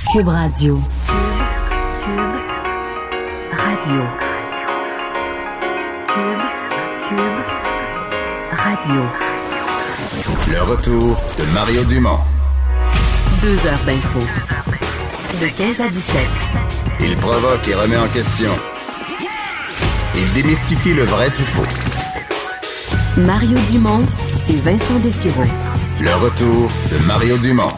Cube Radio. Radio. Cube Radio. Le retour de Mario Dumont. 2 heures d'info. De 15 à 17. Il provoque et remet en question. Il démystifie le vrai du faux. Mario Dumont et Vincent Dessureau. Le retour de Mario Dumont.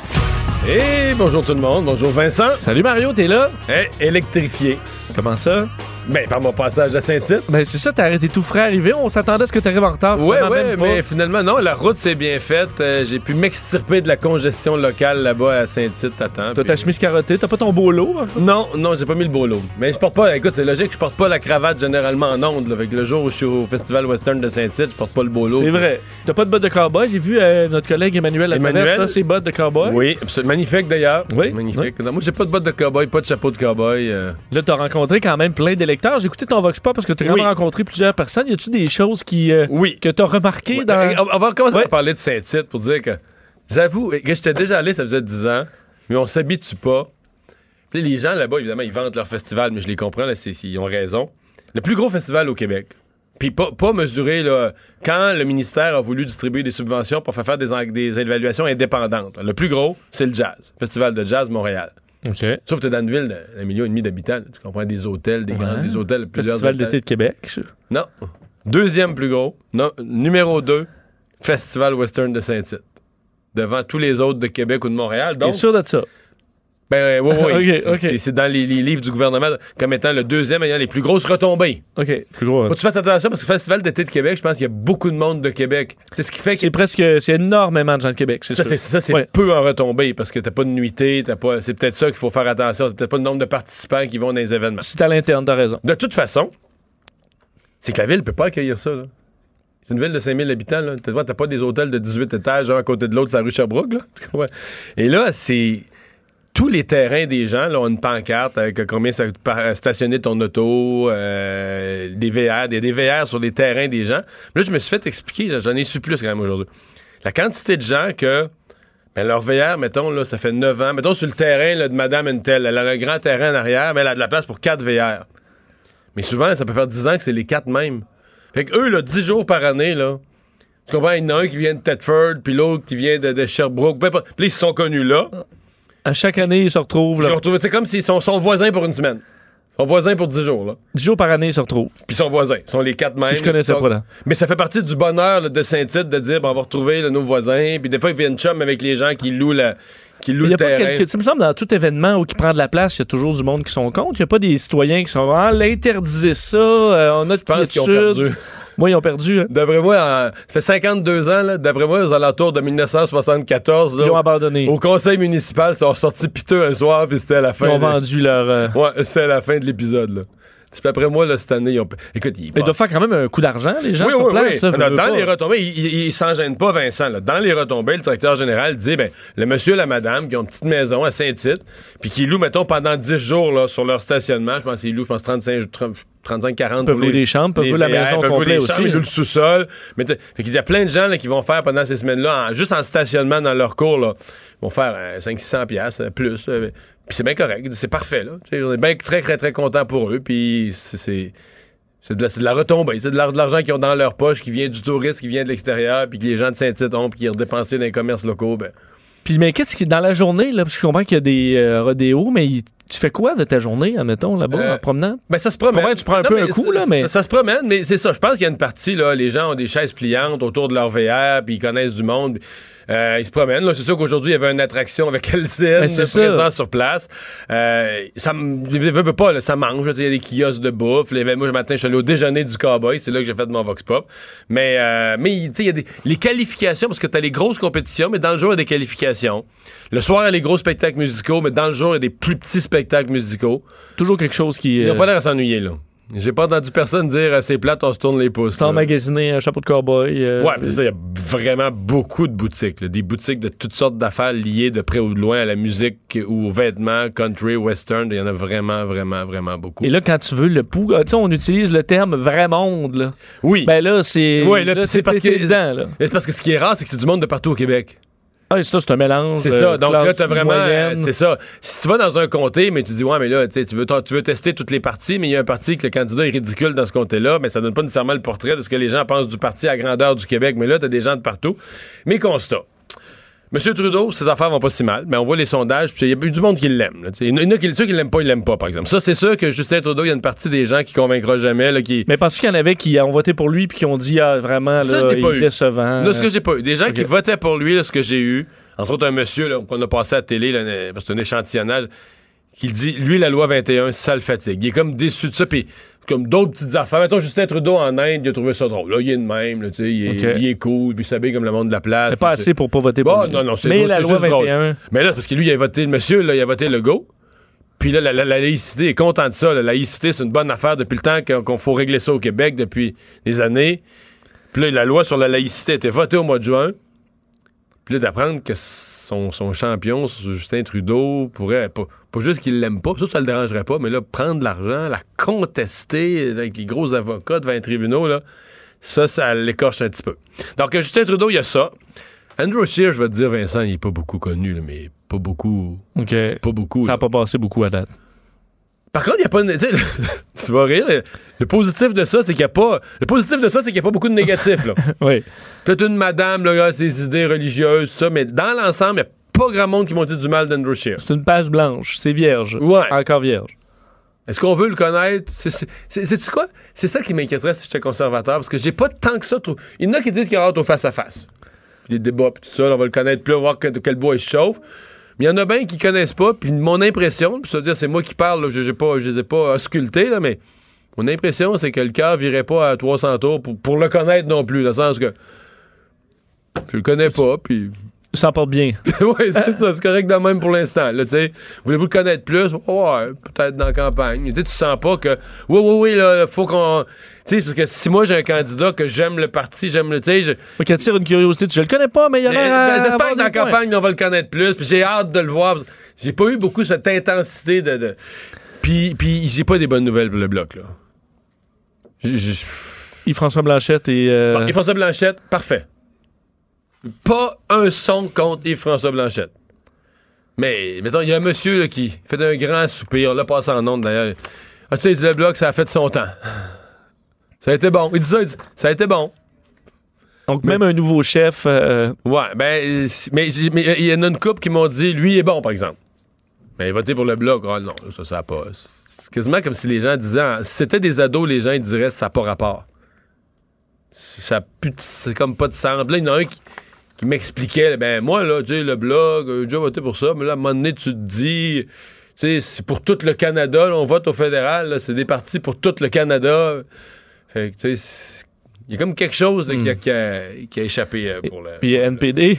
Et bonjour tout le monde, bonjour Vincent. Salut Mario, t'es là? Électrifié. Comment ça? Ben, par mon passage à Saint-Tite. Ben c'est ça, t'as arrêté tout frais arrivé, on s'attendait à ce que t'arrives en retard. Ouais, mais finalement, non, la route s'est bien faite. J'ai pu m'extirper de la congestion locale là-bas à Saint-Tite à temps. T'as ta chemise carottée, t'as pas ton beau lot? Non, j'ai pas mis le beau lot. Mais je porte pas, écoute, c'est logique, je porte pas la cravate généralement en ondes. Là, avec le jour où je suis au Festival Western de Saint-Tite, je porte pas le beau lot. C'est vrai. T'as pas de bottes de cowboy, j'ai vu notre collègue Emmanuel à travers ça, ses bottes de cowboy. Oui, absolument. Magnifique d'ailleurs. Oui. Magnifique. Oui. Non, moi, j'ai pas de bottes de cowboy, pas de chapeau de cowboy. Là, t'as rencontré quand même plein d'électeurs. J'ai écouté ton Vox Pop parce que t'as quand même rencontré plusieurs personnes. Y a-tu des choses que t'as remarquées dans... On va commencer à parler de Saint-Tite pour dire que j'avoue que j'étais déjà allé, ça faisait 10 ans, mais on s'habitue pas. Puis les gens là-bas, évidemment, ils vantent leur festival, mais je les comprends, là, ils ont raison. Le plus gros festival au Québec. Puis pas mesuré, là, quand le ministère a voulu distribuer des subventions pour faire des évaluations indépendantes. Le plus gros, c'est le jazz. Festival de jazz Montréal. OK. Sauf que t'es dans une ville d'1,5 million d'habitants. Tu comprends, des hôtels, des hôtels, plusieurs Festival hôtels. d'été de Québec. Non. Deuxième plus gros. Non. Numéro 2, Festival Western de Saint-Tite. Devant tous les autres de Québec ou de Montréal. Donc, T'es sûr de ça? Ben oui. OK. C'est dans les livres du gouvernement comme étant le deuxième ayant les plus grosses retombées. OK. Plus gros. Faut que tu fasses attention parce que le Festival d'été de Québec, je pense qu'il y a beaucoup de monde de Québec. C'est ce qui fait que... C'est énormément de gens de Québec, c'est sûr. C'est peu en retombées parce que t'as pas de nuitée, c'est peut-être ça qu'il faut faire attention. C'est peut-être pas le nombre de participants qui vont dans les événements. C'est à l'interne, t'as raison. De toute façon, c'est que la ville peut pas accueillir ça, là. C'est une ville de 5000 habitants, là. T'as pas des hôtels de 18 étages, un à côté de l'autre, sur la rue Sherbrooke, là. Et là, c'est... Tous les terrains des gens, là, ont une pancarte avec combien ça coûte stationner ton auto, des VR, des VR sur les terrains des gens. Mais là, je me suis fait expliquer, là, j'en ai su plus quand même aujourd'hui. La quantité de gens que, leur VR, mettons, là, ça fait 9 ans, mettons sur le terrain là, de Madame Untel, elle a un grand terrain en arrière, mais elle a de la place pour 4 VR. Mais souvent, ça peut faire 10 ans que c'est les 4 mêmes. Fait que eux, là, 10 jours par année, là, tu comprends, il y en a un qui vient de Thetford, puis l'autre qui vient de Sherbrooke. Puis là, ils se sont connus là. À chaque année, ils se retrouvent. C'est comme s'ils sont voisins pour une semaine. Ils sont voisins pour 10 jours. Là. 10 jours par année, ils se retrouvent. Puis ils sont voisins. Ils sont les 4 mêmes. Je connaissais pas, là. Mais ça fait partie du bonheur là, de Saint-Tite de dire on va retrouver nos voisins. Puis des fois, ils viennent chum avec les gens qui louent le terrain. Ça me semble, dans tout événement où qui prend de la place, il y a toujours du monde qui sont contre. Il n'y a pas des citoyens qui sont l'interdisez ça, on a de Je pense qu'ils ont perdu. Moi, ils ont perdu. Hein. D'après moi, ça fait 52 ans, là, d'après moi, aux alentours de 1974, là, ils ont abandonné. Au conseil municipal, ils sont sortis piteux un soir, puis c'était à la fin. Ils ont vendu leur... Ouais, c'était à la fin de l'épisode, là. Puis après moi, là, cette année, écoute, ils doivent faire quand même un coup d'argent, les gens sur place. Ça, dans les retombées, ils s'en gênent pas, Vincent. Là. Dans les retombées, le directeur général dit, le monsieur et la madame qui ont une petite maison à Saint-Tite, puis qui louent, mettons, pendant 10 jours là, sur leur stationnement, je pense qu'ils louent, 35-40 Ils peuvent louer des chambres, peuvent louer la maison complète aussi. Ils louent le sous-sol. Fait qu'il y a plein de gens là, qui vont faire pendant ces semaines-là, juste en stationnement dans leur cours, là, ils vont faire 500-600$ plus. Puis c'est bien correct, c'est parfait. Là. On est bien très, très, très contents pour eux. Puis c'est de la retombée. C'est de l'argent qu'ils ont dans leur poche, qui vient du tourisme, qui vient de l'extérieur, puis que les gens de Saint-Tite ont, puis qui est redépensé dans les commerces locaux. Puis, mais qu'est-ce qui, dans la journée, là, parce que je comprends qu'il y a des rodéos, mais tu fais quoi de ta journée, admettons, là-bas, en promenant? Ça se promène. Tu prends un peu un coup, là, mais... Ça se promène, mais c'est ça. Je pense qu'il y a une partie, là, les gens ont des chaises pliantes autour de leur VR, puis ils connaissent du monde. Ils se promènent. Là. C'est sûr qu'aujourd'hui, il y avait une attraction avec Elcine présent sur place. Ça veut pas, là, ça mange. Il y a des kiosques de bouffe. Moi, le matin, je suis allé au déjeuner du Cowboy. C'est là que j'ai fait mon Vox Pop. Mais il y a les qualifications, parce que tu as les grosses compétitions, mais dans le jour, il y a des qualifications. Le soir, il y a les gros spectacles musicaux, mais dans le jour, il y a des plus petits spectacles musicaux. Toujours quelque chose qui... Ils n'ont pas l'air à s'ennuyer, là. J'ai pas entendu personne dire c'est plate, on se tourne les pouces. Sans magasiner un chapeau de cowboy. Ouais, mais ça, il y a vraiment beaucoup de boutiques. Là, des boutiques de toutes sortes d'affaires liées de près ou de loin à la musique ou aux vêtements, country, western. Il y en a vraiment, vraiment, vraiment beaucoup. Et là, quand tu veux le pouls, tu sais, on utilise le terme vrai monde. Là. Oui. Ben là, c'est. Oui, là, c'est parce que dedans, là. C'est parce que ce qui est rare, c'est que c'est du monde de partout au Québec. Ah, ça, c'est un mélange. C'est ça. Donc là, t'as vraiment. Moyenne. C'est ça. Si tu vas dans un comté, mais tu dis, ouais, mais là, tu veux tester toutes les partis, mais il y a un parti que le candidat est ridicule dans ce comté-là, mais ça donne pas nécessairement le portrait de ce que les gens pensent du parti à grandeur du Québec. Mais là, t'as des gens de partout. Mais constat. M. Trudeau, ses affaires vont pas si mal, mais on voit les sondages, puis il y a du monde qui l'aime. Il y en a ceux qui l'aiment pas, ils l'aiment pas, par exemple. Ça, c'est sûr que Justin Trudeau, il y a une partie des gens qui convaincra jamais. Là, qui... Mais penses-tu qu'il y en avait qui ont voté pour lui puis qui ont dit, vraiment, ça, là, il est décevant? Là, ce que j'ai pas eu. Des gens qui votaient pour lui, là, ce que j'ai eu, entre autres un monsieur là, qu'on a passé à la télé, là, c'est un échantillonnage, qui dit, lui, la loi 21, ça le fatigue. Il est comme déçu de ça, puis comme d'autres petites affaires. Mettons, Justin Trudeau en Inde, il a trouvé ça drôle. Là, il est de même, là, il est cool, puis il s'habille comme le monde de la place. Mais pas assez pour pas voter pour lui. Non, c'est mais drôle, la loi 21. Drôle. Mais là, parce que lui, il a voté, le monsieur, là, il a voté Legault. Puis là, la laïcité, il est content de ça. La laïcité, c'est une bonne affaire depuis le temps qu'on faut régler ça au Québec depuis des années. Puis là, la loi sur la laïcité a été votée au mois de juin. Puis là, d'apprendre que son champion, Justin Trudeau, pourrait pas juste qu'il l'aime pas, ça le dérangerait pas, mais là, prendre de l'argent, la contester avec les gros avocats devant les tribunaux, là, ça l'écorche un petit peu. Donc, Justin Trudeau, il y a ça. Andrew Scheer, je vais te dire, Vincent, il est pas beaucoup connu, là, mais pas beaucoup. OK. Pas beaucoup. Ça n'a pas passé beaucoup à date. Par contre, il n'y a pas... Tu vas rire. Le positif de ça, c'est qu'il n'y a pas... Le positif de ça, c'est qu'il n'y a pas beaucoup de négatifs, là. Oui. Peut-être une madame, là, ses idées religieuses, ça, mais dans l'ensemble, il n'y a pas grand monde qui m'ont dit du mal d'Andrew Scheer. C'est une page blanche. C'est vierge. Ouais. Encore vierge. Est-ce qu'on veut le connaître? C'est-tu quoi? C'est ça qui m'inquiéterait si j'étais conservateur, parce que j'ai pas tant que ça. Il y en a qui disent qu'il y aura hâte au face-à-face. Puis les débats, puis tout ça, on va le connaître plus, on va voir de quel bois il se chauffe. Mais il y en a bien qui connaissent pas, puis mon impression, puis ça veut dire, c'est moi qui parle, là, je les ai pas auscultés, là, mais mon impression, c'est que le cœur virait pas à 300 tours pour le connaître non plus, dans le sens que je le connais pas, puis... Ça porte bien. Oui, c'est ça, c'est correct de même pour l'instant, là, tu sais. Voulez-vous le connaître plus? Ouais, peut-être dans la campagne. Tu sens pas que, oui, là, faut qu'on... Tu sais, parce que si moi j'ai un candidat que j'aime le parti, j'aime le... Tu sais, qui attire une curiosité, je le connais pas, mais il y en a... J'espère que dans la campagne, on va le connaître plus, puis j'ai hâte de le voir. J'ai pas eu beaucoup cette intensité de... Puis j'ai pas des bonnes nouvelles pour le Bloc, là. Yves-François Blanchette et... Bon, Yves-François Blanchette, parfait. Pas un son contre Yves-François Blanchette. Mais, mettons, il y a un monsieur là, qui fait un grand soupir, là, passe en ondes d'ailleurs. Ah, tu sais, le Bloc, ça a fait son temps. Ça a été bon. Il dit ça a été bon. Donc, même un nouveau chef... Ouais, mais il y en a une couple qui m'ont dit, lui, il est bon, par exemple. Mais il voté pour le Bloc. Oh, non, ça n'a pas... C'est quasiment comme si les gens disaient... Si c'était des ados, les gens, ils diraient, ça n'a pas rapport. C'est comme pas de sens. Là, il y en a un qui m'expliquait, ben moi, là, tu sais, le Bloc, j'ai déjà voté pour ça, mais là, à un moment donné, tu te dis, tu sais, c'est pour tout le Canada, là, on vote au fédéral, là, c'est des partis pour tout le Canada. Fait que, tu sais, il y a comme quelque chose là, qui a échappé pour le... Puis NPD?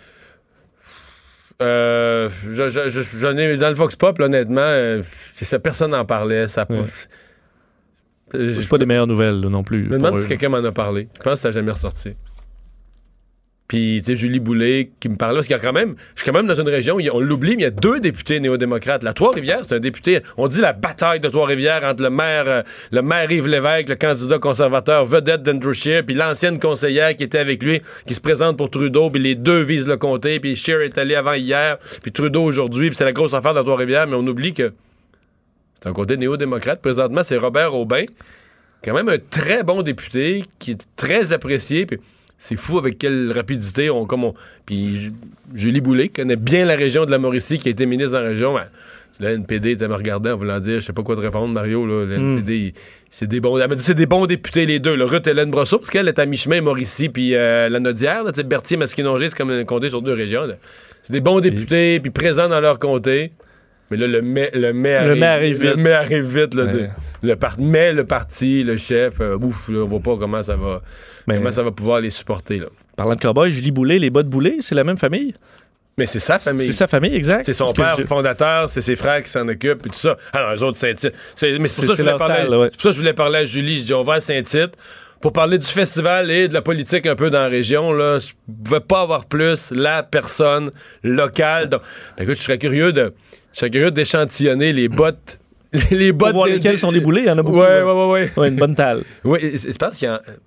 J'en ai dans le Vox Pop, là, honnêtement, personne n'en parlait, ça pas... C'est pas des meilleures nouvelles, là, non plus. Je me demande si quelqu'un m'en a parlé. Je pense que ça n'a jamais ressorti. Puis, tu sais, Julie Boulay qui me parlait, parce qu'il y a quand même, je suis quand même dans une région, on l'oublie, mais il y a 2 députés néo-démocrates. La Trois-Rivières, c'est un député, on dit la bataille de Trois-Rivières entre le maire Yves Lévesque, le candidat conservateur vedette d'Andrew Scheer, puis l'ancienne conseillère qui était avec lui, qui se présente pour Trudeau, puis les 2 visent le comté, puis Scheer est allé avant hier, puis Trudeau aujourd'hui, puis c'est la grosse affaire de Trois-Rivières, mais on oublie que c'est un côté néo-démocrate. Présentement, c'est Robert Aubin, quand même un très bon député, qui est très apprécié, puis c'est fou avec quelle rapidité Puis Julie Boulay connaît bien la région de la Mauricie, qui a été ministre dans la région. Ben, le NPD était me regardant en voulant dire, je sais pas quoi te répondre, Mario. Là, le NPD, c'est des bons. Elle m'a dit, c'est des bons députés, les deux. Ruth-Hélène Brosseau, parce qu'elle est à mi-chemin, Mauricie, puis la Nodière. Berthier-Masquinongé, c'est comme un comté sur 2 régions. Là. C'est des bons députés, puis présents dans leur comté. Mais là, le mai arrive vite. Le mai arrive vite. Là, ouais. Le parti, le chef, là, on voit pas comment ça va. Comment ça va pouvoir les supporter, là. Parlant de cowboy, Julie Boulay, les bas de Boulay, c'est la même famille? Mais c'est sa famille. C'est sa famille, exact. C'est son père fondateur, c'est ses frères qui s'en occupent et tout ça. Alors, eux autres, Saint-Tite. Mais c'est pour ça que je voulais parler à Julie. Je dis, on va à Saint-Tite pour parler du festival et de la politique un peu dans la région. Là, je pouvais pas avoir plus la personne locale. Donc, écoute, je serais curieux d'échantillonner les bottes. Les bottes pour voir lesquelles sont déboulées, il y en a beaucoup. Ouais, une bonne talle. Oui, je pense qu'il y a...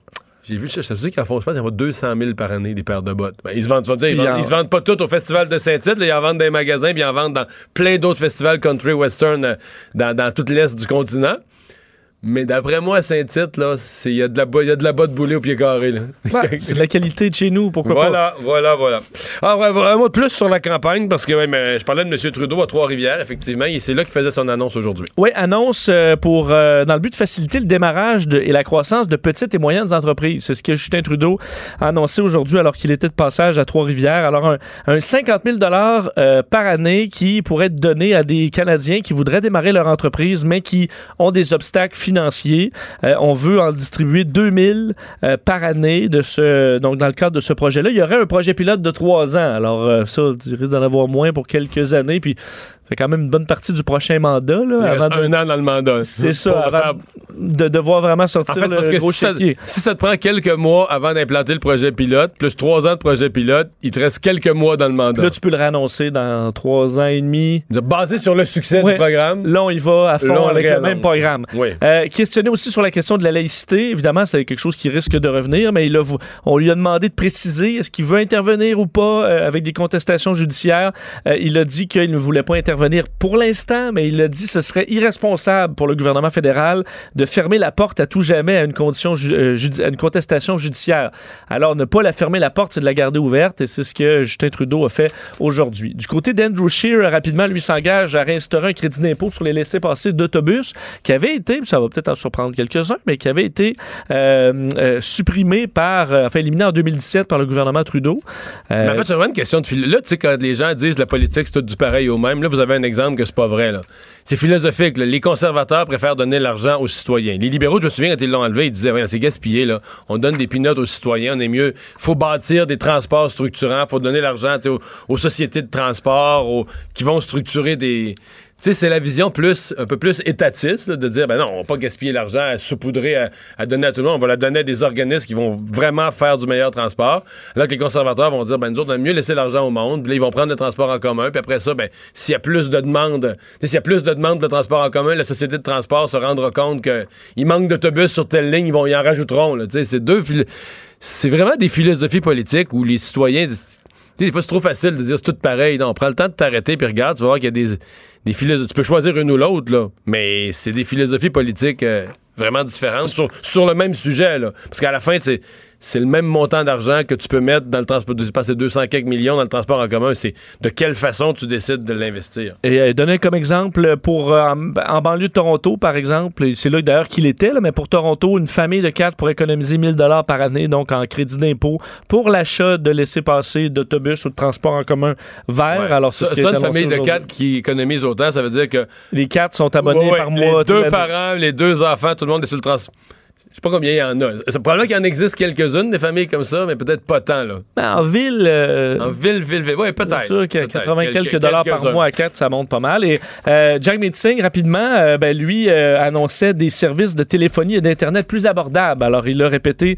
J'ai vu, je sais qu'en font, je pense qu'il y en a 200 000 par année, des paires de bottes. Ben, ils se vendent pas toutes au Festival de Saint-Tite, là, ils en vendent dans les magasins, puis ils en vendent dans plein d'autres festivals country western dans tout l'est du continent. Mais d'après moi, à Saint-Tite, là, il y a de la botte boulée au pied carré, là. Ouais, c'est de la qualité de chez nous, pourquoi pas? Voilà. Alors, un mot de plus sur la campagne, parce que mais je parlais de M. Trudeau à Trois-Rivières, effectivement, et c'est là qu'il faisait son annonce aujourd'hui. Oui, annonce dans le but de faciliter le démarrage et la croissance de petites et moyennes entreprises. C'est ce que Justin Trudeau a annoncé aujourd'hui alors qu'il était de passage à Trois-Rivières. Alors, un 50 000 par année qui pourrait être donné à des Canadiens qui voudraient démarrer leur entreprise, mais qui ont des obstacles financiers. On veut en distribuer 2000 par année donc dans le cadre de ce projet-là. Il y aurait un projet pilote de 3 ans. Alors ça, tu risques d'en avoir moins pour quelques années. Puis ça fait quand même une bonne partie du prochain mandat. Là, il reste un an dans le mandat. C'est ça, avant de devoir vraiment sortir le gros chéquier. Si ça te prend quelques mois avant d'implanter le projet pilote, plus 3 ans de projet pilote, il te reste quelques mois dans le mandat. Puis là, tu peux le réannoncer dans 3 ans et demi. Basé sur le succès du programme. Là, on y va à fond avec le même programme. Oui. Questionné aussi sur la question de la laïcité. Évidemment, c'est quelque chose qui risque de revenir, mais on lui a demandé de préciser est-ce qu'il veut intervenir ou pas avec des contestations judiciaires. Il a dit qu'il ne voulait pas intervenir pour l'instant, mais il a dit que ce serait irresponsable pour le gouvernement fédéral de fermer la porte à tout jamais à une contestation judiciaire. Alors, ne pas la fermer la porte, c'est de la garder ouverte, et c'est ce que Justin Trudeau a fait aujourd'hui. Du côté d'Andrew Scheer, rapidement, lui s'engage à réinstaurer un crédit d'impôt sur les laissez-passer d'autobus qui avait été, ça va peut-être en surprendre quelques-uns, mais qui avait été supprimé éliminé en 2017 par le gouvernement Trudeau. Mais en fait, c'est vraiment une question de philosophie. Là, tu sais, quand les gens disent la politique, c'est tout du pareil au même, là, vous avez un exemple que c'est pas vrai, là. C'est philosophique, là. Les conservateurs préfèrent donner l'argent aux citoyens. Les libéraux, je me souviens, quand ils l'ont enlevé, ils disaient, c'est gaspillé, là. On donne des peanuts aux citoyens, on est mieux. Faut bâtir des transports structurants, faut donner l'argent aux sociétés de transport, qui vont structurer des... Tu sais, c'est la vision un peu plus étatiste, là, de dire, non, on va pas gaspiller l'argent à saupoudrer, à donner à tout le monde. On va la donner à des organismes qui vont vraiment faire du meilleur transport. Là que les conservateurs vont dire, nous autres, on a mieux laisser l'argent au monde. Puis là, ils vont prendre le transport en commun. Puis après ça, s'il y a plus de demandes, pour le transport en commun, la société de transport se rendra compte qu'il manque d'autobus sur telle ligne, ils en rajouteront. Là. Tu sais, c'est vraiment des philosophies politiques où les citoyens... Des fois, c'est trop facile de dire c'est tout pareil. Non, prends le temps de t'arrêter puis regarde, tu vas voir qu'il y a des philosophies. Tu peux choisir une ou l'autre, là, mais c'est des philosophies politiques vraiment différentes sur le même sujet, là. Parce qu'à la fin, c'est le même montant d'argent que tu peux mettre dans le transport. C'est passé 200 quelques millions dans le transport en commun. C'est de quelle façon tu décides de l'investir. Et donner comme exemple pour en banlieue de Toronto, par exemple, c'est là d'ailleurs qu'il était, là, mais pour Toronto, une famille de 4 pourrait économiser 1 000 par année, donc en crédit d'impôt, pour l'achat de laissez-passer d'autobus ou de transport en commun vert. Ouais. Alors, ça, une famille de 4 qui économise autant, ça veut dire que... Les 4 sont abonnés par mois. Les 2 parents, les 2 enfants, tout le monde est sur le transport. Je sais pas combien il y en a. C'est probablement qu'il en existe quelques-unes, des familles comme ça, mais peut-être pas tant, là. En ville... En ville, oui, peut-être. C'est sûr que 80 quelques dollars par mois à 4, ça monte pas mal. Et Jagmeet Singh, rapidement, lui annonçait des services de téléphonie et d'Internet plus abordables. Alors, il a répété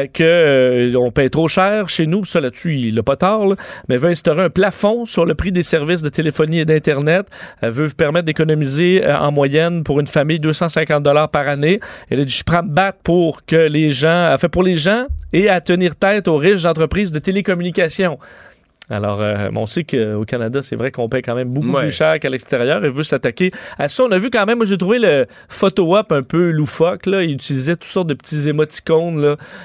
qu'on paye trop cher chez nous. Ça, là-dessus, il l'a pas tard, là, mais veut instaurer un plafond sur le prix des services de téléphonie et d'Internet. Veut permettre d'économiser en moyenne pour une famille 250 dollars par année. Il a dit, je prends me battre pour les gens et à tenir tête aux riches entreprises de télécommunications. Alors, on sait qu'au Canada, c'est vrai qu'on paye quand même beaucoup plus cher qu'à l'extérieur et veut s'attaquer à ça. On a vu quand même, moi j'ai trouvé le photo-op un peu loufoque, là. Il utilisait toutes sortes de petits émoticônes,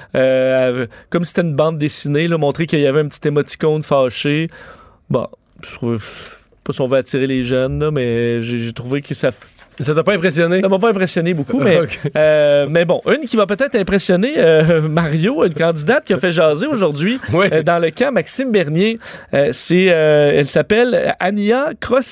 là, comme si c'était une bande dessinée, là, montrer qu'il y avait un petit émoticône fâché. Bon, je trouve pas si on veut attirer les jeunes, là, mais j'ai trouvé que ça... Ça t'a pas impressionné? Ça m'a pas impressionné beaucoup, mais, okay. Mais bon, une qui va peut-être impressionner Mario, une candidate qui a fait jaser aujourd'hui dans le camp Maxime Bernier. Elle s'appelle Ania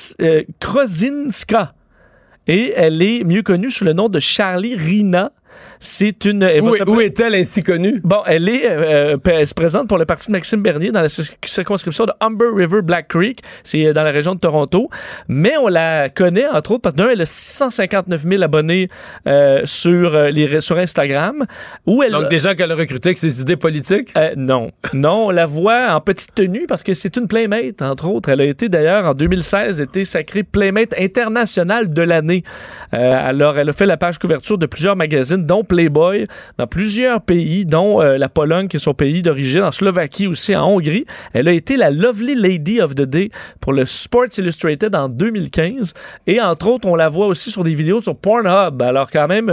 Krozinska et elle est mieux connue sous le nom de Charlie Rina. C'est une. Où est-elle ainsi connue? Bon, elle se présente pour le parti de Maxime Bernier dans la circonscription de Humber River Black Creek. C'est dans la région de Toronto. Mais on la connaît, entre autres, parce qu'elle a 659 000 abonnés sur Instagram. Donc, des gens qu'elle a recrutés avec ses idées politiques? Non. Non, on la voit en petite tenue parce que c'est une Playmate, entre autres. Elle a été, d'ailleurs, en 2016, sacrée Playmate internationale de l'année. Alors, elle a fait la page couverture de plusieurs magazines, dont Playboy dans plusieurs pays, dont la Pologne, qui est son pays d'origine, en Slovaquie aussi, en Hongrie. Elle a été la Lovely Lady of the Day pour le Sports Illustrated en 2015. Et entre autres, on la voit aussi sur des vidéos sur Pornhub. Alors quand même,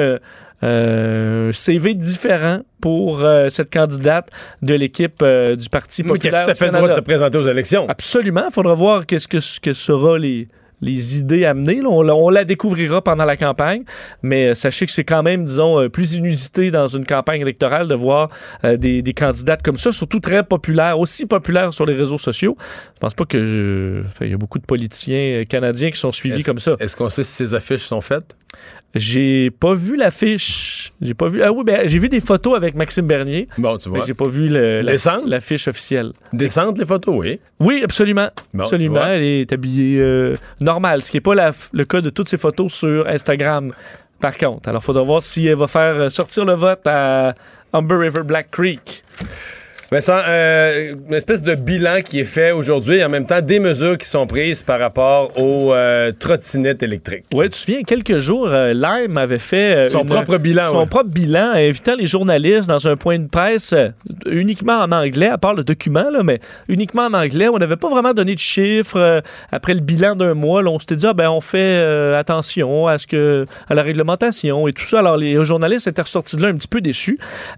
CV différent pour cette candidate de l'équipe du Parti populaire. Qui a tout à fait le droit de se présenter aux élections. Absolument. Il faudra voir qu'est-ce que sera les idées amenées. Là. On la découvrira pendant la campagne, mais sachez que c'est quand même, disons, plus inusité dans une campagne électorale de voir des candidates comme ça, surtout très populaires, aussi populaires sur les réseaux sociaux. Je pense pas que... il y a beaucoup de politiciens canadiens qui sont suivis comme ça. Est-ce qu'on sait si ces affiches sont faites? J'ai pas vu l'affiche. J'ai pas vu. Ah oui, j'ai vu des photos avec Maxime Bernier. Bon, tu vois. Mais j'ai pas vu l'affiche officielle. Descente, les photos, oui. Oui, absolument. Bon, absolument. Elle est habillée normal, ce qui n'est pas le cas de toutes ces photos sur Instagram, par contre. Alors, il faudra voir si elle va faire sortir le vote à Humber River Black Creek. Vincent, une espèce de bilan qui est fait aujourd'hui et en même temps des mesures qui sont prises par rapport aux trottinettes électriques. Oui, tu te souviens, quelques jours, Lime avait fait son propre bilan, invitant les journalistes dans un point de presse uniquement en anglais, à part le document, là, mais uniquement en anglais. On n'avait pas vraiment donné de chiffres. Après le bilan d'un mois, là, on s'était dit, on fait attention à la réglementation et tout ça. Alors, les journalistes étaient ressortis de là un petit peu déçus.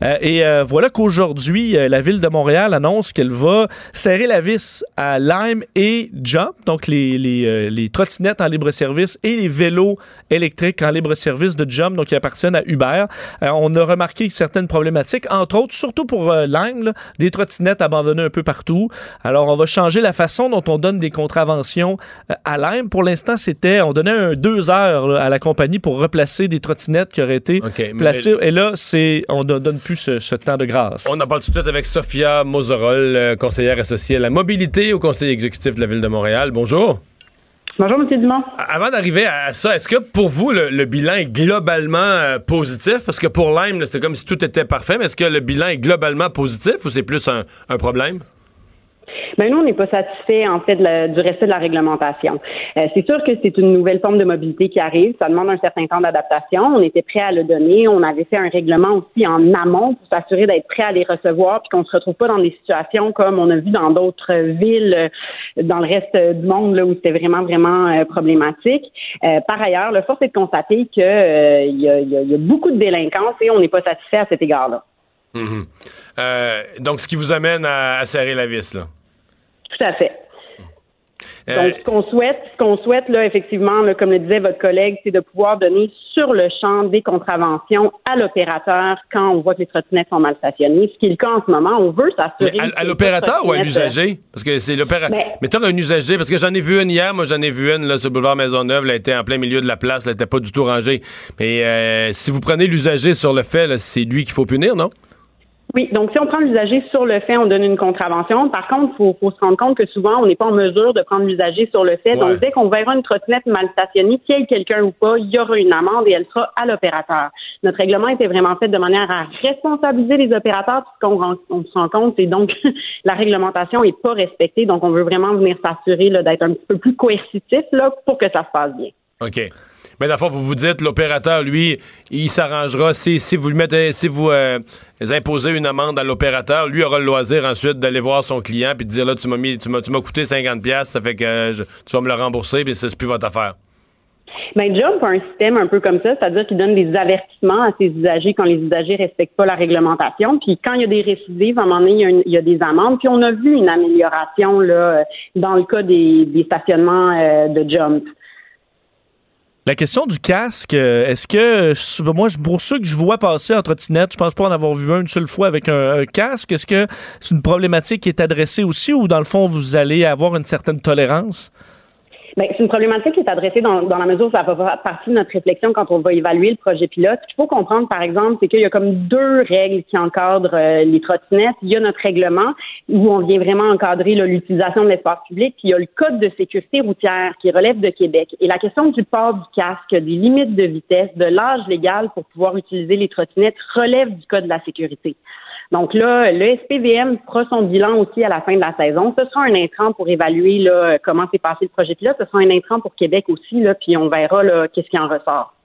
Voilà qu'aujourd'hui, la Ville de Montréal annonce qu'elle va serrer la vis à Lime et Jump, donc les trottinettes en libre-service et les vélos électriques en libre-service de Jump, donc qui appartiennent à Uber. On a remarqué certaines problématiques, entre autres, surtout pour Lime, là, des trottinettes abandonnées un peu partout. Alors, on va changer la façon dont on donne des contraventions à Lime. Pour l'instant, on donnait 2 heures là, à la compagnie pour replacer des trottinettes qui auraient été placées. Et là, on ne donne plus ce temps de grâce. On en parle tout de suite avec Sophia Mozorol, conseillère associée à la mobilité au conseil exécutif de la Ville de Montréal. Bonjour. Bonjour, M. Dumont. Avant d'arriver à ça, est-ce que pour vous, le bilan est globalement positif? Parce que pour Lime, là, c'est comme si tout était parfait, mais est-ce que le bilan est globalement positif ou c'est plus un problème? Ben nous, on n'est pas satisfait en fait du respect de la réglementation. C'est sûr que c'est une nouvelle forme de mobilité qui arrive. Ça demande un certain temps d'adaptation. On était prêt à le donner. On avait fait un règlement aussi en amont pour s'assurer d'être prêt à les recevoir, puis qu'on ne se retrouve pas dans des situations comme on a vu dans d'autres villes dans le reste du monde là où c'était vraiment problématique. Par ailleurs, le force est de constater que il y a beaucoup de délinquance et on n'est pas satisfait à cet égard-là. Mm-hmm. Donc, ce qui vous amène à serrer la vis, là? Tout à fait. Donc, ce qu'on souhaite, là, effectivement, là, comme le disait votre collègue, c'est de pouvoir donner sur le champ des contraventions à l'opérateur quand on voit que les trottinettes sont mal stationnées. Ce qui est le cas en ce moment, on veut s'assurer... Mais à l'opérateur ou à l'usager? Parce que c'est l'opérateur... Mettons un usager, parce que j'en ai vu une hier, moi j'en ai vu une là, sur le boulevard Maisonneuve, elle était en plein milieu de la place, elle n'était pas du tout rangée. Mais si vous prenez l'usager sur le fait, là, c'est lui qu'il faut punir, non? Oui, donc si on prend l'usager sur le fait, on donne une contravention. Par contre, faut se rendre compte que souvent, on n'est pas en mesure de prendre l'usager sur le fait. Ouais. Donc, dès qu'on verra une trottinette mal stationnée, qu'il y ait quelqu'un ou pas, il y aura une amende et elle sera à l'opérateur. Notre règlement était vraiment fait de manière à responsabiliser les opérateurs. On se rend compte, c'est donc la réglementation n'est pas respectée. Donc, on veut vraiment venir s'assurer là, d'être un petit peu plus coercitif là, pour que ça se passe bien. OK. Mais d'abord, vous vous dites, l'opérateur, lui, il s'arrangera. Si vous imposez une amende à l'opérateur, lui aura le loisir ensuite d'aller voir son client puis de dire, là, tu m'as coûté 50$, ça fait que tu vas me le rembourser, puis c'est plus votre affaire. Ben, Jump a un système un peu comme ça, c'est-à-dire qu'il donne des avertissements à ses usagers quand les usagers respectent pas la réglementation. Puis quand il y a des récidives, à un moment donné, il y a des amendes. Puis on a vu une amélioration là dans le cas des stationnements de Jump. La question du casque, est-ce que, moi, pour ceux que je vois passer en trottinette, je pense pas en avoir vu une seule fois avec un casque, est-ce que c'est une problématique qui est adressée aussi ou dans le fond, vous allez avoir une certaine tolérance? Bien, c'est une problématique qui est adressée dans la mesure où ça va faire partie de notre réflexion quand on va évaluer le projet pilote. Ce qu'il faut comprendre, par exemple, c'est qu'il y a comme 2 règles qui encadrent les trottinettes. Il y a notre règlement où on vient vraiment encadrer là, l'utilisation de l'espace public. Puis il y a le code de sécurité routière qui relève de Québec. Et la question du port du casque, des limites de vitesse, de l'âge légal pour pouvoir utiliser les trottinettes relève du code de la sécurité. Donc là, le SPVM fera son bilan aussi à la fin de la saison. Ce sera un intrant pour évaluer là, comment s'est passé le projet pilote. Ce sera un intrant pour Québec aussi, là, puis on verra là, qu'est-ce qui en ressort.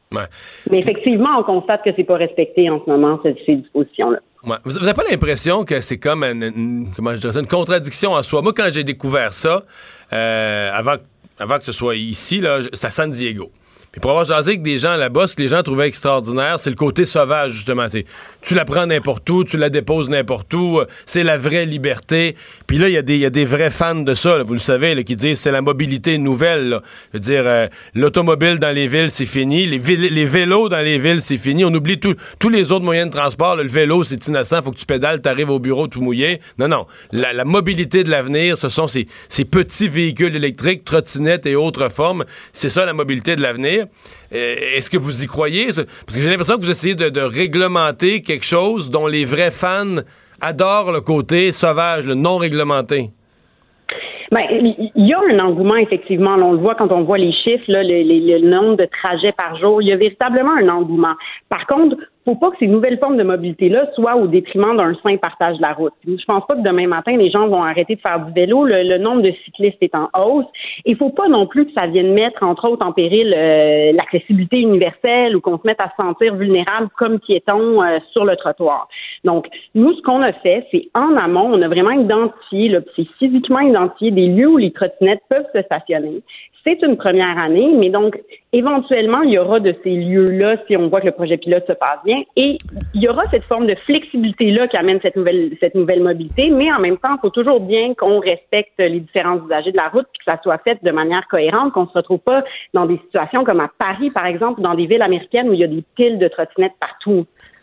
Ouais. Mais effectivement, on constate que c'est pas respecté en ce moment, ces dispositions-là. Ouais. Vous n'avez pas l'impression que c'est comme comment je dirais ça, une contradiction en soi? Moi, quand j'ai découvert ça, avant que ce soit ici, là, c'était à San Diego. Puis pour avoir jasé avec des gens là-bas, ce que les gens trouvaient extraordinaire, c'est le côté sauvage, justement. Tu la prends n'importe où, tu la déposes n'importe où, c'est la vraie liberté. Puis là, il y a des vrais fans de ça, là, vous le savez, là, qui disent c'est la mobilité nouvelle. Là. Je veux dire, l'automobile dans les villes, c'est fini. Les vélos dans les villes, c'est fini. On oublie tous les autres moyens de transport. Là, le vélo, c'est innocent, faut que tu pédales, t'arrives au bureau tout mouillé. Non. La mobilité de l'avenir, ce sont ces petits véhicules électriques, trottinettes et autres formes. C'est ça, la mobilité de l'avenir. Est-ce que vous y croyez? Parce que j'ai l'impression que vous essayez de réglementer quelque chose dont les vrais fans adorent le côté sauvage, le non réglementé. Ben, il y a un engouement, effectivement. Là, on le voit quand on voit les chiffres, là, le nombre de trajets par jour. Il y a véritablement un engouement. Par contre, faut pas que ces nouvelles formes de mobilité-là soient au détriment d'un sain partage de la route. Je pense pas que demain matin, les gens vont arrêter de faire du vélo. Le nombre de cyclistes est en hausse. Il faut pas non plus que ça vienne mettre, entre autres, en péril l'accessibilité universelle ou qu'on se mette à se sentir vulnérable comme piéton sur le trottoir. Donc, nous, ce qu'on a fait, c'est en amont, on a vraiment identifié, là, c'est physiquement identifié des lieux où les trottinettes peuvent se stationner. C'est une première année, mais donc, éventuellement, il y aura de ces lieux-là si on voit que le projet pilote se passe bien. Et il y aura cette forme de flexibilité-là qui amène cette nouvelle mobilité, mais en même temps, il faut toujours bien qu'on respecte les différents usagers de la route puis que ça soit fait de manière cohérente, qu'on ne se retrouve pas dans des situations comme à Paris, par exemple, ou dans des villes américaines où il y a des piles de trottinettes partout.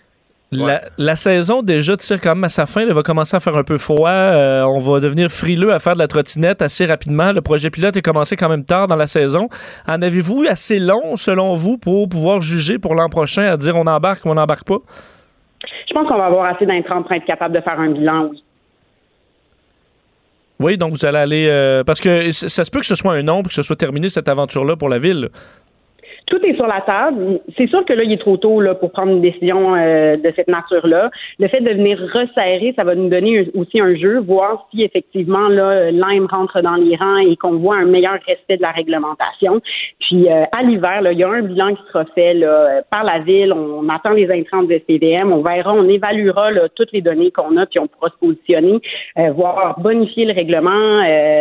La saison déjà tire quand même à sa fin. Elle va commencer à faire un peu froid. On va devenir frileux à faire de la trottinette assez rapidement. Le projet pilote est commencé quand même tard dans la saison. En avez-vous assez long, selon vous, pour pouvoir juger pour l'an prochain, à dire on embarque ou on n'embarque pas? Je pense qu'on va avoir assez d'intrants pour être capable de faire un bilan, oui. Oui, donc vous allez aller... parce que ça se peut que ce soit un nombre, que ce soit terminé cette aventure-là pour la ville. Tout est sur la table. C'est sûr que là, il est trop tôt là, pour prendre une décision de cette nature-là. Le fait de venir resserrer, ça va nous donner aussi un jeu, voir si effectivement là, Lime rentre dans les rangs et qu'on voit un meilleur respect de la réglementation. Puis à l'hiver, là, il y a un bilan qui sera fait là, par la ville. On attend les intrants de SPVM. On verra, on évaluera là, toutes les données qu'on a, puis on pourra se positionner, voir bonifier le règlement,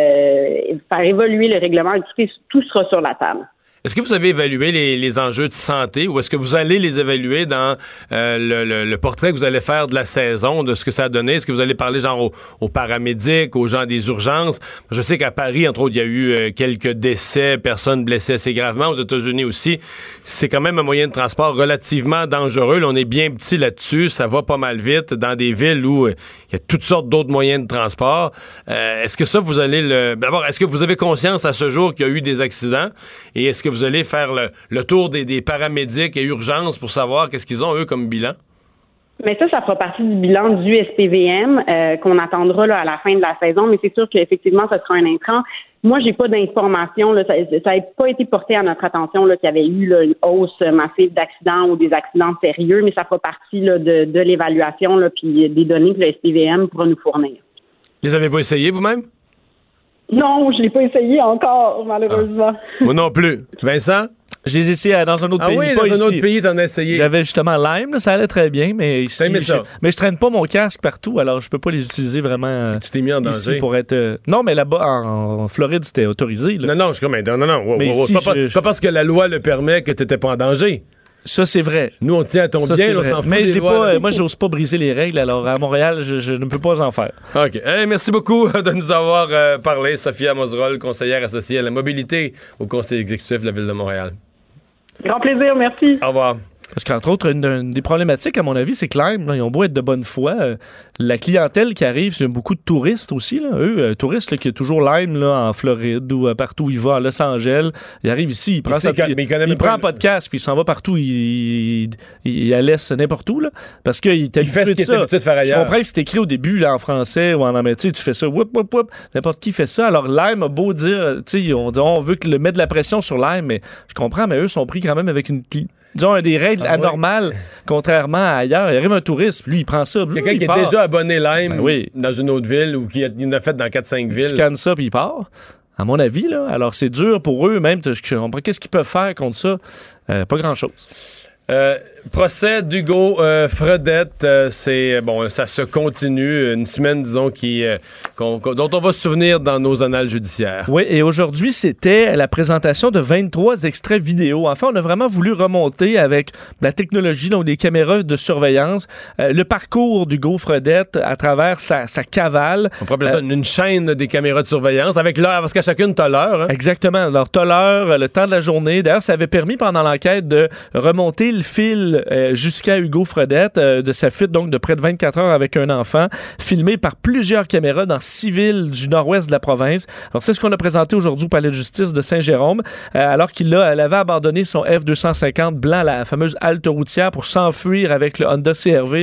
faire évoluer le règlement. Tout sera sur la table. Est-ce que vous avez évalué les enjeux de santé ou est-ce que vous allez les évaluer dans le portrait que vous allez faire de la saison, de ce que ça a donné? Est-ce que vous allez parler genre aux paramédics, aux gens des urgences? Je sais qu'à Paris, entre autres, il y a eu quelques décès, personnes blessées assez gravement. Aux États-Unis aussi, c'est quand même un moyen de transport relativement dangereux. Là, on est bien petit là-dessus. Ça va pas mal vite dans des villes où il y a toutes sortes d'autres moyens de transport. Est-ce que ça, vous allez D'abord, est-ce que vous avez conscience à ce jour qu'il y a eu des accidents? Et est-ce que vous allez faire le tour des paramédics et urgences pour savoir qu'est-ce qu'ils ont, eux, comme bilan? Mais ça fera partie du bilan du SPVM qu'on attendra là, à la fin de la saison. Mais c'est sûr qu'effectivement, ça sera un intrant. Moi, j'ai pas d'informations. Là, ça n'a pas été porté à notre attention là, qu'il y avait eu là, une hausse massive d'accidents ou des accidents sérieux, mais ça fera partie là, de l'évaluation là, puis des données que le SPVM pourra nous fournir. Les avez-vous essayés vous-même? Non, je l'ai pas essayé encore, malheureusement. Moi non plus. Vincent? Je les ai essayés dans un autre pays. Oui, pas dans ici. un autre pays, t'en as essayé. J'avais justement Lime, là, ça allait très bien, mais ici, je traîne pas mon casque partout, alors je peux pas les utiliser vraiment. Tu t'es mis en danger. Ici pour être. Non, mais là-bas, en Floride, c'était autorisé. Là. Non, mais ici, c'est pas parce que la loi le permet que t'étais pas en danger. Ça, c'est vrai. Nous, on tient à ton bien, on s'en fout. Mais des lois, moi, j'ose pas briser les règles, alors à Montréal, je ne peux pas en faire. OK. Merci beaucoup de nous avoir parlé. Sophia Moserol, conseillère associée à la mobilité au Conseil exécutif de la Ville de Montréal. Grand plaisir, merci. Au revoir. Parce qu'entre autres, une des problématiques, à mon avis, c'est que Lime, là, ils ont beau être de bonne foi. La clientèle qui arrive, c'est beaucoup de touristes aussi. Là. Eux, touristes là, qui est toujours Lime là, en Floride ou partout où il va, à Los Angeles. Il arrive ici, il prend un podcast, puis il s'en va partout. Il laisse n'importe où. Là, parce qu'il est habitué de ça. Je comprends que c'est écrit au début là, en français ou en anglais. Tu fais ça, whoop, whoop, whoop. N'importe qui fait ça. Alors Lime a beau dire, on veut mettre de la pression sur Lime, mais je comprends, mais eux sont pris quand même avec disons, des règles anormales, contrairement à ailleurs. Il arrive un touriste, lui, il prend ça. Quelqu'un qui est déjà abonné Lime dans une autre ville ou qui en a fait dans 4-5 villes. Il scanne ça, puis il part. à mon avis. Là. Alors, c'est dur pour eux, même. Qu'est-ce qu'ils peuvent faire contre ça? Pas grand-chose. Procès d'Hugo Fredette, ça se continue, une semaine, disons, dont on va se souvenir dans nos annales judiciaires. Oui, et aujourd'hui, c'était la présentation de 23 extraits vidéo. Enfin, on a vraiment voulu remonter avec la technologie, donc des caméras de surveillance, le parcours d'Hugo Fredette à travers sa cavale. On pourrait appeler ça une chaîne des caméras de surveillance avec l'heure, parce qu'à chacune, t'as l'heure. Hein? Exactement. Alors, t'as l'heure, le temps de la journée. D'ailleurs, ça avait permis pendant l'enquête de remonter le fil jusqu'à Hugo Fredette, de sa fuite donc de près de 24 heures avec un enfant, filmé par plusieurs caméras dans 6 villes du nord-ouest de la province. Alors c'est ce qu'on a présenté aujourd'hui au palais de justice de Saint-Jérôme, alors elle avait abandonné son F-250 blanc, la fameuse halte routière, pour s'enfuir avec le Honda CR-V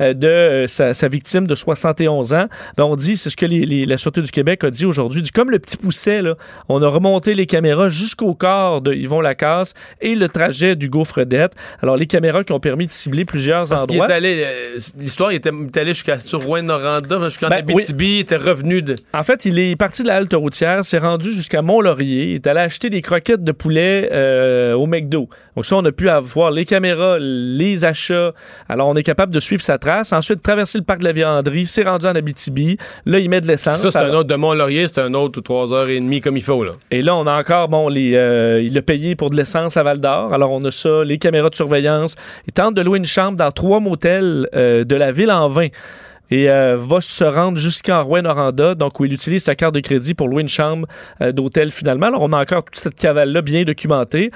de sa victime de 71 ans. Ben, on dit, c'est ce que la Sûreté du Québec a dit aujourd'hui, comme le petit pousset, là, on a remonté les caméras jusqu'au corps de Yvon Lacasse et le trajet d'Hugo Fredette. Alors les caméras qui ont permis de cibler plusieurs endroits. L'histoire, il était allé sur Rouyn-Noranda, jusqu'en Abitibi, il était revenu de... En fait, il est parti de la halte routière, s'est rendu jusqu'à Mont-Laurier, il est allé acheter des croquettes de poulet au McDo. Donc ça, on a pu avoir les caméras, les achats. Alors, on est capable de suivre sa trace. Ensuite, traverser le parc de la Vianderie, s'est rendu en Abitibi. Là, il met de l'essence. Ça, c'est un autre de Mont-Laurier, c'est un autre 3h30 comme il faut, là. Et là, on a encore, il a payé pour de l'essence à Val-d'Or. Alors, on a ça, les caméras de surveillance. Il tente de louer une chambre dans 3 motels de la ville en 20. Et va se rendre jusqu'en Rouyn-Noranda, donc où il utilise sa carte de crédit pour louer une chambre d'hôtel finalement. Alors, on a encore toute cette cavale-là bien documentée.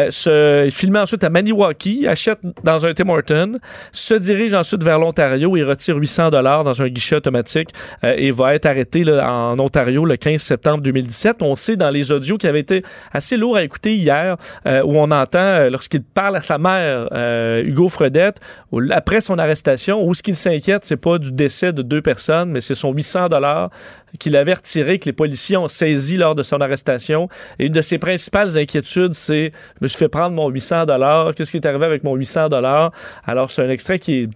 Il filme ensuite à Maniwaki, achète dans un Tim Hortons, se dirige ensuite vers l'Ontario et retire $800 dans un guichet automatique et va être arrêté là, en Ontario le 15 septembre 2017. On sait dans les audios qui avaient été assez lourds à écouter hier, où on entend, lorsqu'il parle à sa mère, Hugo Fredette, après son arrestation, où ce qu'il s'inquiète, c'est pas du décès de 2 personnes, mais c'est son $800 qu'il avait retiré, que les policiers ont saisi lors de son arrestation. Et une de ses principales inquiétudes, c'est « Je me suis fait prendre mon $800, qu'est-ce qui est arrivé avec mon $800? » Alors, c'est un extrait qui est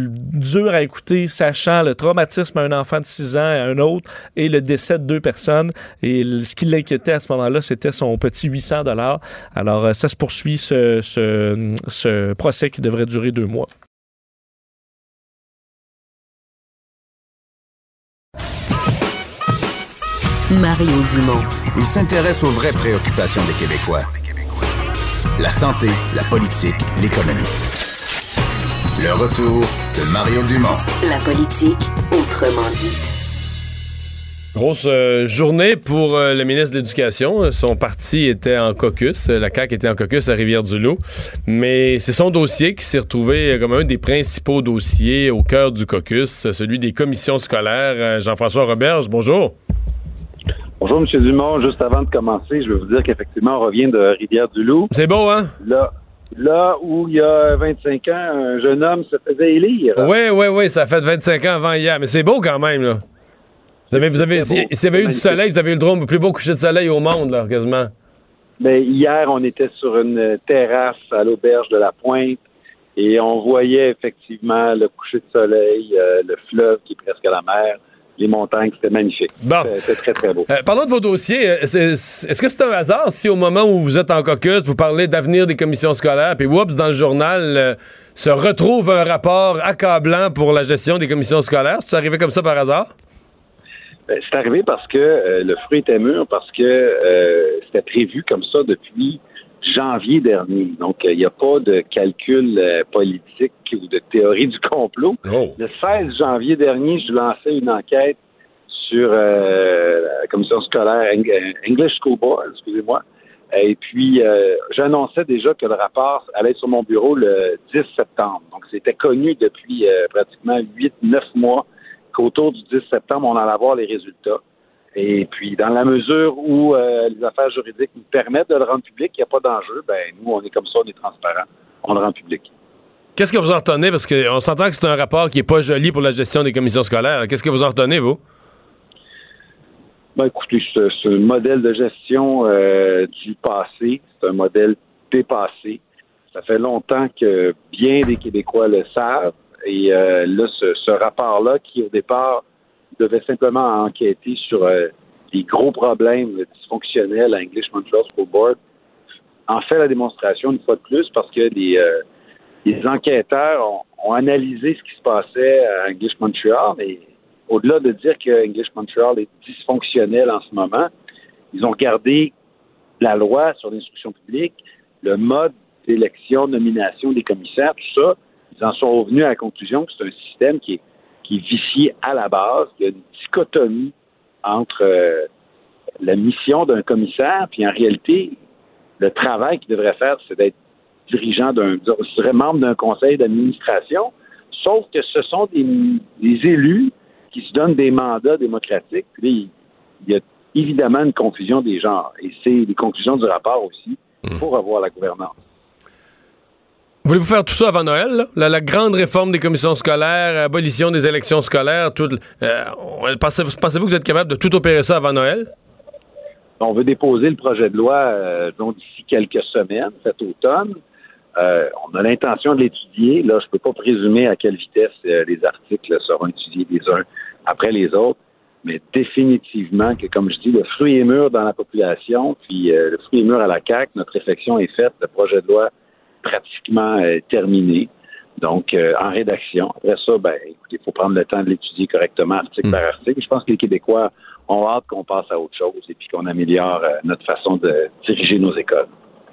dur à écouter, sachant le traumatisme à un enfant de 6 ans et à un autre, et le décès de 2 personnes. Et ce qui l'inquiétait à ce moment-là, c'était son petit $800. Alors, ça se poursuit, ce procès qui devrait durer 2 mois. Mario Dumont. Il s'intéresse aux vraies préoccupations des Québécois. La santé, la politique, l'économie. Le retour de Mario Dumont. La politique, autrement dit. Grosse journée pour le ministre de l'Éducation. Son parti était en caucus. La CAQ était en caucus à Rivière-du-Loup. Mais c'est son dossier qui s'est retrouvé comme un des principaux dossiers au cœur du caucus, celui des commissions scolaires. Jean-François Roberge, bonjour. Bonjour, M. Dumont. Juste avant de commencer, je veux vous dire qu'effectivement, on revient de Rivière-du-Loup. C'est beau, hein? Là où il y a 25 ans, un jeune homme se faisait élire. Oui, ça fait 25 ans avant hier. Mais c'est beau quand même, là. S'il y avait eu du soleil, vous avez eu le droit au plus beau coucher de soleil au monde, là, quasiment. Ben, hier, on était sur une terrasse à l'auberge de la Pointe et on voyait effectivement le coucher de soleil, le fleuve qui est presque à la mer. Les montagnes, c'était magnifique. Bon. C'était très, très beau. Parlons de vos dossiers. Est-ce que c'est un hasard si au moment où vous êtes en caucus, vous parlez d'avenir des commissions scolaires, puis oups, dans le journal, se retrouve un rapport accablant pour la gestion des commissions scolaires? C'est arrivé comme ça par hasard? C'est arrivé parce que le fruit était mûr, parce que c'était prévu comme ça depuis janvier dernier. Donc, il n'y a pas de calcul politique ou de théorie du complot. Oh. Le 16 janvier dernier, je lançais une enquête sur la commission scolaire English School Board, excusez-moi. Et puis, j'annonçais déjà que le rapport allait être sur mon bureau le 10 septembre. Donc, c'était connu depuis pratiquement 8-9 mois qu'autour du 10 septembre, on allait avoir les résultats. Et puis, dans la mesure où les affaires juridiques nous permettent de le rendre public, il n'y a pas d'enjeu, nous, on est comme ça, on est transparent, on le rend public. Qu'est-ce que vous en retenez? Parce qu'on s'entend que c'est un rapport qui n'est pas joli pour la gestion des commissions scolaires. Qu'est-ce que vous en retenez, vous? Écoutez, c'est un modèle de gestion du passé. C'est un modèle dépassé. Ça fait longtemps que bien des Québécois le savent. Et là, ce rapport-là, qui au départ devait simplement enquêter sur des gros problèmes dysfonctionnels à English Montreal School Board en fait la démonstration une fois de plus parce que les enquêteurs ont analysé ce qui se passait à English Montreal, mais au-delà de dire que English Montreal est dysfonctionnel en ce moment, ils ont gardé la loi sur l'instruction publique, le mode d'élection, nomination des commissaires, tout ça. Ils en sont revenus à la conclusion que c'est un système qui est vicié à la base. Il y a une dichotomie entre la mission d'un commissaire, puis en réalité, le travail qu'il devrait faire, c'est d'être dirigeant je dirais membre d'un conseil d'administration, sauf que ce sont des élus qui se donnent des mandats démocratiques. Puis il y a évidemment une confusion des genres. Et c'est les conclusions du rapport aussi. Il faut revoir la gouvernance. Voulez-vous faire tout ça avant Noël? La grande réforme des commissions scolaires, abolition des élections scolaires, pensez-vous que vous êtes capable de tout opérer ça avant Noël? On veut déposer le projet de loi d'ici quelques semaines, cet automne. On a l'intention de l'étudier. Là, je ne peux pas présumer à quelle vitesse les articles seront étudiés les uns après les autres, mais définitivement que, comme je dis, le fruit est mûr dans la population, puis le fruit est mûr à la CAQ. Notre réflexion est faite. Le projet de loi pratiquement terminé. Donc, en rédaction. Après ça, écoutez, il faut prendre le temps de l'étudier correctement, article par article. Je pense que les Québécois ont hâte qu'on passe à autre chose et puis qu'on améliore notre façon de diriger nos écoles.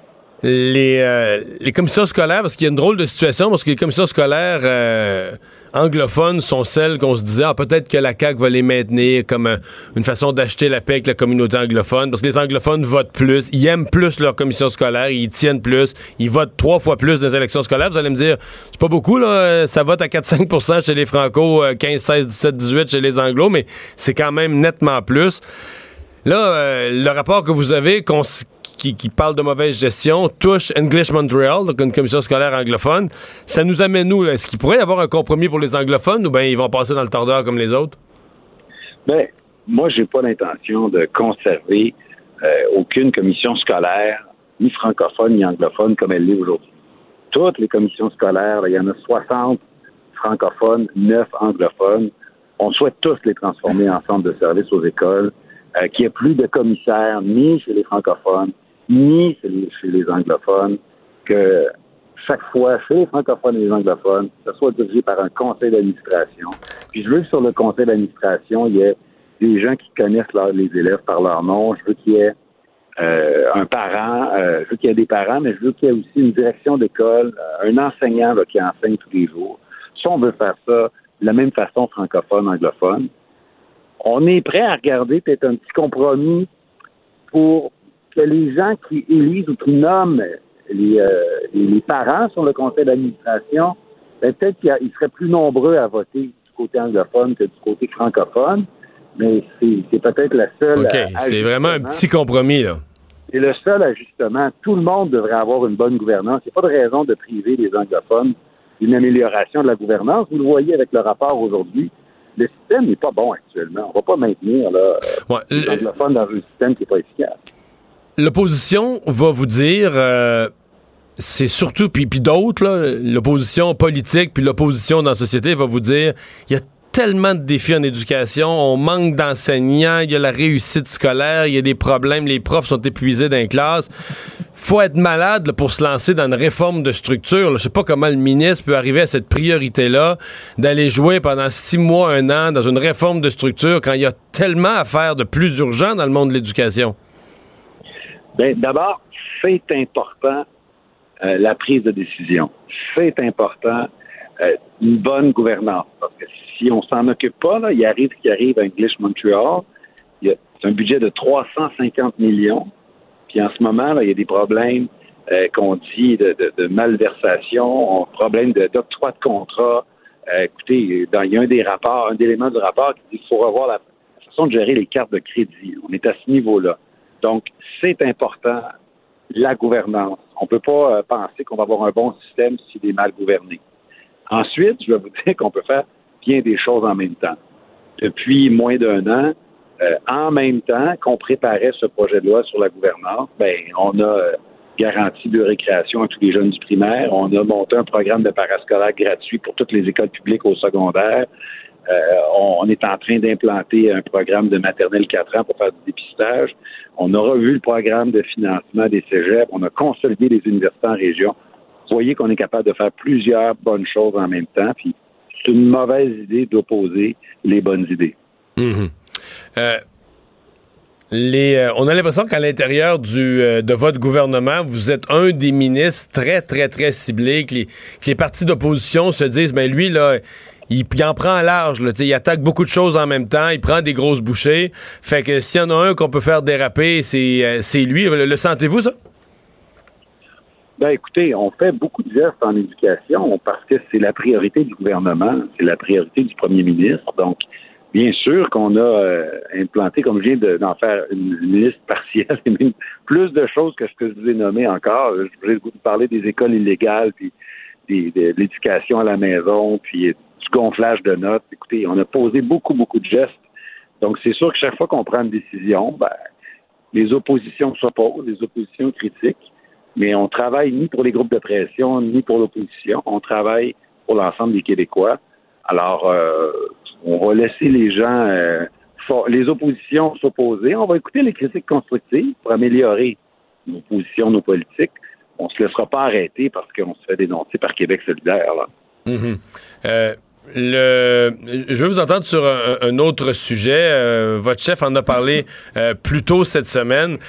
Les commissions scolaires, parce qu'il y a une drôle de situation, parce que les commissions scolaires anglophones sont celles qu'on se disait, peut-être que la CAQ va les maintenir comme une façon d'acheter la paix avec la communauté anglophone, parce que les anglophones votent plus, ils aiment plus leur commission scolaire, ils y tiennent plus, ils votent 3 fois plus dans les élections scolaires. Vous allez me dire, c'est pas beaucoup, là, ça vote à 4-5% chez les franco, 15, 16, 17, 18 chez les anglos, mais c'est quand même nettement plus. Là, le rapport que vous avez qui parle de mauvaise gestion touche English Montreal, donc une commission scolaire anglophone. Ça nous amène où, là? Est-ce qu'il pourrait y avoir un compromis pour les anglophones ou bien ils vont passer dans le tordeur comme les autres? Moi, j'ai pas l'intention de conserver aucune commission scolaire, ni francophone, ni anglophone, comme elle l'est aujourd'hui. Toutes les commissions scolaires, il y en a 60 francophones, 9 anglophones. On souhaite tous les transformer en centres de services aux écoles, qu'il n'y ait plus de commissaires, ni chez les francophones, ni chez les anglophones, que chaque fois, chez les francophones et les anglophones, ça soit dirigé par un conseil d'administration. Puis je veux que sur le conseil d'administration, il y ait des gens qui connaissent les élèves par leur nom. Je veux qu'il y ait un parent, je veux qu'il y ait des parents, mais je veux qu'il y ait aussi une direction d'école, un enseignant qui enseigne tous les jours. Si on veut faire ça de la même façon francophone, anglophone, on est prêt à regarder peut-être un petit compromis pour que les gens qui élisent ou qui nomment les parents sur le conseil d'administration, peut-être qu'ils seraient plus nombreux à voter du côté anglophone que du côté francophone, mais c'est peut-être la seule... OK, c'est vraiment un petit compromis, là. C'est le seul ajustement. Tout le monde devrait avoir une bonne gouvernance. Il n'y a pas de raison de priver les anglophones d'une amélioration de la gouvernance. Vous le voyez avec le rapport aujourd'hui. Le système n'est pas bon actuellement. On ne va pas maintenir les anglophones dans un système qui n'est pas efficace. L'opposition va vous dire, c'est surtout, puis d'autres, là, l'opposition politique, puis l'opposition dans la société va vous dire, il y a tellement de défis en éducation, on manque d'enseignants, il y a la réussite scolaire, il y a des problèmes, les profs sont épuisés dans les classes. Faut être malade là, pour se lancer dans une réforme de structure. Je sais pas comment le ministre peut arriver à cette priorité-là, d'aller jouer pendant 6 mois, 1 an dans une réforme de structure quand il y a tellement à faire de plus urgent dans le monde de l'éducation. D'abord, c'est important la prise de décision. C'est important une bonne gouvernance. Parce que si on s'en occupe pas, là, il arrive ce qui arrive à English Montreal. C'est un budget de 350 millions. Puis en ce moment, là, il y a des problèmes qu'on dit de malversation, problèmes d'octroi de contrat. Écoutez, il y a un élément du rapport qui dit qu'il faut revoir la façon de gérer les cartes de crédit. On est à ce niveau-là. Donc, c'est important, la gouvernance. On ne peut pas penser qu'on va avoir un bon système s'il est mal gouverné. Ensuite, je vais vous dire qu'on peut faire bien des choses en même temps. Depuis moins d'1 an, en même temps qu'on préparait ce projet de loi sur la gouvernance, on a garanti de récréation à tous les jeunes du primaire. On a monté un programme de parascolaire gratuit pour toutes les écoles publiques au secondaire. On est en train d'implanter un programme de maternelle 4 ans pour faire du dépistage. On a revu le programme de financement des cégeps. On a consolidé les universités en région. Vous voyez qu'on est capable de faire plusieurs bonnes choses en même temps. Puis c'est une mauvaise idée d'opposer les bonnes idées. Mm-hmm. On a l'impression qu'à l'intérieur de votre gouvernement, vous êtes un des ministres très, très, très ciblés, que les partis d'opposition se disent, ben lui, là, il en prend à large, là, il attaque beaucoup de choses en même temps, il prend des grosses bouchées. Fait que s'il y en a un qu'on peut faire déraper, c'est lui. Le sentez-vous, ça? Ben écoutez, on fait beaucoup de gestes en éducation parce que c'est la priorité du gouvernement, c'est la priorité du premier ministre. Donc, bien sûr qu'on a implanté, comme je viens d'en faire une liste partielle, et même plus de choses que ce que je vous ai nommé encore. Je voulais vous parler des écoles illégales, puis de l'éducation à la maison, puis du gonflage de notes. Écoutez, on a posé beaucoup, beaucoup de gestes. Donc, c'est sûr que chaque fois qu'on prend une décision, ben, les oppositions s'opposent, les oppositions critiquent, mais on travaille ni pour les groupes de pression, ni pour l'opposition. On travaille pour l'ensemble des Québécois. Alors, on va laisser les gens, les oppositions s'opposer. On va écouter les critiques constructives pour améliorer nos positions, nos politiques. On se laissera pas arrêter parce qu'on se fait dénoncer par Québec solidaire, là. Mm-hmm. Je veux vous entendre sur un autre sujet. Votre chef en a parlé plus tôt cette semaine.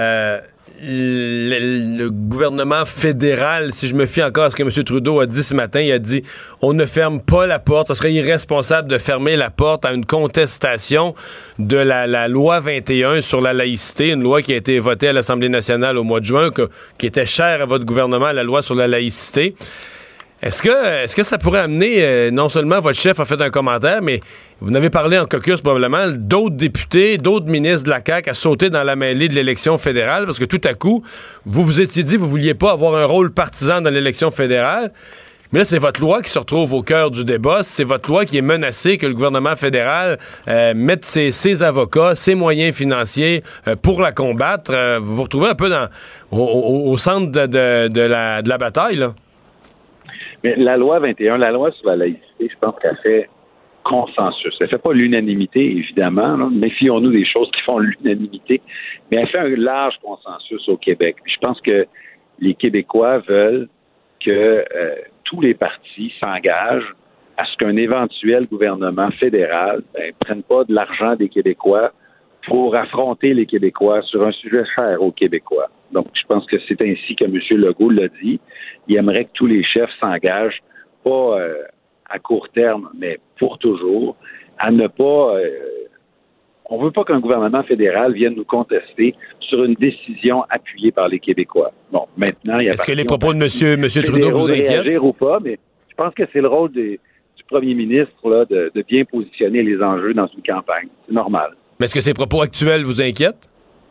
Le gouvernement fédéral, si je me fie encore à ce que M. Trudeau a dit ce matin, il a dit on ne ferme pas la porte, ce serait irresponsable de fermer la porte à une contestation de la loi 21 sur la laïcité, une loi qui a été votée à l'Assemblée nationale au mois de juin, qui était chère à votre gouvernement, la loi sur la laïcité. Est-ce que ça pourrait amener, non seulement votre chef a fait un commentaire, mais vous n'avez parlé en caucus probablement, d'autres députés, d'autres ministres de la CAQ à sauter dans la mêlée de l'élection fédérale, parce que tout à coup, vous vous étiez dit, vous vouliez pas avoir un rôle partisan dans l'élection fédérale, mais là, c'est votre loi qui se retrouve au cœur du débat, c'est votre loi qui est menacée, que le gouvernement fédéral mette ses avocats, ses moyens financiers pour la combattre. Vous vous retrouvez un peu au centre de la bataille, là. Mais la loi 21, la loi sur la laïcité, je pense qu'elle fait consensus. Elle fait pas l'unanimité, évidemment. Là. Méfions-nous des choses qui font l'unanimité. Mais elle fait un large consensus au Québec. Je pense que les Québécois veulent que tous les partis s'engagent à ce qu'un éventuel gouvernement fédéral ne prenne pas de l'argent des Québécois pour affronter les Québécois sur un sujet cher aux Québécois. Donc, je pense que c'est ainsi que M. Legault l'a dit. Il aimerait que tous les chefs s'engagent, pas à court terme, mais pour toujours, à ne pas... on veut pas qu'un gouvernement fédéral vienne nous contester sur une décision appuyée par les Québécois. Bon, maintenant... Est-ce que les propos de M. Trudeau vous inquiètent? Réagir ou pas, mais je pense que c'est le rôle du premier ministre là, de bien positionner les enjeux dans une campagne. C'est normal. Mais est-ce que ces propos actuels vous inquiètent?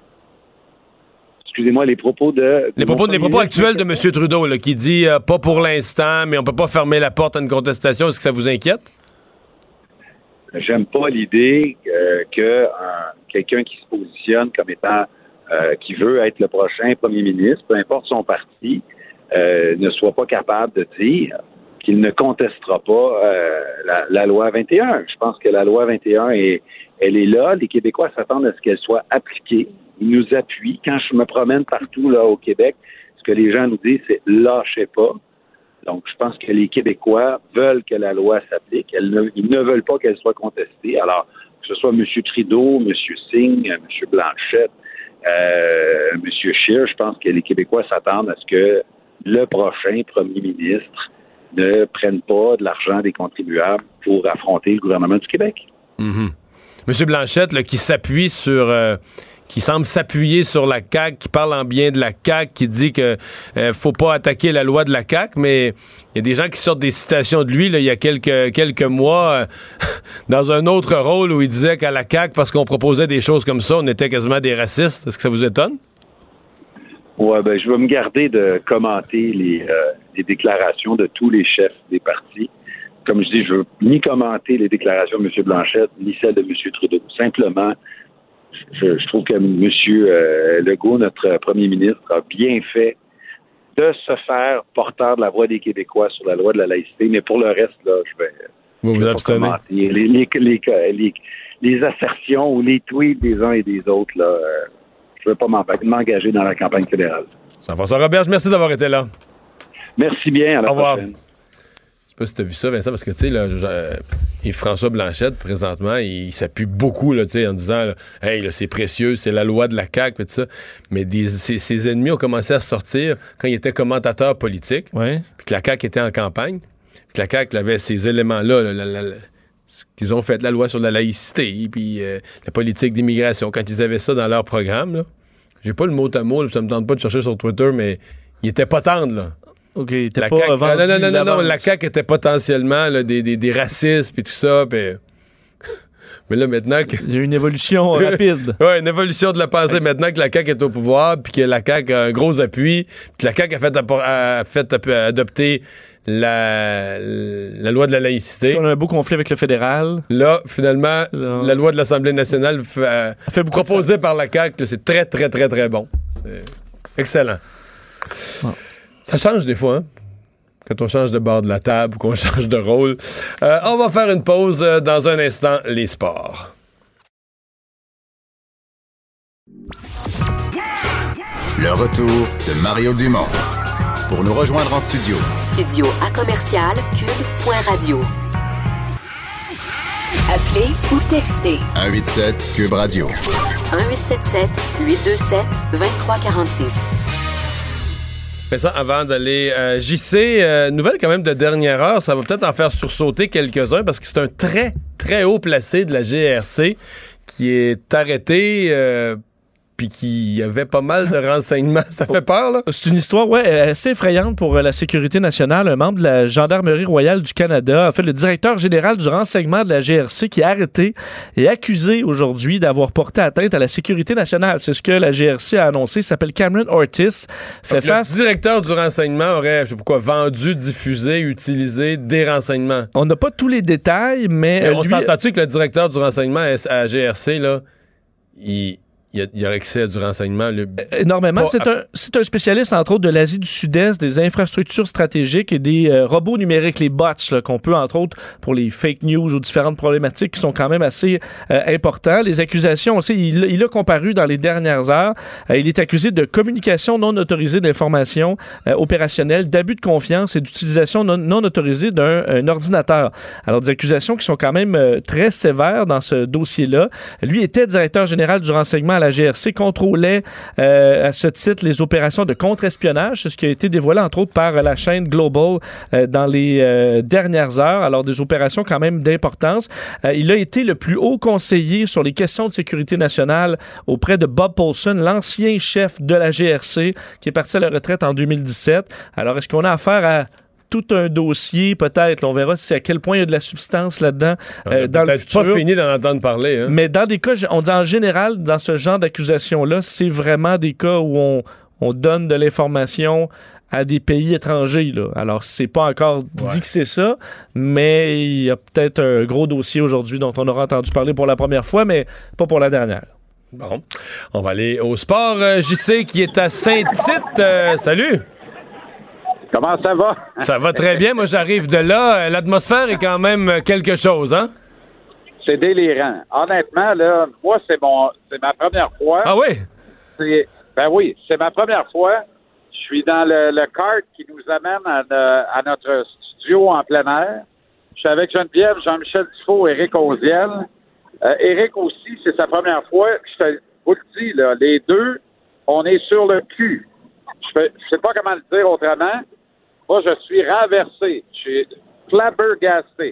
Excusez-moi, les propos actuels de M. Trudeau, là, qui dit pas pour l'instant, mais on peut pas fermer la porte à une contestation. Est-ce que ça vous inquiète? J'aime pas l'idée que quelqu'un qui se positionne comme étant qui veut être le prochain premier ministre, peu importe son parti, ne soit pas capable de dire qu'il ne contestera pas la loi 21. Je pense que la loi 21 elle est là. Les Québécois s'attendent à ce qu'elle soit appliquée. Ils nous appuient. Quand je me promène partout là au Québec, ce que les gens nous disent, c'est « lâchez pas ». Donc, je pense que les Québécois veulent que la loi s'applique. Ils ne veulent pas qu'elle soit contestée. Alors, que ce soit M. Trudeau, M. Singh, M. Blanchette, M. Scheer, je pense que les Québécois s'attendent à ce que le prochain premier ministre ne prenne pas de l'argent des contribuables pour affronter le gouvernement du Québec. Mm-hmm. M. Blanchette, là, qui s'appuie sur... qui semble s'appuyer sur la CAQ, qui parle en bien de la CAQ, qui dit que faut pas attaquer la loi de la CAQ, mais il y a des gens qui sortent des citations de lui là, il y a quelques mois dans un autre rôle où il disait qu'à la CAQ, parce qu'on proposait des choses comme ça, on était quasiment des racistes. Est-ce que ça vous étonne? Ouais, ben je vais me garder de commenter les déclarations de tous les chefs des partis. Comme je dis, je veux ni commenter les déclarations de M. Blanchette, ni celles de M. Trudeau. Simplement, je trouve que M. Legault, notre premier ministre, a bien fait de se faire porteur de la voix des Québécois sur la loi de la laïcité. Mais pour le reste, là, Vous vous abstenez. Les assertions ou les tweets des uns et des autres, là, je ne veux pas m'engager dans la campagne fédérale. Jean-François Roberge, merci d'avoir été là. Merci bien, à la prochaine. Je sais pas si tu as vu ça, Vincent, parce que, tu sais, là, François Blanchette, présentement, il s'appuie beaucoup, là, tu sais, en disant, là, hey, là, c'est précieux, c'est la loi de la CAQ, et tout ça. Mais ses ennemis ont commencé à sortir quand il était commentateur politique, puis que la CAQ était en campagne, puis que la CAQ avait ces éléments-là, ce qu'ils ont fait, la loi sur la laïcité, puis la politique d'immigration, quand ils avaient ça dans leur programme, là. J'ai pas le mot à mot, ça me tente pas de chercher sur Twitter, mais il était pas tendre, là. OK, il était la pas CAQ, vendu non, la CAQ était potentiellement là, des racistes et tout ça, pis... mais là, maintenant que... Il y a une évolution rapide. Oui, une évolution de la pensée. Maintenant que la CAQ est au pouvoir, puis que la CAQ a un gros appui, puis que la CAQ a fait adopter la loi de la laïcité. On a un beau conflit avec le fédéral. Là, finalement, la loi de l'Assemblée nationale fait proposée par la CAQ, là, c'est très, très, très, très bon. C'est excellent. Oh. Ça change des fois, hein? Quand on change de bord de la table ou qu'on change de rôle. On va faire une pause dans un instant, les sports. Le retour de Mario Dumont. Pour nous rejoindre en studio. Studio à commercial cube.radio. Appelez ou textez. 187 Cube Radio. 1877 827 2346. Mais ça, avant d'aller JC, nouvelle quand même de dernière heure, ça va peut-être en faire sursauter quelques-uns parce que c'est un très, très haut placé de la GRC qui est arrêté puis qui avait pas mal de renseignements. Ça fait peur, là? C'est une histoire, assez effrayante pour la sécurité nationale. Un membre de la Gendarmerie royale du Canada, en fait, le directeur général du renseignement de la GRC, qui est arrêté et accusé aujourd'hui d'avoir porté atteinte à la sécurité nationale. C'est ce que la GRC a annoncé. Il s'appelle Cameron Ortiz. Le directeur du renseignement aurait, je sais pas quoi, vendu, diffusé, utilisé des renseignements. On n'a pas tous les détails, mais on s'entend-tu que le directeur du renseignement à la GRC, là, il y a accès à du renseignement. Énormément. C'est un spécialiste, entre autres, de l'Asie du Sud-Est, des infrastructures stratégiques et des robots numériques, les bots, là, qu'on peut, entre autres, pour les fake news ou différentes problématiques qui sont quand même assez importants. Les accusations aussi, il a comparu dans les dernières heures. Il est accusé de communication non autorisée d'informations opérationnelles, d'abus de confiance et d'utilisation non autorisée d'un ordinateur. Alors, des accusations qui sont quand même très sévères dans ce dossier-là. Lui était directeur général du renseignement à la GRC, contrôlait à ce titre les opérations de contre-espionnage, c'est ce qui a été dévoilé entre autres par la chaîne Global dans les dernières heures. Alors des opérations quand même d'importance. Il a été le plus haut conseiller sur les questions de sécurité nationale auprès de Bob Paulson, l'ancien chef de la GRC qui est parti à la retraite en 2017. Alors est-ce qu'on a affaire à tout un dossier, peut-être. Là, on verra à quel point il y a de la substance là-dedans dans le futur. Peut-être pas fini d'en entendre parler. Hein? Mais dans des cas, on dit en général, dans ce genre d'accusation-là, c'est vraiment des cas où on donne de l'information à des pays étrangers. Là. Alors, c'est pas encore dit que c'est ça, mais il y a peut-être un gros dossier aujourd'hui dont on aura entendu parler pour la première fois, mais pas pour la dernière. Bon, on va aller au sport. JC qui est à Saint-Tite. Salut! Comment ça va? Ça va très bien. Moi, j'arrive de là. L'atmosphère est quand même quelque chose, hein? C'est délirant. Honnêtement, là, moi, c'est ma première fois. Ah oui? Ben oui, c'est ma première fois. Je suis dans le kart qui nous amène à notre studio en plein air. Je suis avec Geneviève, Jean-Michel Dufault, Éric Oziel. Éric aussi, c'est sa première fois. Je vous le dis, là, les deux, on est sur le cul. Je sais pas comment le dire autrement. Moi, je suis renversé. Je suis flabbergasté.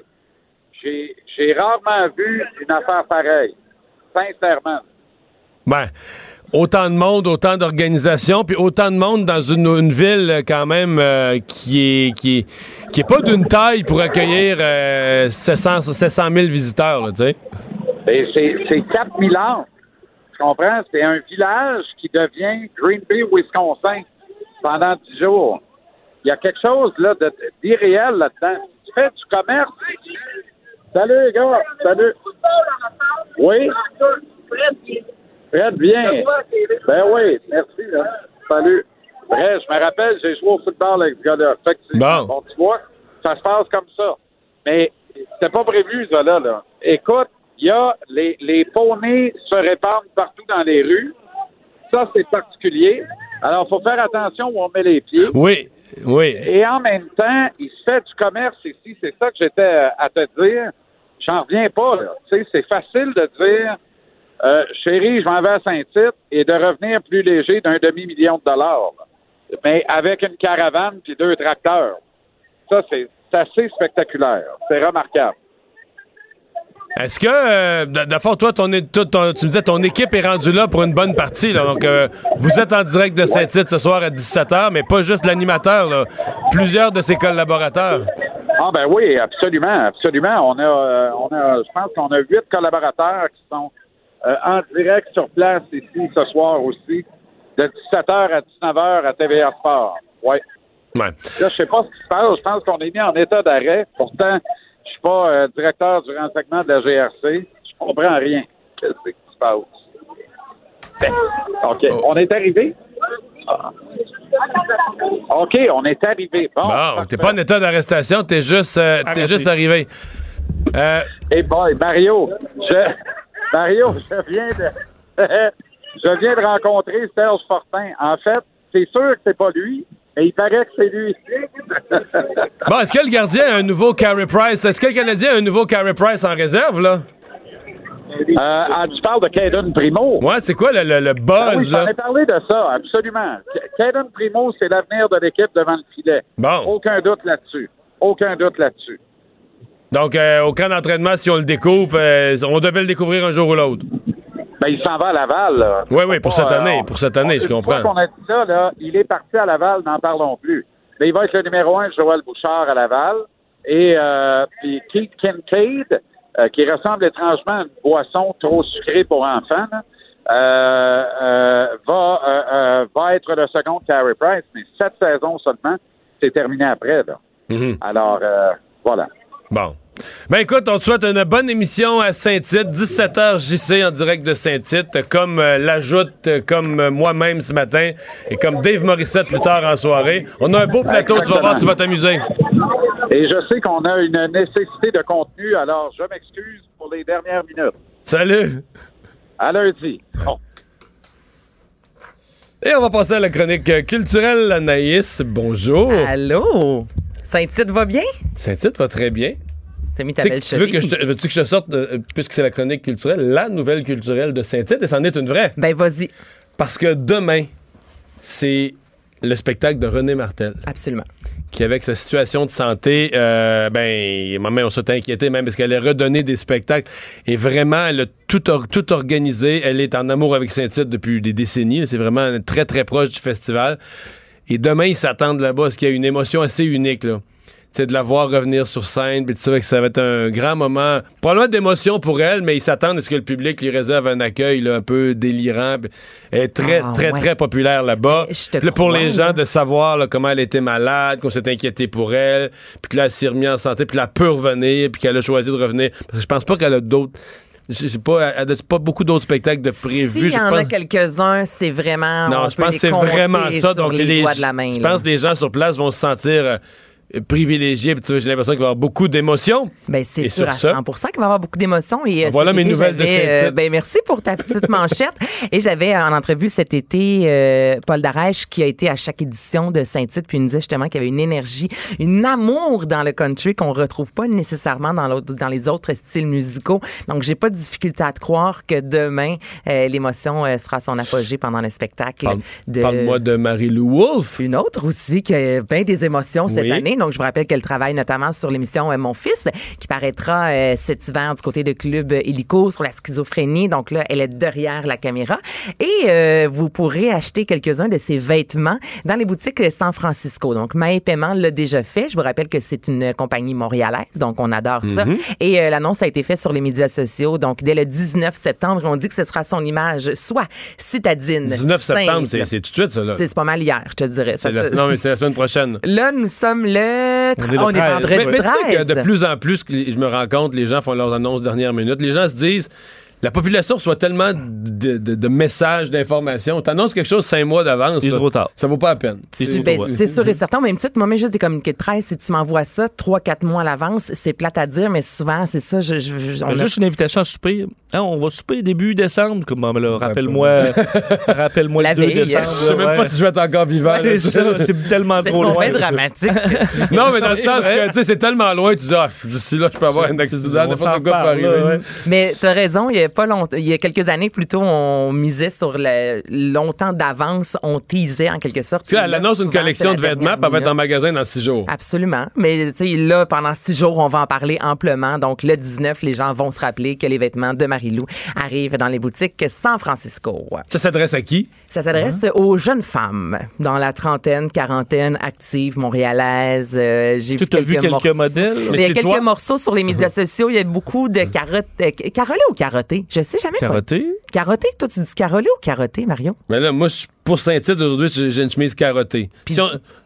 J'ai rarement vu une affaire pareille. Sincèrement. Ben, autant de monde, autant d'organisations, puis autant de monde dans une ville quand même qui est pas d'une taille pour accueillir 700 000 visiteurs, tu sais. Ben, c'est 4000 ans. Tu comprends? C'est un village qui devient Green Bay, Wisconsin pendant 10 jours. Il y a quelque chose là d'irréel là-dedans. Tu fais du commerce. Salut les gars. Salut. Oui. Fred, bien. Ben oui, merci. Là. Salut. Bref, je me rappelle, j'ai joué au football avec ce gars-là. Effectivement. Bon, tu vois, ça se passe comme ça. Mais C'était pas prévu, ça, là. Écoute, il y a les poneys se répandent partout dans les rues. Ça, c'est particulier. Alors, il faut faire attention où on met les pieds. Oui. Et en même temps, il se fait du commerce ici. C'est ça que j'étais à te dire. J'en reviens pas, là. Tu sais, c'est facile de dire, chérie, je m'en vais à Saint-Tite et de revenir plus léger d'1 demi-million de dollars. Mais avec une caravane puis 2 tracteurs. Ça, c'est assez spectaculaire. C'est remarquable. Est-ce que, d'abord, toi, tu me disais ton équipe est rendue là pour une bonne partie. Là, donc, vous êtes en direct de Saint-Tite ce soir à 17h, mais pas juste l'animateur, là, plusieurs de ses collaborateurs. Ah ben oui, absolument. On a, je pense qu'on a 8 collaborateurs qui sont en direct sur place ici ce soir aussi, de 17h à 19h à TVA Sport. Oui. Ouais. Là, je sais pas ce qui se passe. Je pense qu'on est mis en état d'arrêt. Pourtant, je suis pas directeur du renseignement de la GRC. Je comprends rien. Qu'est-ce qui se passe? Ben, OK. On est arrivé? OK, on est arrivé. Bon, t'es pas en état d'arrestation, t'es juste arrivé. Hey boy, Mario, je viens de rencontrer Serge Fortin. En fait, c'est sûr que c'est pas lui, mais il paraît que c'est lui. Bon, est-ce que le gardien a un nouveau Carey Price? Est-ce que le Canadien a un nouveau Carey Price en réserve, là? Tu parles de Caden Primo. Ouais, c'est quoi le buzz, là? J'en ai parlé de ça, absolument. Caden Primo, c'est l'avenir de l'équipe devant le filet. Bon. Aucun doute là-dessus. Donc, au camp d'entraînement, si on le découvre, on devait le découvrir un jour ou l'autre. Ben, il s'en va à Laval, là. Oui, pour cette année, je comprends. Une fois qu'on a dit ça, là, il est parti à Laval, n'en parlons plus. Mais il va être le numéro 1 de Joël Bouchard à Laval. Et puis Keith Kincaid, qui ressemble étrangement à une boisson trop sucrée pour enfants, va être le second de Carey Price, mais 7 saisons seulement, c'est terminé après, là. Mm-hmm. Alors, voilà. Bon. Ben écoute, on te souhaite une bonne émission à Saint-Tite, 17h JC en direct de Saint-Tite, comme l'ajoute, comme moi-même ce matin, et comme Dave Morissette plus tard en soirée. On a un beau plateau, tu vas voir, tu vas t'amuser. Et je sais qu'on a une nécessité de contenu, alors je m'excuse pour les dernières minutes. Salut! À lundi. Bon. Et on va passer à la chronique culturelle. Anaïs, bonjour. Allô? Saint-Tite va bien? Saint-Tite va très bien. T'as mis ta belle chemise. Veux-tu que je te sorte, puisque c'est la chronique culturelle, la nouvelle culturelle de Saint-Tite, et c'en est une vraie? Ben, vas-y. Parce que demain, c'est le spectacle de René Martel. Absolument. Qui, avec sa situation de santé, on s'est inquiété même parce qu'elle a redonné des spectacles. Et vraiment, elle a tout organisé. Elle est en amour avec Saint-Tite depuis des décennies. C'est vraiment très, très proche du festival. Et demain, ils s'attendent là-bas parce qu'il y a une émotion assez unique, là. C'est de la voir revenir sur scène, puis tu sais que ça va être un grand moment, probablement d'émotion pour elle, mais ils s'attendent à ce que le public lui réserve un accueil là, un peu délirant. Elle est très populaire là-bas. Là, pour les gens de savoir là, comment elle était malade, qu'on s'est inquiété pour elle, puis que là, elle s'est remise en santé, puis là, elle peut revenir, puis qu'elle a choisi de revenir. Parce que je pense pas qu'elle a d'autres... elle n'a pas beaucoup d'autres spectacles de prévus. S'il y en a quelques-uns, c'est vraiment... Non, je pense que c'est vraiment ça. Donc, je pense que les gens sur place vont se sentir... privilégié, puis j'ai l'impression qu'il va y avoir beaucoup d'émotions. Ben, c'est sûr à 100% qu'il va y avoir beaucoup d'émotions. Et voilà mes nouvelles de Saint-Tite. Merci pour ta petite manchette. Et j'avais en entrevue cet été Paul Darèche qui a été à chaque édition de Saint-Tite, puis il nous disait justement qu'il y avait une énergie, une amour dans le country qu'on retrouve pas nécessairement dans les autres styles musicaux. Donc, j'ai pas de difficulté à te croire que demain, l'émotion sera à son apogée pendant le spectacle. Parle-moi de Marie-Lou Wolfe. Une autre aussi qui a bien des émotions cette année. Donc, je vous rappelle qu'elle travaille notamment sur l'émission Mon Fils, qui paraîtra cet hiver du côté de Club Illico sur la schizophrénie. Donc là, elle est derrière la caméra. Et vous pourrez acheter quelques-uns de ses vêtements dans les boutiques San Francisco. Donc, Maë Paiement l'a déjà fait. Je vous rappelle que c'est une compagnie montréalaise, donc on adore ça. Et l'annonce a été faite sur les médias sociaux. Donc, dès le 19 septembre, on dit que ce sera son image, soit citadine. 19 septembre, c'est tout de suite, ça, là. C'est pas mal hier, je te dirais. Non, mais c'est la semaine prochaine. Là, nous sommes on est vendredi 13. Mais tu sais que de plus en plus, je me rends compte, les gens font leurs annonces dernière minute. Les gens se disent, la population reçoit tellement de messages, d'informations. T'annonces quelque chose 5 mois d'avance. C'est trop tard. Ça vaut pas la peine. C'est sûr et certain. Au même titre, moi, même juste des communiqués de presse, si tu m'envoies ça 3-4 mois à l'avance, c'est plate à dire, mais souvent, c'est ça. Juste une invitation à souper. Hein, on va souper début décembre. Comme, là, rappelle-moi le 2 décembre. Je sais même pas si je vais être encore vivant. C'est ça, c'est tellement trop loin. C'est dramatique. Non, mais dans le sens que, tu sais, c'est tellement loin, tu dis, d'ici là, je peux avoir un accident, n'importe quoi peut arriver. Ouais. Mais t'as raison, il y a pas longtemps, il y a quelques années plutôt, on misait sur longtemps d'avance, on teasait en quelque sorte. Tu sais, elle annonce une collection de vêtements, puis elle va être en magasin dans 6 jours. Absolument. Mais tu sais, là, pendant 6 jours, on va en parler amplement. Donc, le 19, les gens vont se rappeler que les vêtements de Marie-Lou arrivent dans les boutiques San Francisco. Ça s'adresse à qui? Ça s'adresse aux jeunes femmes dans la trentaine, quarantaine, actives, montréalaises. J'ai vu quelques modèles. Il y a quelques morceaux sur les médias sociaux. Il y a beaucoup de carottes. Carolé ou carotté? Je sais jamais. Carotté? Carotté? Toi, tu dis carolé ou carotté, Mario? Mais là, moi, pour Saint-Tite, aujourd'hui, j'ai une chemise carottée. Puis,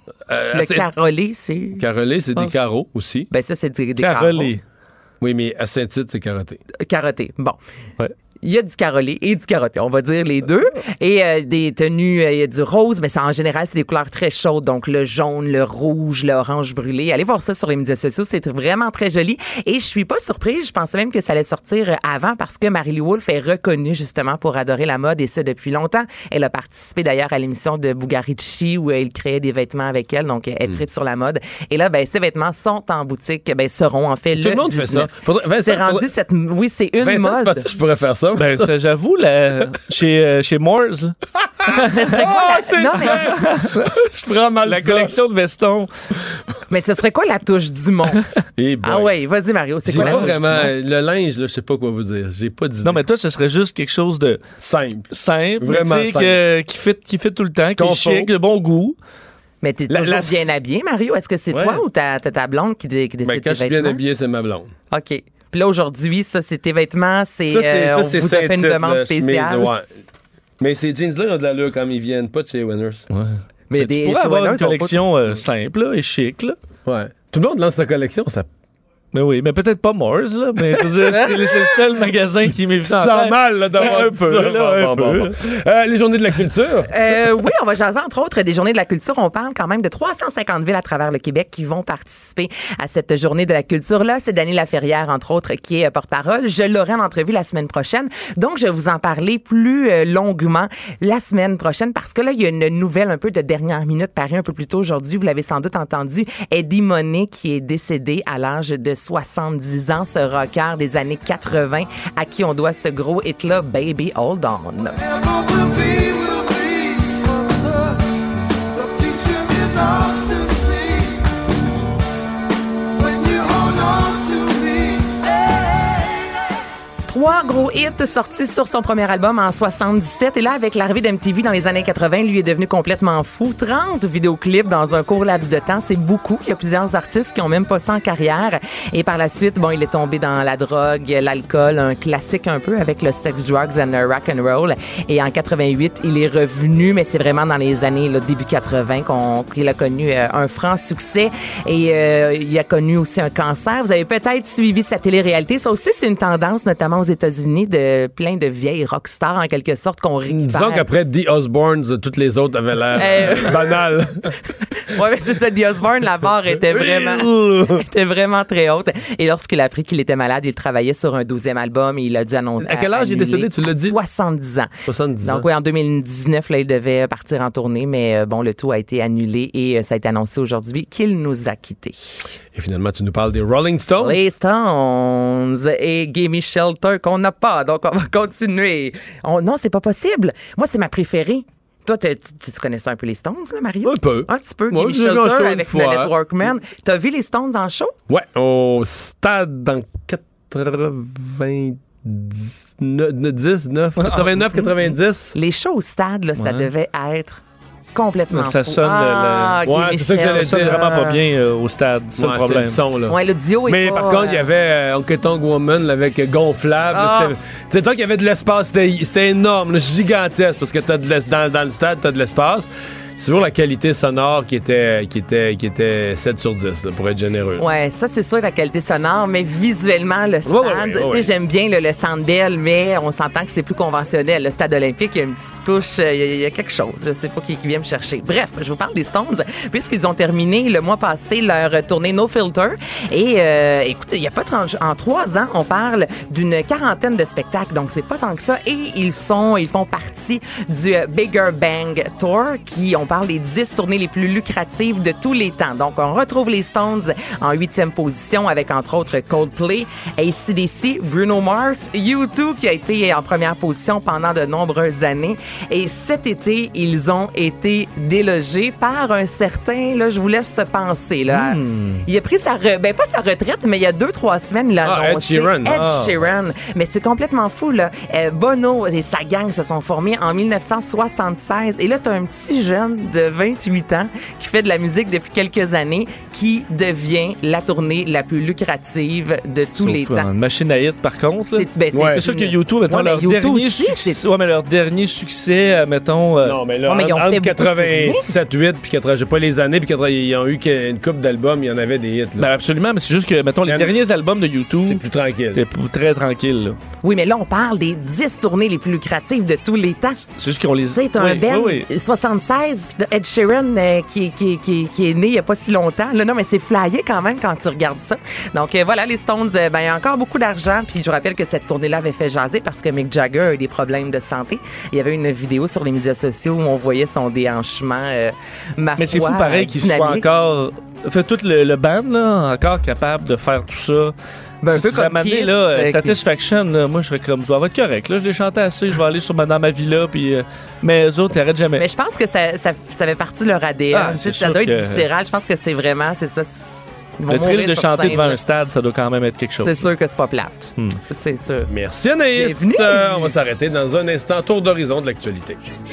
le carolé, c'est... Carolé, c'est des carreaux aussi. Ben ça, c'est des carolé. Carreaux. Oui, mais à Saint-Tite, c'est carotté. Carotté, bon. Ouais. Il y a du carolé et du carotté, on va dire les deux. Et des tenues, il y a du rose, mais ça, en général, c'est des couleurs très chaudes. Donc, le jaune, le rouge, l'orange brûlé. Allez voir ça sur les médias sociaux, c'est vraiment très joli. Et je suis pas surprise, je pensais même que ça allait sortir avant parce que Marie-Lou Wolfe est reconnue justement pour adorer la mode et ça depuis longtemps. Elle a participé d'ailleurs à l'émission de Bugarici où il créait des vêtements avec elle. Donc, elle tripe sur la mode. Et là, ben, ces vêtements sont en boutique, ben, seront en fait Tout le monde 19. fait ça. C'est rendu oui, c'est une Vincent, mode. tu penses que je pourrais faire ça? Ben, ça, j'avoue, chez Moores. Ce serait quoi non, mais... Je ferais mal la collection de vestons. Mais ce serait quoi la touche du monde? Ah ouais, vas-y Mario, c'est quoi la touche vraiment le linge, là, je sais pas quoi vous dire. J'ai pas d'idée. Non, mais toi, ce serait juste quelque chose de simple, vraiment simple. Qui fit tout le temps, qui est chic, de bon goût. Mais t'es toujours bien habillé, Mario? Est-ce que c'est toi ou t'as ta blonde qui décide tes vêtements? Quand je suis bien habillé, c'est ma blonde. OK. Puis là, aujourd'hui, ça, c'est tes vêtements. On vous a fait une demande spéciale. Mais ces jeans-là, ils ont de l'allure quand ils viennent, pas de chez Winners. Ouais. Mais tu pourrais avoir une collection simple là, et chic. Là. Ouais. Tout le monde lance sa collection, ça. Mais oui, mais peut-être pas Moores, là. Mais je veux dire, c'est le seul magasin qui m'est vu ça. Sens mal, là, d'avoir un peu, là, bon. Les journées de la culture. Oui, on va jaser, entre autres, des journées de la culture. On parle quand même de 350 villes à travers le Québec qui vont participer à cette journée de la culture-là. C'est Dany Laferrière, entre autres, qui est porte-parole. Je l'aurai en entrevue la semaine prochaine. Donc, je vais vous en parler plus longuement la semaine prochaine parce que là, il y a une nouvelle un peu de dernière minute parue un peu plus tôt aujourd'hui. Vous l'avez sans doute entendu. Eddie Money, qui est décédé à l'âge de 70 ans, ce rocker des années 80 à qui on doit ce gros hit-là, Baby Hold On. Trois gros hits sortis sur son premier album en 77. Et là, avec l'arrivée d'MTV dans les années 80, lui est devenu complètement fou. 30 vidéoclips dans un court laps de temps, c'est beaucoup. Il y a plusieurs artistes qui ont même pas ça en carrière. Et par la suite, bon, il est tombé dans la drogue, l'alcool, un classique un peu avec le sex, drugs and rock and roll. Et en 88, il est revenu, mais c'est vraiment dans les années là, début 80 qu'il a connu un franc succès. Et il a connu aussi un cancer. Vous avez peut-être suivi sa télé-réalité. Ça aussi, c'est une tendance, notamment aux États-Unis, de plein de vieilles rockstars en quelque sorte qu'on récupère. Disons qu'après The Osbournes, toutes les autres avaient l'air banales. Ouais, mais c'est ça. The Osbournes, la barre était vraiment très haute. Et lorsqu'il a appris qu'il était malade, il travaillait sur un 12e album et il a dû annoncer. À quel âge il est décédé, tu l'as dit? 70 ans. 70 ans. Donc oui, en 2019, là, il devait partir en tournée, mais bon, le tout a été annulé et ça a été annoncé aujourd'hui qu'il nous a quittés. Et finalement, tu nous parles des Rolling Stones. Les Stones et Gimme Shelter qu'on n'a pas. Donc, on va continuer. Non, c'est pas possible. Moi, c'est ma préférée. Toi, tu connais ça un peu, les Stones, là, Mario? Un peu. Un petit peu. Moi, Gimme Shelter avec Nanette Workman. T'as vu les Stones en show? Ouais, au stade dans 89. Les shows au stade, là, ça devait être complètement ça fou. sonne c'est ça que j'allais dire. Ça sonne vraiment pas bien au stade, c'est le problème. C'est le son, là. Ouais, le duo est mais pas, par contre, il y avait Honky Tonk Woman avec gonflable. C'est toi qu'il y avait de l'espace. C'était énorme, là, gigantesque, parce que dans le stade, t'as de l'espace. c'est toujours la qualité sonore qui était 7 sur 10, là, pour être généreux. Ouais, ça, c'est sûr, la qualité sonore, mais visuellement, le stade, j'aime bien le Centre Bell, mais on s'entend que c'est plus conventionnel. Le stade olympique, il y a une petite touche, il y a quelque chose. Je sais pas qui vient me chercher. Bref, je vous parle des Stones, puisqu'ils ont terminé le mois passé leur tournée No Filter. Et écoutez, il y a pas en 3 ans, on parle d'une quarantaine de spectacles, donc c'est pas tant que ça. Et ils font partie du Bigger Bang Tour, on parle des 10 tournées les plus lucratives de tous les temps. Donc, on retrouve les Stones en 8e position avec, entre autres, Coldplay, AC/DC, Bruno Mars, U2 qui a été en première position pendant de nombreuses années. Et cet été, ils ont été délogés par un certain, là, je vous laisse penser, là. Il a pris pas sa retraite, mais il y a 2-3 semaines, il a annoncé. Ed Sheeran. Mais c'est complètement fou, là. Bono et sa gang se sont formés en 1976. Et là, t'as un petit jeune de 28 ans qui fait de la musique depuis quelques années, qui devient la tournée la plus lucrative de tous les temps. Une machine à hit, par contre. C'est sûr que YouTube, mettons, leur dernier succès. Ouais, mais leur dernier succès, mettons. Non, mais là, entre 87-8, puis j'ai pas les années, puis ils ont eu une couple d'albums, il y en avait des hits. Là. Ben absolument, mais c'est juste que, mettons, les derniers albums de YouTube. C'est plus tranquille. C'est très tranquille, là. Oui, mais là, on parle des 10 tournées les plus lucratives de tous les temps. C'est juste qu'on les. C'est un band 76, puis Ed Sheeran qui est né il y a pas si longtemps. Là, non, mais c'est flyé quand même quand tu regardes ça. Donc voilà, les Stones, il y a encore beaucoup d'argent. Puis je vous rappelle que cette tournée-là avait fait jaser parce que Mick Jagger a eu des problèmes de santé. Il y avait une vidéo sur les médias sociaux où on voyait son déhanchement. Mais c'est fou pareil qu'il soit encore. Fait tout le band, là, encore capable de faire tout ça. Un peu comme Kiss, là, Satisfaction, là, moi, je serais comme, je dois être correct. Là, je l'ai chanté assez, je vais aller dans ma villa, puis mais eux autres, ils arrêtent jamais. Mais je pense que ça fait partie de leur ADN. Ça doit être viscéral. Je pense que c'est vraiment, c'est ça. Le thrill de chanter devant un stade, ça doit quand même être quelque chose. C'est sûr que c'est pas plate. C'est sûr. Merci Anaïs. On va s'arrêter dans un instant. Tour d'horizon de l'actualité.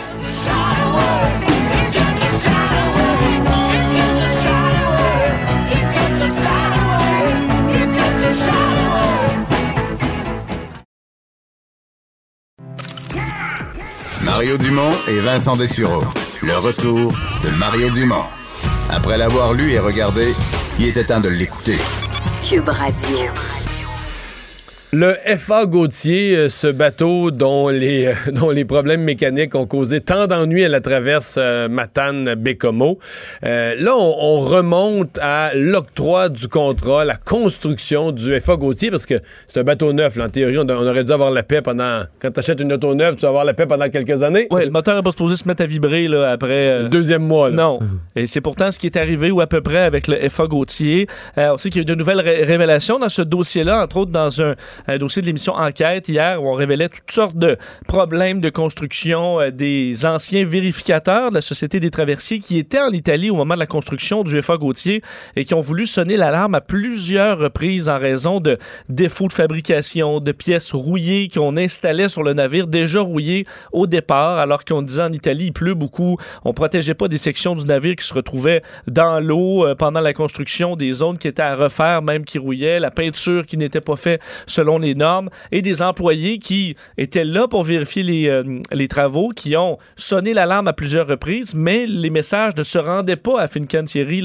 Mario Dumont et Vincent Dessureau. Le retour de Mario Dumont. Après l'avoir lu et regardé, il était temps de l'écouter. Cube Radio. Le F.A. Gauthier, ce bateau dont les problèmes mécaniques ont causé tant d'ennuis à la traverse Matane-Bécomo. Là, on remonte à l'octroi du contrat, la construction du F.A. Gauthier, parce que c'est un bateau neuf. Là. En théorie, on aurait dû avoir la paix pendant... Quand tu achètes une auto neuve, tu vas avoir la paix pendant quelques années. Oui, le moteur n'est pas supposé se mettre à vibrer là, après... Le deuxième mois. Là. Non. Et c'est pourtant ce qui est arrivé, ou à peu près, avec le F.A. Gauthier. On sait qu'il y a eu de nouvelles révélations dans ce dossier-là, entre autres dans un dossier de l'émission Enquête hier où on révélait toutes sortes de problèmes de construction des anciens vérificateurs de la Société des Traversiers qui étaient en Italie au moment de la construction du F.A. Gauthier et qui ont voulu sonner l'alarme à plusieurs reprises en raison de défauts de fabrication, de pièces rouillées qu'on installait sur le navire, déjà rouillées au départ, alors qu'on disait en Italie, il pleut beaucoup, on protégeait pas des sections du navire qui se retrouvaient dans l'eau pendant la construction, des zones qui étaient à refaire, même qui rouillaient, la peinture qui n'était pas faite selon les normes, et des employés qui étaient là pour vérifier les travaux, qui ont sonné l'alarme à plusieurs reprises, mais les messages ne se rendaient pas à Fincantieri,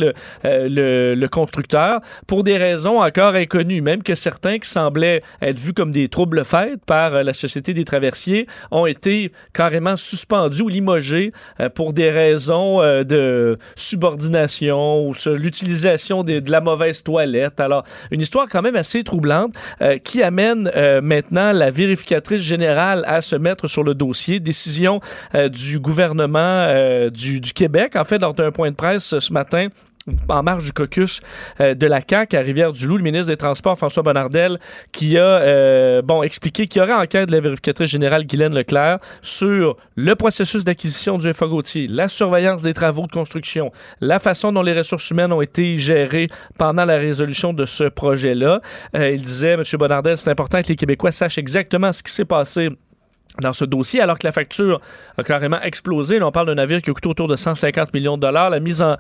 le constructeur, pour des raisons encore inconnues, même que certains qui semblaient être vus comme des troubles faits par la Société des Traversiers ont été carrément suspendus ou limogés pour des raisons de subordination ou sur l'utilisation de la mauvaise toilette. Alors, une histoire quand même assez troublante qui amène maintenant la vérificatrice générale à se mettre sur le dossier. Décision du gouvernement du Québec. En fait, lors d'un point de presse ce matin, en marge du caucus de la CAQ à Rivière-du-Loup, le ministre des Transports, François Bonnardel, qui a expliqué qu'il y aurait enquête de la vérificatrice générale Guylaine Leclerc sur le processus d'acquisition du F.A. Gauthier, la surveillance des travaux de construction, la façon dont les ressources humaines ont été gérées pendant la résolution de ce projet-là. Il disait, M. Bonnardel, c'est important que les Québécois sachent exactement ce qui s'est passé dans ce dossier, alors que la facture a carrément explosé. Là, on parle d'un navire qui a coûté autour de 150 millions de dollars, la mise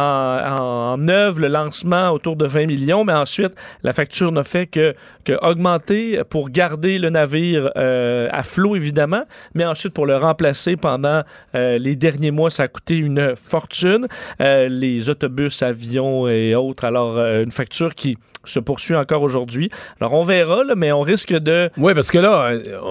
en œuvre, le lancement autour de 20 millions, mais ensuite, la facture n'a fait que augmenter pour garder le navire à flot, évidemment, mais ensuite pour le remplacer pendant les derniers mois, ça a coûté une fortune. Les autobus, avions et autres, alors une facture qui se poursuit encore aujourd'hui. Alors, on verra, là, mais on risque de... Oui, parce que là,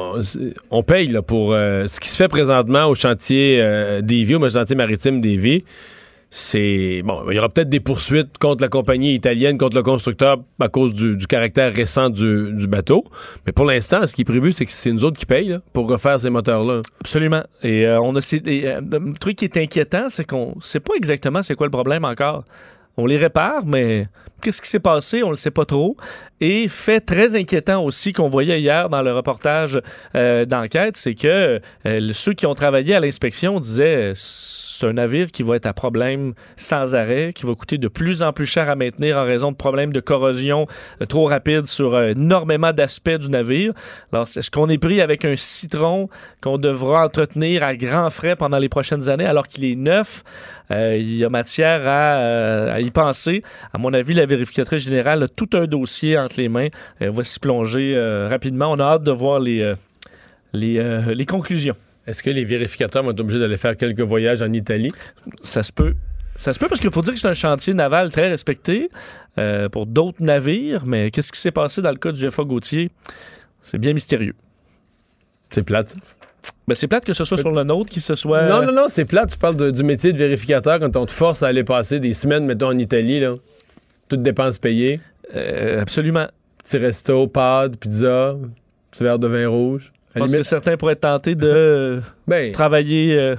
on paye là, pour ce qui se fait présentement au chantier d'Évis, au chantier maritime d'Évis. C'est... Bon, il y aura peut-être des poursuites contre la compagnie italienne, contre le constructeur à cause du caractère récent du bateau. Mais pour l'instant, ce qui est prévu, c'est que c'est nous autres qui payent là, pour refaire ces moteurs-là. Absolument. Et on a... le truc qui est inquiétant, c'est qu'on sait pas exactement c'est quoi le problème encore. On les répare, mais qu'est-ce qui s'est passé? On le sait pas trop. Et fait très inquiétant aussi qu'on voyait hier dans le reportage d'enquête, c'est que ceux qui ont travaillé à l'inspection disaient c'est un navire qui va être à problème sans arrêt, qui va coûter de plus en plus cher à maintenir en raison de problèmes de corrosion trop rapides sur énormément d'aspects du navire. Alors, est-ce qu'on est pris avec un citron qu'on devra entretenir à grands frais pendant les prochaines années alors qu'il est neuf? Il y a matière à y penser. À mon avis, la vérificatrice générale a tout un dossier entre les mains. Elle va s'y plonger rapidement. On a hâte de voir les conclusions. Est-ce que les vérificateurs vont être obligés d'aller faire quelques voyages en Italie? Ça se peut. Ça se peut parce qu'il faut dire que c'est un chantier naval très respecté pour d'autres navires, mais qu'est-ce qui s'est passé dans le cas du FA Gauthier? C'est bien mystérieux. C'est plate, ça. Ben, c'est plate que ce soit sur le nôtre, qu'il se soit... Non, c'est plate. Tu parles du métier de vérificateur quand on te force à aller passer des semaines, mettons, en Italie, là. Toutes dépenses payées. Absolument. Petit resto, pâtes, pizza, petit verre de vin rouge. Je pense que certains pourraient être tentés de travailler...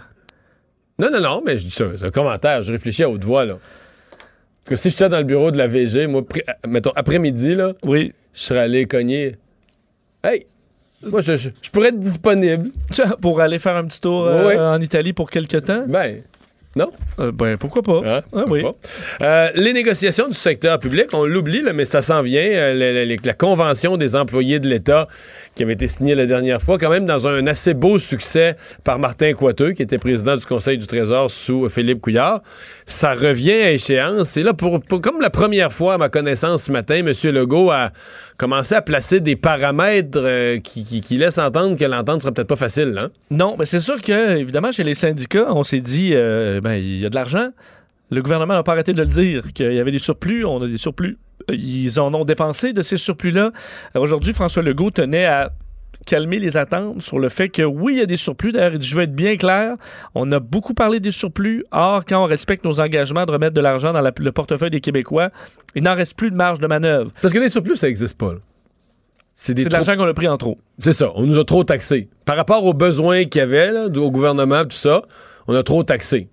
Non, mais je dis ça, c'est un commentaire. Je réfléchis à haute voix, là. Parce que si j'étais dans le bureau de la VG, moi, mettons, après-midi, là, oui, je serais allé cogner. Hey! Moi, je pourrais être disponible. Pour aller faire un petit tour en Italie pour quelque temps? Ben, non? Pourquoi pas? Hein? Pourquoi pas? Les négociations du secteur public, on l'oublie, là, mais ça s'en vient. La convention des employés de l'État qui avait été signée la dernière fois, quand même dans un assez beau succès par Martin Coiteux, qui était président du Conseil du Trésor sous Philippe Couillard. Ça revient à échéance. Et là, pour comme la première fois, à ma connaissance, ce matin, M. Legault a commencé à placer des paramètres qui laissent entendre que l'entente sera peut-être pas facile. Hein? Non, mais c'est sûr que, évidemment, chez les syndicats, on s'est dit, il y a de l'argent. Le gouvernement n'a pas arrêté de le dire, qu'il y avait des surplus, on a des surplus. Ils en ont dépensé de ces surplus-là. Aujourd'hui, François Legault tenait à calmer les attentes sur le fait que, oui, il y a des surplus. D'ailleurs, il dit, je veux être bien clair, on a beaucoup parlé des surplus. Or, quand on respecte nos engagements de remettre de l'argent dans le portefeuille des Québécois, il n'en reste plus de marge de manœuvre. Parce que des surplus, ça n'existe pas. Là. C'est de l'argent qu'on a pris en trop. C'est ça, on nous a trop taxés. Par rapport aux besoins qu'il y avait là, au gouvernement, tout ça, on a trop taxé.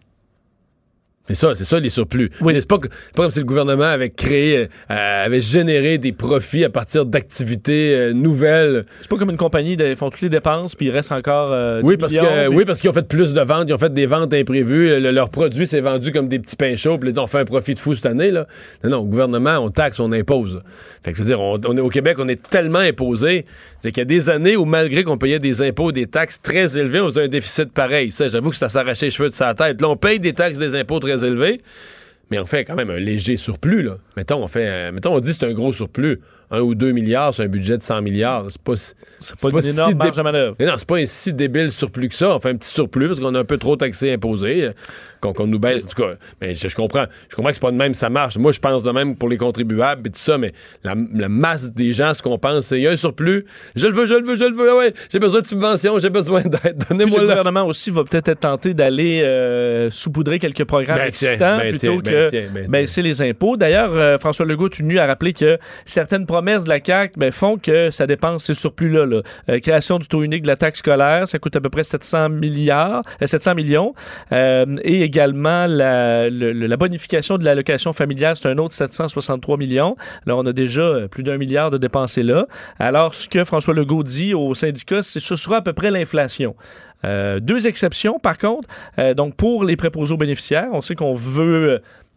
C'est ça les surplus. Oui. C'est pas comme si le gouvernement avait avait généré des profits à partir d'activités nouvelles. C'est pas comme une compagnie, ils font toutes les dépenses, puis il reste encore parce qu'ils ont fait plus de ventes, ils ont fait des ventes imprévues, leur produit s'est vendu comme des petits pains chauds, puis ils ont fait un profit de fou cette année. Là. Non, au gouvernement, on taxe, on impose. Fait que je veux dire, on est au Québec, on est tellement imposé, c'est qu'il y a des années où, malgré qu'on payait des impôts, des taxes très élevés, on faisait un déficit pareil. Ça, j'avoue que c'est à s'arracher les cheveux de sa tête. Là, on paye des taxes, des impôts très élevés, mais on fait quand même un léger surplus, là. Mettons, on dit que c'est un gros surplus. 1 ou 2 milliards sur un budget de 100 milliards. C'est pas une énorme marge de manœuvre. Mais non, c'est pas un si débile surplus que ça. On fait un petit surplus parce qu'on a un peu trop taxé imposé. Qu'on nous baisse, en tout cas. Mais je comprends. Je comprends que c'est pas de même, ça marche. Moi, je pense de même pour les contribuables et tout ça, mais la masse des gens, ce qu'on pense, c'est il y a un surplus. Je le veux. Ouais, j'ai besoin de subventions, j'ai besoin d'aide. Donnez-moi le gouvernement aussi va peut-être être tenté d'aller saupoudrer quelques programmes existants plutôt que baisser les impôts. D'ailleurs, François Legault est tenu à rappeler que certaines promesses de la CAQ font que ça dépense ces surplus-là. Création du taux unique de la taxe scolaire, ça coûte à peu près 700 millions. Et également, la bonification de l'allocation familiale, c'est un autre 763 millions. Là, on a déjà plus d'1 milliard de dépensés là. Alors, ce que François Legault dit aux syndicats, c'est que ce sera à peu près l'inflation. 2 exceptions, par contre. Donc, pour les préposés aux bénéficiaires, on sait qu'on veut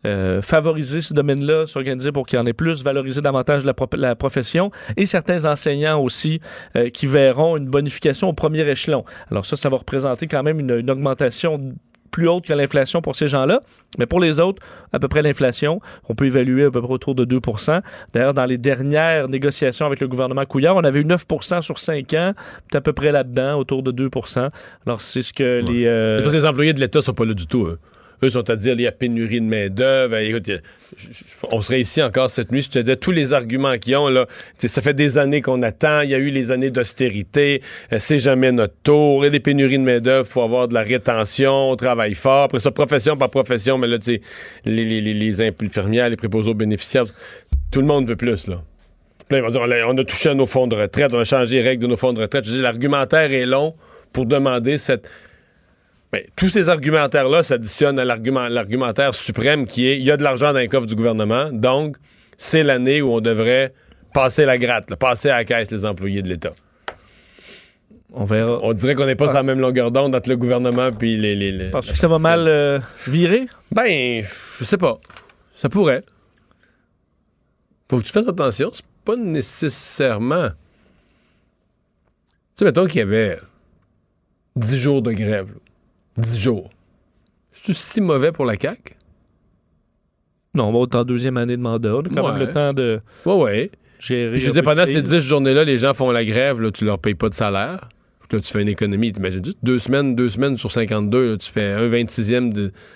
favoriser ce domaine-là, s'organiser pour qu'il y en ait plus, valoriser davantage la profession, et certains enseignants aussi qui verront une bonification au premier échelon. Alors ça va représenter quand même une augmentation plus haute que l'inflation pour ces gens-là. Mais pour les autres, à peu près l'inflation, on peut évaluer à peu près autour de 2%. D'ailleurs, dans les dernières négociations avec le gouvernement Couillard, on avait eu 9% sur 5 ans, à peu près là-dedans, autour de 2%. Alors, c'est ce que les employés de l'État sont pas là du tout, eux. Eux sont à dire, il y a pénurie de main-d'œuvre. Écoute, on serait ici encore cette nuit. Je te disais, tous les arguments qu'ils ont, là, ça fait des années qu'on attend. Il y a eu les années d'austérité. C'est jamais notre tour. Il y a des pénuries de main-d'œuvre. Il faut avoir de la rétention. On travaille fort. Après ça, profession par profession. Mais là, tu sais, les infirmières, les préposés aux bénéficiaires, tout le monde veut plus, là. Puis là, ils vont dire, on a touché à nos fonds de retraite. On a changé les règles de nos fonds de retraite. Je dis, l'argumentaire est long pour demander cette... Mais tous ces argumentaires-là s'additionnent à l'argumentaire suprême qui est il y a de l'argent dans les coffres du gouvernement, donc c'est l'année où on devrait passer la gratte, là, passer à la caisse les employés de l'État. On verra. On dirait qu'on n'est pas sur la même longueur d'onde entre le gouvernement puis les... Penses-tu que ça va mal virer? Ben, je sais pas. Ça pourrait. Faut que tu fasses attention, c'est pas nécessairement... Tu sais, mettons qu'il y avait 10 jours de grève, là. 10 jours. C'est-tu si mauvais pour la CAQ? Non, on va être en deuxième année de mandat. On a quand même le temps de gérer. Puis je veux dire, pendant ces 10 journées-là, les gens font la grève, là, tu leur payes pas de salaire. Puis là, tu fais une économie. T'imagines juste 2 semaines sur 52, là, tu fais un 26e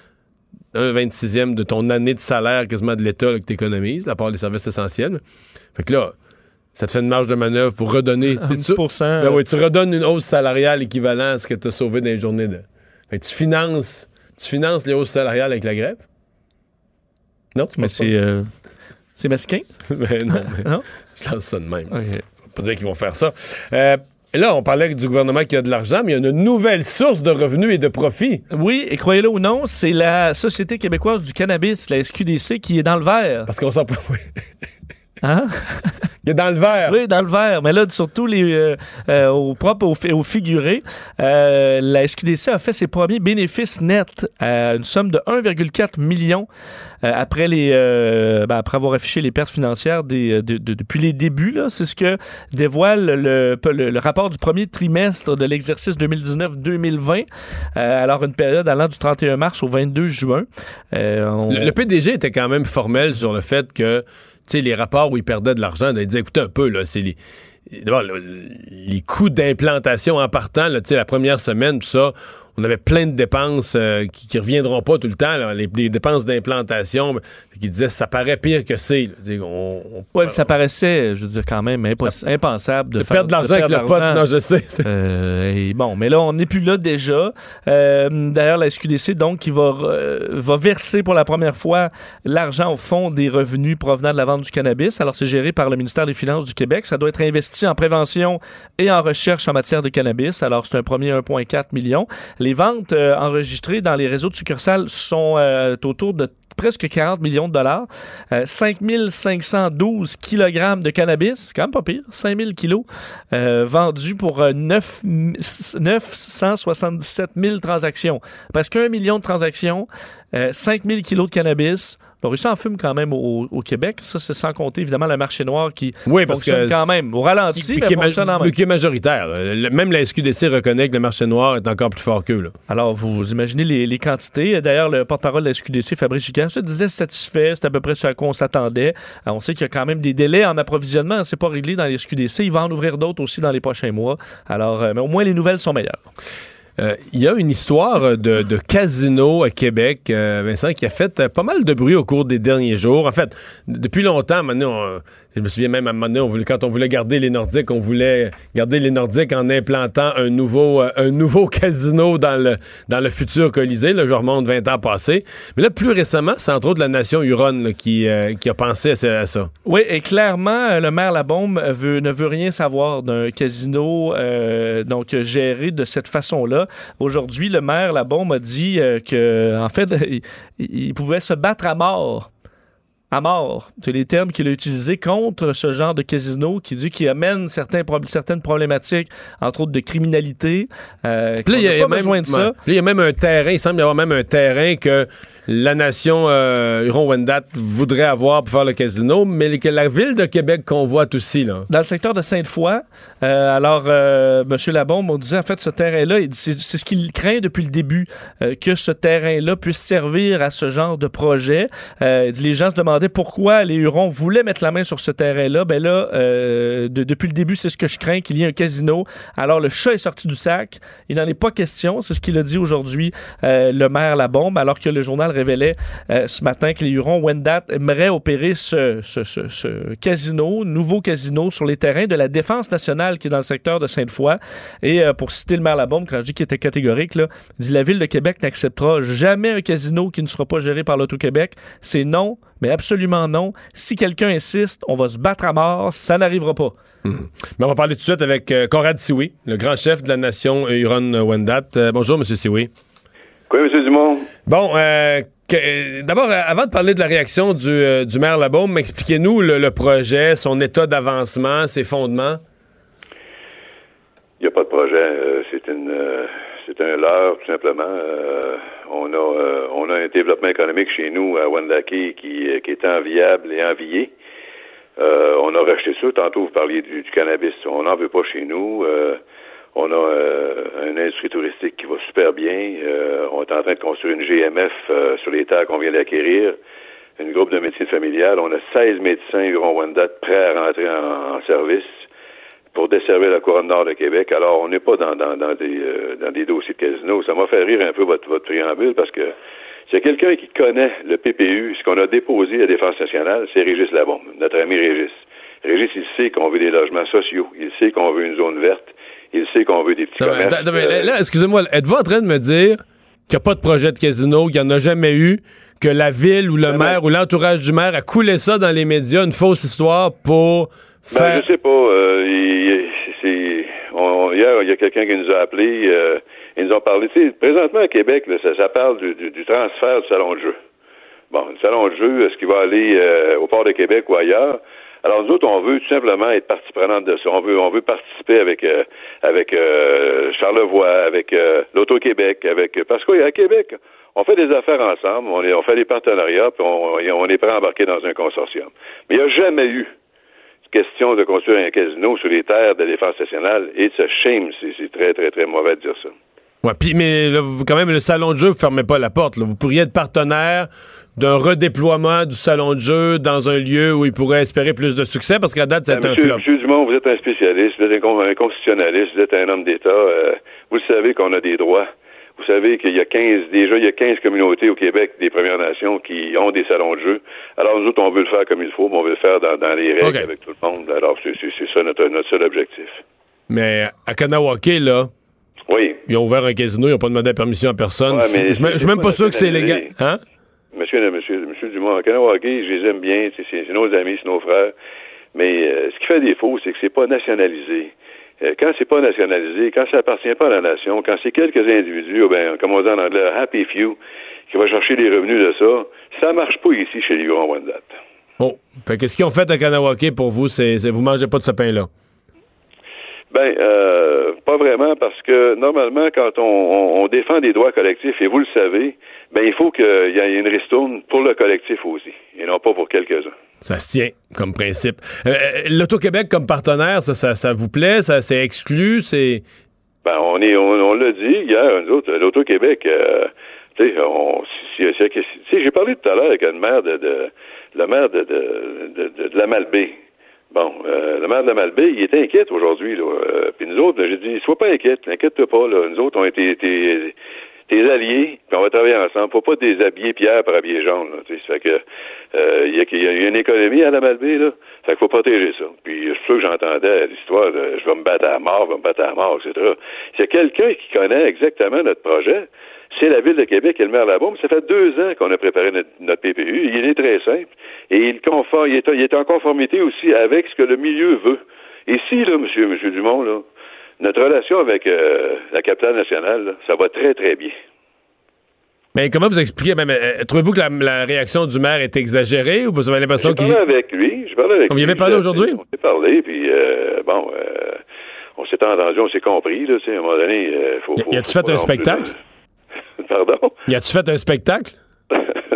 de ton année de salaire quasiment de l'État là, que tu économises, à part les services essentiels. Fait que là, ça te fait une marge de manœuvre pour redonner. 10%. Ben oui, tu redonnes une hausse salariale équivalente à ce que tu as sauvé dans les journées de... Fait que tu finances les hausses salariales avec la grève? Non? Mais c'est mesquin? Ben non, mais non? Je lance ça de même. Okay. Faut pas dire qu'ils vont faire ça. Là, on parlait du gouvernement qui a de l'argent, mais il y a une nouvelle source de revenus et de profits. Oui, et croyez-le ou non, c'est la Société québécoise du cannabis, la SQDC, qui est dans le vert. Parce qu'on s'en peut... Hein? Il est dans le vert. Oui, dans le vert. Mais là, surtout au figuré, la SQDC a fait ses premiers bénéfices nets à une somme de 1,4 million après avoir affiché les pertes financières depuis les débuts. Là. C'est ce que dévoile le rapport du premier trimestre de l'exercice 2019-2020. Alors, une période allant du 31 mars au 22 juin. Le PDG était quand même formel sur le fait que les rapports où ils perdaient de l'argent, ils disaient, écoutez un peu, là, c'est les coûts d'implantation en partant, là, la première semaine, tout ça, on avait plein de dépenses qui reviendront pas tout le temps, là, les dépenses d'implantation, qui disaient, ça paraît pire que c'est. Oui, ça paraissait, je veux dire, quand même impensable de perdre de l'argent avec le pote. Non, je sais. Bon, mais là, on n'est plus là déjà. D'ailleurs, la SQDC, donc, qui va verser pour la première fois l'argent au fonds des revenus provenant de la vente du cannabis. Alors, c'est géré par le ministère des Finances du Québec. Ça doit être investi en prévention et en recherche en matière de cannabis. Alors, c'est un premier 1,4 million. Les ventes enregistrées dans les réseaux de succursales sont autour de presque 40 millions de dollars. 5 512 kilogrammes de cannabis, c'est quand même pas pire, 5 000 kilos, vendus pour 977 000 transactions. Presque 1 million de transactions, 5 000 kilos de cannabis. La Russie en fume quand même au Québec. Ça, c'est sans compter, évidemment, le marché noir qui fonctionne quand même au ralenti, mais fonctionne en même. Qui est majoritaire. Même la SQDC reconnaît que le marché noir est encore plus fort qu'eux. Là. Alors, vous imaginez les quantités. D'ailleurs, le porte-parole de la SQDC, Fabrice Giguère, se disait satisfait. C'est à peu près ce à quoi on s'attendait. Alors, on sait qu'il y a quand même des délais en approvisionnement. C'est pas réglé dans les SQDC. Il va en ouvrir d'autres aussi dans les prochains mois. Alors, mais au moins, les nouvelles sont meilleures. Il y a une histoire de casino à Québec, Vincent, qui a fait pas mal de bruit au cours des derniers jours. En fait, depuis longtemps, maintenant, je me souviens même à un moment donné, quand on voulait garder les Nordiques, on voulait garder les Nordiques en implantant un nouveau casino dans le futur Colisée. Là, je remonte 20 ans passés. Mais là, plus récemment, c'est entre autres la Nation Huronne là, qui a pensé à ça. Oui, et clairement, le maire Labaume ne veut rien savoir d'un casino donc géré de cette façon-là. Aujourd'hui, le maire Labaume a dit qu'en fait, il pouvait se battre à mort. À mort. C'est les termes qu'il a utilisés contre ce genre de casino qui amène certaines problématiques, entre autres de criminalité. Puis là, il y a besoin de ça. Puis là, il y a même un terrain, il semble y avoir même un terrain que la nation Huron-Wendat voudrait avoir pour faire le casino, mais que la Ville de Québec convoite aussi, là. Dans le secteur de Sainte-Foy, M. Labombe, on disait, en fait, ce terrain-là, c'est ce qu'il craint depuis le début, que ce terrain-là puisse servir à ce genre de projet. Il dit, les gens se demandaient pourquoi les Hurons voulaient mettre la main sur ce terrain-là. Ben là, depuis le début, c'est ce que je crains, qu'il y ait un casino. Alors, le chat est sorti du sac. Il n'en est pas question. C'est ce qu'il a dit aujourd'hui, le maire Labombe, alors que le journal révélait ce matin que les Hurons-Wendat aimeraient opérer ce casino, nouveau casino, sur les terrains de la Défense nationale qui est dans le secteur de Sainte-Foy. Et pour citer le maire Labombe, quand je dis qu'il était catégorique, là, il dit, la Ville de Québec n'acceptera jamais un casino qui ne sera pas géré par l'Auto-Québec. C'est non, mais absolument non. Si quelqu'un insiste, on va se battre à mort. Ça n'arrivera pas. Mais on va parler tout de suite avec Conrad Sioui, le grand chef de la nation Huron-Wendat. Bonjour, M. Sioui. Oui, M. Dumont. Bon, d'abord, avant de parler de la réaction du maire Labombe, expliquez-nous le projet, son état d'avancement, ses fondements. Il n'y a pas de projet. C'est un leurre, tout simplement. On a un développement économique chez nous, à Wendake, qui est enviable et envié. On a racheté ça. Tantôt, vous parliez du cannabis. On n'en veut pas chez nous. On a une industrie touristique qui va super bien. On est en train de construire une GMF sur les terres qu'on vient d'acquérir. Une groupe de médecine familiale. On a 16 médecins Huron-Wendat prêts à rentrer en service pour desservir la couronne nord de Québec. Alors, on n'est pas dans des dossiers de casino. Ça m'a fait rire un peu votre préambule parce que c'est quelqu'un qui connaît le PPU. Ce qu'on a déposé à la Défense nationale, c'est Régis Labombe, notre ami Régis. Régis, il sait qu'on veut des logements sociaux. Il sait qu'on veut une zone verte. Il sait qu'on veut des petits commerces. Là, excusez-moi, êtes-vous en train de me dire qu'il n'y a pas de projet de casino, qu'il n'y en a jamais eu, que la ville ou le maire ou l'entourage du maire a coulé ça dans les médias, une fausse histoire pour faire... Je sais pas. Hier, il y a quelqu'un qui nous a appelé. Ils nous ont parlé. Tu sais, présentement à Québec, là, ça parle du transfert du salon de jeu. Bon, le salon de jeu, est-ce qu'il va aller au Port de Québec ou ailleurs? Alors, nous autres, on veut tout simplement être partie prenante de ça. On veut participer avec Charlevoix, avec l'Auto-Québec, parce qu'à Québec, on fait des affaires ensemble, on fait des partenariats, puis on est prêt à embarquer dans un consortium. Mais il n'y a jamais eu question de construire un casino sur les terres de la Défense nationale, et ce shame, c'est très, très, très mauvais de dire ça. Ouais, mais là, quand même, le salon de jeu, vous ne fermez pas la porte. Là. Vous pourriez être partenaire d'un redéploiement du salon de jeu dans un lieu où il pourrait espérer plus de succès, parce qu'à date, c'est un flop. Monsieur Dumont, vous êtes un spécialiste, vous êtes un constitutionnaliste, vous êtes un homme d'État. Vous savez qu'on a des droits. Vous savez qu'il y a 15 communautés au Québec des Premières Nations qui ont des salons de jeu. Alors, nous autres, on veut le faire comme il faut, mais on veut le faire dans les règles avec tout le monde. Alors, c'est ça notre seul objectif. Mais à Kanawake, là, oui. Ils ont ouvert un casino, ils n'ont pas demandé la permission à personne. Ouais, mais je suis même pas sûr que c'est légal. Hein? Monsieur Dumont, à Kanawake, je les aime bien, c'est nos amis, c'est nos frères. Mais ce qui fait défaut, c'est que c'est pas nationalisé. Quand c'est pas nationalisé, quand ça appartient pas à la nation, quand c'est quelques individus, comme on dit en anglais, happy few, qui va chercher les revenus de ça marche pas ici chez les Huron-Wendat. Oh, fait que ce qu'ils ont fait à Kanawake pour vous, c'est vous mangez pas de ce pain-là? Pas vraiment, parce que normalement, quand on défend des droits collectifs, et vous le savez, il faut qu'il y ait une ristourne pour le collectif aussi, et non pas pour quelques-uns. Ça se tient comme principe. L'Auto-Québec comme partenaire, ça vous plaît? Ça c'est exclu? C'est... On l'a dit hier, nous autres, l'Auto-Québec, j'ai parlé tout à l'heure avec le maire de la Malbaie. Bon, le maire de la Malbaie, il est inquiet aujourd'hui, là. Puis nous autres, j'ai dit, sois pas inquiète-toi pas, là. Nous autres, on été tes alliés, puis on va travailler ensemble. Faut pas déshabiller Pierre par habiller Jean, là. Ça fait que il y a une économie à la Malbaie, là. Fait qu'il faut protéger ça. Puis c'est sûr que j'entendais l'histoire de je vais me battre à la mort, etc. C'est quelqu'un qui connaît exactement notre projet. C'est la Ville de Québec et le maire Labombe. Ça fait 2 ans qu'on a préparé notre PPU. Il est très simple. Et il est en conformité aussi avec ce que le milieu veut. Et si, là, monsieur Dumont, là, notre relation avec la capitale nationale, là, ça va très, très bien. Mais comment vous expliquez, trouvez-vous que la réaction du maire est exagérée ou vous avez l'impression qu'il... J'ai parlé avec lui. On y avait parlé aujourd'hui? On s'est parlé, puis on s'est entendu, on s'est compris, là, tu sais, à un moment donné, Y a-tu fait un spectacle? Pardon? Y a-tu fait un spectacle?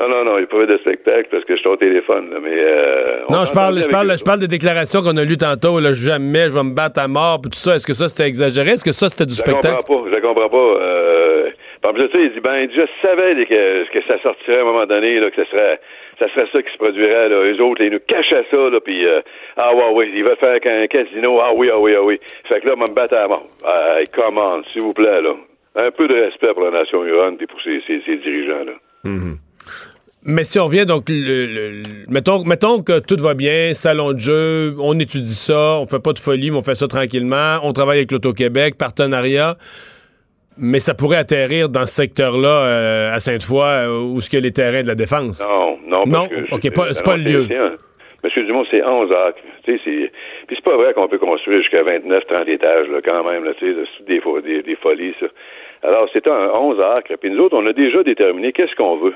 Non, il n'y a pas de spectacle parce que je suis au téléphone. Là, mais, non, je parle des déclarations qu'on a lues tantôt. Là, jamais je vais me battre à mort, puis tout ça. Est-ce que ça, c'était exagéré? Est-ce que ça, c'était du spectacle? Je la comprends pas. Par exemple, il dit, je savais que ça sortirait à un moment donné, là, que ça serait ça qui se produirait. Là. Eux autres, ils nous cachaient ça, là, puis ils veulent faire un casino. Ah oui. Fait que là, on va me battre à mort. Commande, s'il vous plaît, là. Un peu de respect pour la nation huronne et pour ses dirigeants, là. Mm-hmm. Mais si on revient, donc, mettons que tout va bien, salon de jeu, on étudie ça, on fait pas de folie, mais on fait ça tranquillement, on travaille avec l'Auto-Québec, partenariat, mais ça pourrait atterrir dans ce secteur-là, à Sainte-Foy, où est-ce qu'il y a les terrains de la Défense? Non, c'est pas le lieu. Monsieur Dumont, c'est 11 acres. Puis c'est pas vrai qu'on peut construire jusqu'à 29-30 étages, là, quand même, là, c'est des folies, ça. Alors, c'est un 11 acres, puis nous autres, on a déjà déterminé qu'est-ce qu'on veut.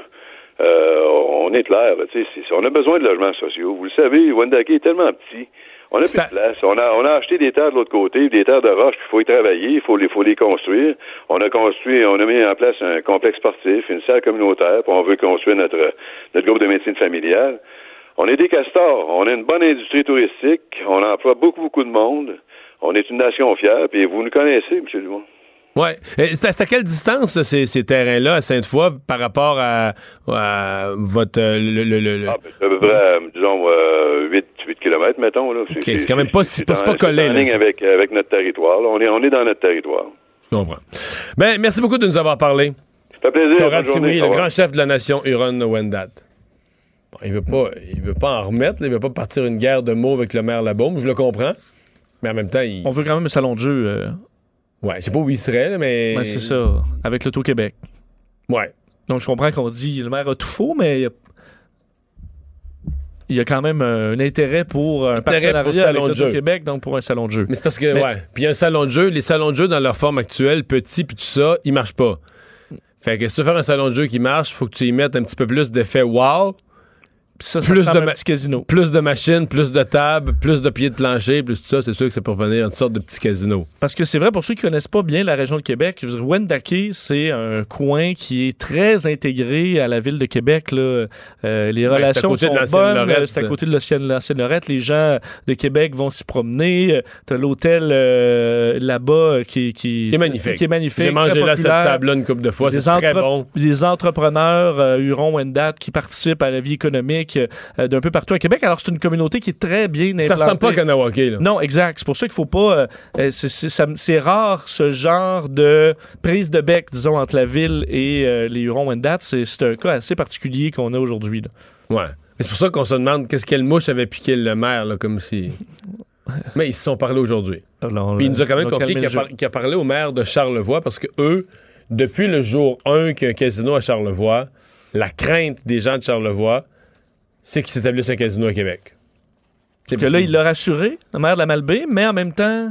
On est clair, là, on a besoin de logements sociaux. Vous le savez, Wendake est tellement petit. On a plus de place. On a acheté des terres de l'autre côté, des terres de roche, puis il faut y travailler, il faut les construire. On a mis en place un complexe sportif, une salle communautaire, puis on veut construire notre groupe de médecine familiale. On est des castors. On a une bonne industrie touristique. On emploie beaucoup de monde. On est une nation fière, puis vous nous connaissez, M. Dumont. Oui. C'est à quelle distance, ces terrains-là, à Sainte-Foy, par rapport à votre... c'est à peu près, disons, 8 km, mettons. Là. C'est quand même pas collé. En ligne avec notre territoire. Là. On est dans notre territoire. Je comprends. Ben, merci beaucoup de nous avoir parlé. Ça fait plaisir. Conrad Sioui, le grand chef de la nation Huron-Wendat. Bon, il veut pas en remettre. Il veut pas partir une guerre de mots avec le maire Labaume. Je le comprends. Mais en même temps, on veut quand même un salon de jeu... Ouais, je sais pas où il serait, là, mais... Ouais, c'est ça, avec l'Auto-Québec. Ouais. Donc, je comprends qu'on dit le maire a tout faux, mais il y a quand même un intérêt pour un partenariat avec l'Auto-Québec, donc pour un salon de jeu. Mais c'est parce que, puis un salon de jeu, les salons de jeu dans leur forme actuelle, petits, puis tout ça, ils marchent pas. Fait que si tu veux faire un salon de jeu qui marche, faut que tu y mettes un petit peu plus d'effet wow. Ça plus de un petit casino. Plus de machines, plus de tables, plus de pieds de plancher, plus tout ça, c'est sûr que ça peut revenir une sorte de petit casino. Parce que c'est vrai, pour ceux qui connaissent pas bien la région de Québec, je veux dire, Wendake, c'est un coin qui est très intégré à la ville de Québec. Là. Les relations sont bonnes. C'est à côté de l'ancienne Lorette. Les gens de Québec vont s'y promener. T'as l'hôtel là-bas qui est magnifique. J'ai mangé là cette table-là une couple de fois. C'est très bon. Des entrepreneurs Huron-Wendat qui participent à la vie économique d'un peu partout à Québec. Alors, c'est une communauté qui est très bien implantée. Ça ressemble pas à Kanawake, là. Non, exact. C'est pour ça qu'il faut pas... c'est rare, ce genre de prise de bec, disons, entre la ville et les Huron-Wendat. C'est un cas assez particulier qu'on a aujourd'hui, là. Ouais. C'est pour ça qu'on se demande quelle mouche avait piqué le maire, là, comme si... Mais ils se sont parlé aujourd'hui. Puis il nous a quand même confié qu'il a parlé au maire de Charlevoix parce que eux, depuis le jour 1 qu'il y a un casino à Charlevoix, la crainte des gens de Charlevoix, c'est qu'il s'établisse un casino à Québec. Parce que là, il l'a rassuré, le maire de la Malbaie, mais en même temps,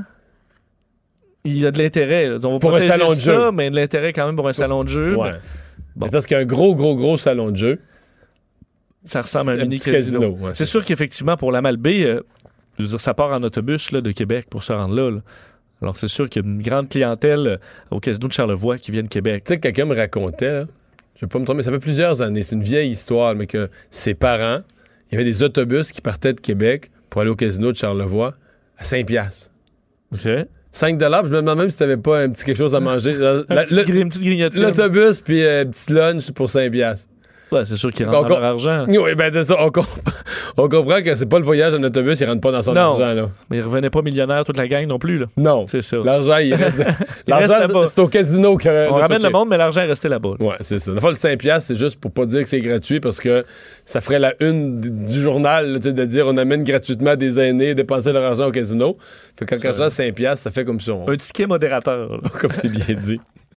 il y a de l'intérêt. On va pour un salon de jeu. Mais de l'intérêt quand même pour un salon de jeu. Ouais. Bon. Parce qu'il y a un gros salon de jeu. Ça ressemble à un mini casino. Ouais, c'est sûr qu'effectivement, pour la Malbaie, je veux dire, ça part en autobus là, de Québec pour se rendre là. Alors, c'est sûr qu'il y a une grande clientèle au casino de Charlevoix qui vient de Québec. Tu sais, quelqu'un me racontait, là, je ne vais pas me tromper, ça fait plusieurs années, c'est une vieille histoire, mais que ses parents, il y avait des autobus qui partaient de Québec pour aller au casino de Charlevoix à 5$. OK. 5$, je me demande même si tu n'avais pas un petit quelque chose à manger. Une petite grignotine. L'autobus, puis un petit lunch pour 5$. Ouais, c'est sûr qu'ils rentrent dans leur argent. Oui, ben c'est ça. On comprend que c'est pas le voyage en autobus, il rentre pas dans son argent. Là. Mais il revenait pas millionnaire toute la gang non plus. Là. Non. C'est ça. L'argent, il reste l'argent, c'est au casino. On ramène le monde, mais l'argent est resté là-bas. Ouais, c'est ça. Dans le fond, le 5$, c'est juste pour pas dire que c'est gratuit parce que ça ferait la une du journal là, de dire on amène gratuitement des aînés dépenser leur argent au casino. Fait que quand l'argent 5$, ça fait comme ça. Un ticket modérateur. Comme c'est bien dit.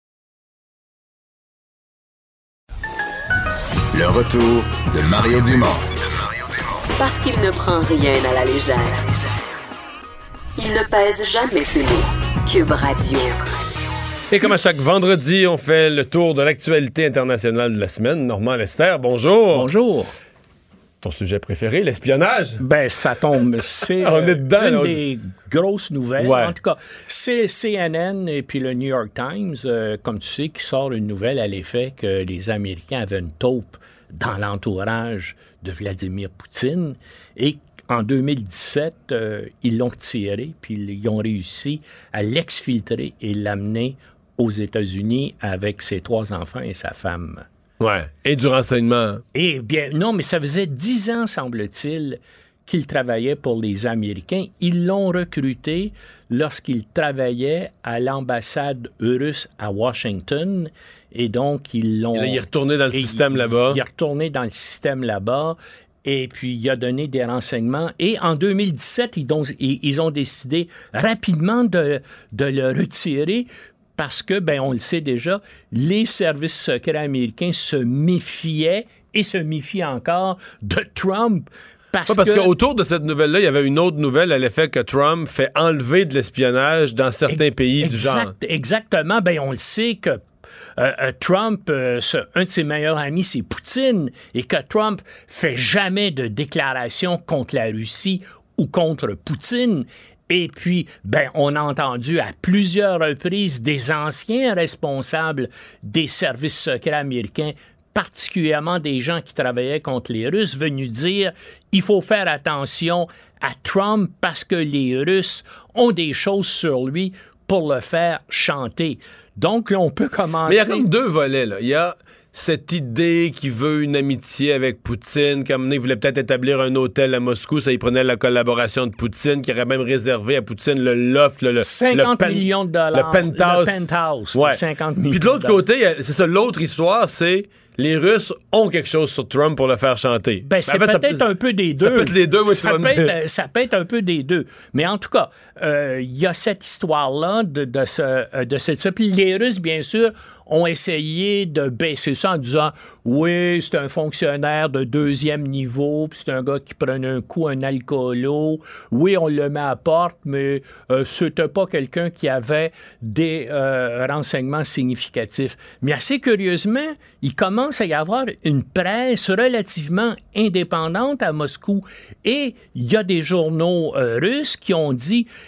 Le retour de Mario Dumont. Parce qu'il ne prend rien à la légère. Il ne pèse jamais ses mots. Cube Radio. Et comme à chaque vendredi, on fait le tour de l'actualité internationale de la semaine. Normand Lester, bonjour. Bonjour. Ton sujet préféré, l'espionnage? Ben, ça tombe. C'est on est dedans, une des grosses nouvelles. Ouais. En tout cas, c'est CNN et puis le New York Times, comme tu sais, qui sort une nouvelle à l'effet que les Américains avaient une taupe dans l'entourage de Vladimir Poutine. Et en 2017, ils l'ont tiré, puis ils ont réussi à l'exfiltrer et l'amener aux États-Unis avec ses 3 enfants et sa femme. Ouais, et du renseignement. Eh bien, non, mais ça faisait 10 ans, semble-t-il, qu'il travaillait pour les Américains. Ils l'ont recruté lorsqu'il travaillait à l'ambassade russe à Washington. Et donc, ils l'ont... Et là, il est retourné dans le système là-bas. Il est retourné dans le système là-bas. Et puis, il a donné des renseignements. Et en 2017, ils ont décidé rapidement de le retirer parce que, on le sait déjà, les services secrets américains se méfiaient et se méfient encore de Trump. Parce qu'autour de cette nouvelle-là, il y avait une autre nouvelle à l'effet que Trump fait enlever de l'espionnage dans certains pays du genre. Exactement. On le sait que Trump, un de ses meilleurs amis, c'est Poutine, et que Trump fait jamais de déclaration contre la Russie ou contre Poutine. Et puis, on a entendu à plusieurs reprises des anciens responsables des services secrets américains, particulièrement des gens qui travaillaient contre les Russes, venus dire il faut faire attention à Trump parce que les Russes ont des choses sur lui pour le faire chanter. Donc, là, on peut commencer... Mais il y a comme 2 volets, là. Il y a cette idée qu'il veut une amitié avec Poutine, comme il voulait peut-être établir un hôtel à Moscou, ça, il prenait la collaboration de Poutine, qui aurait même réservé à Poutine le loft, le 50 millions de dollars. Le penthouse. Ouais. 50 millions. Puis de l'autre côté, c'est ça, l'autre histoire, c'est... Les Russes ont quelque chose sur Trump pour le faire chanter. C'est peut-être un peu des deux. Ça peut être les deux, oui, ça peut être un peu des deux. Mais en tout cas, il y a cette histoire-là de cette... Puis les Russes, bien sûr, ont essayé de baisser ça en disant « Oui, c'est un fonctionnaire de 2e niveau, puis c'est un gars qui prenait un coup, un alcoolo. Oui, on le met à porte, mais c'était pas quelqu'un qui avait des renseignements significatifs. » Mais assez curieusement, il commence à y avoir une presse relativement indépendante à Moscou. Et il y a des journaux russes qui ont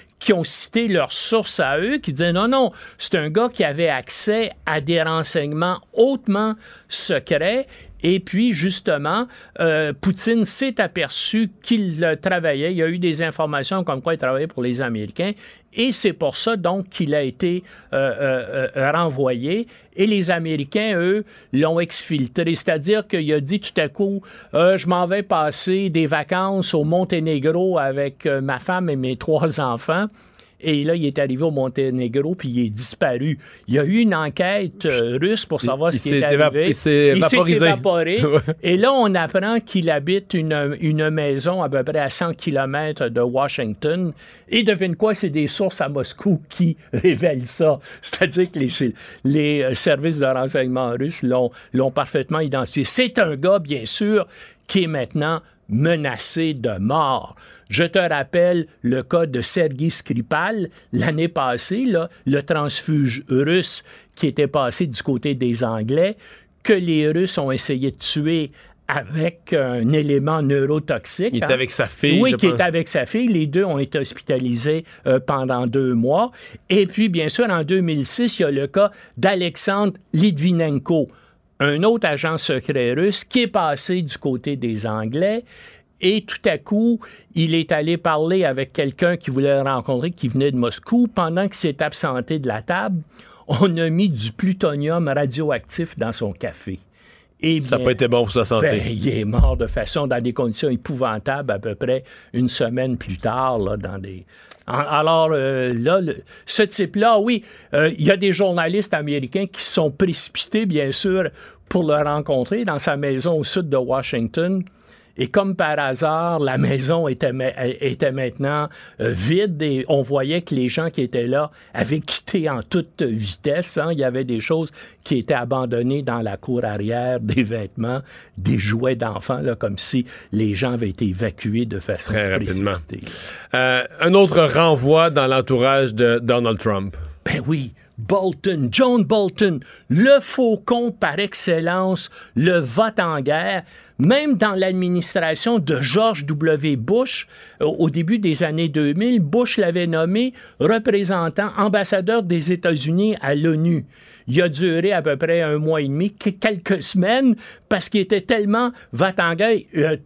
cité leurs sources à eux, qui disaient non, c'est un gars qui avait accès à des renseignements hautement secrets. Et puis, justement, Poutine s'est aperçu qu'il travaillait. Il y a eu des informations comme quoi il travaillait pour les Américains. Et c'est pour ça, donc, qu'il a été renvoyé. Et les Américains, eux, l'ont exfiltré. C'est-à-dire qu'il a dit tout à coup, je m'en vais passer des vacances au Monténégro avec ma femme et mes 3 enfants. Et là, il est arrivé au Monténégro, puis il est disparu. Il y a eu une enquête russe pour savoir ce qui est arrivé. Il s'est évaporé. Et là, on apprend qu'il habite une maison à peu près à 100 km de Washington. Et devine quoi, c'est des sources à Moscou qui révèlent ça. C'est-à-dire que les services de renseignement russes l'ont parfaitement identifié. C'est un gars, bien sûr, qui est maintenant menacé de mort. Je te rappelle le cas de Sergei Skripal, l'année passée, là, le transfuge russe qui était passé du côté des Anglais, que les Russes ont essayé de tuer avec un élément neurotoxique. Il était avec sa fille. Oui, qui était avec sa fille. Les deux ont été hospitalisés pendant 2 mois. Et puis, bien sûr, en 2006, il y a le cas d'Alexandre Litvinenko, un autre agent secret russe qui est passé du côté des Anglais. Et tout à coup, il est allé parler avec quelqu'un qu'il voulait rencontrer, qui venait de Moscou. Pendant qu'il s'est absenté de la table, on a mis du plutonium radioactif dans son café. Et ça n'a pas été bon pour sa santé. Il est mort de façon, dans des conditions épouvantables, à peu près une semaine plus tard, là, dans des... Alors, là, ce type-là, oui, il y a des journalistes américains qui se sont précipités, bien sûr, pour le rencontrer dans sa maison au sud de Washington. Et comme par hasard, la maison était maintenant vide et on voyait que les gens qui étaient là avaient quitté en toute vitesse. Hein. Il y avait des choses qui étaient abandonnées dans la cour arrière, des vêtements, des jouets d'enfants, là, comme si les gens avaient été évacués de façon très rapidement. Un autre renvoi dans l'entourage de Donald Trump. Ben oui. Bolton, John Bolton, le faucon par excellence, le vote en guerre. Même dans l'administration de George W. Bush, au début des années 2000, Bush l'avait nommé représentant, ambassadeur des États-Unis à l'ONU. Il a duré à peu près 1 mois et demi, quelques semaines, parce qu'il était tellement vote en guerre.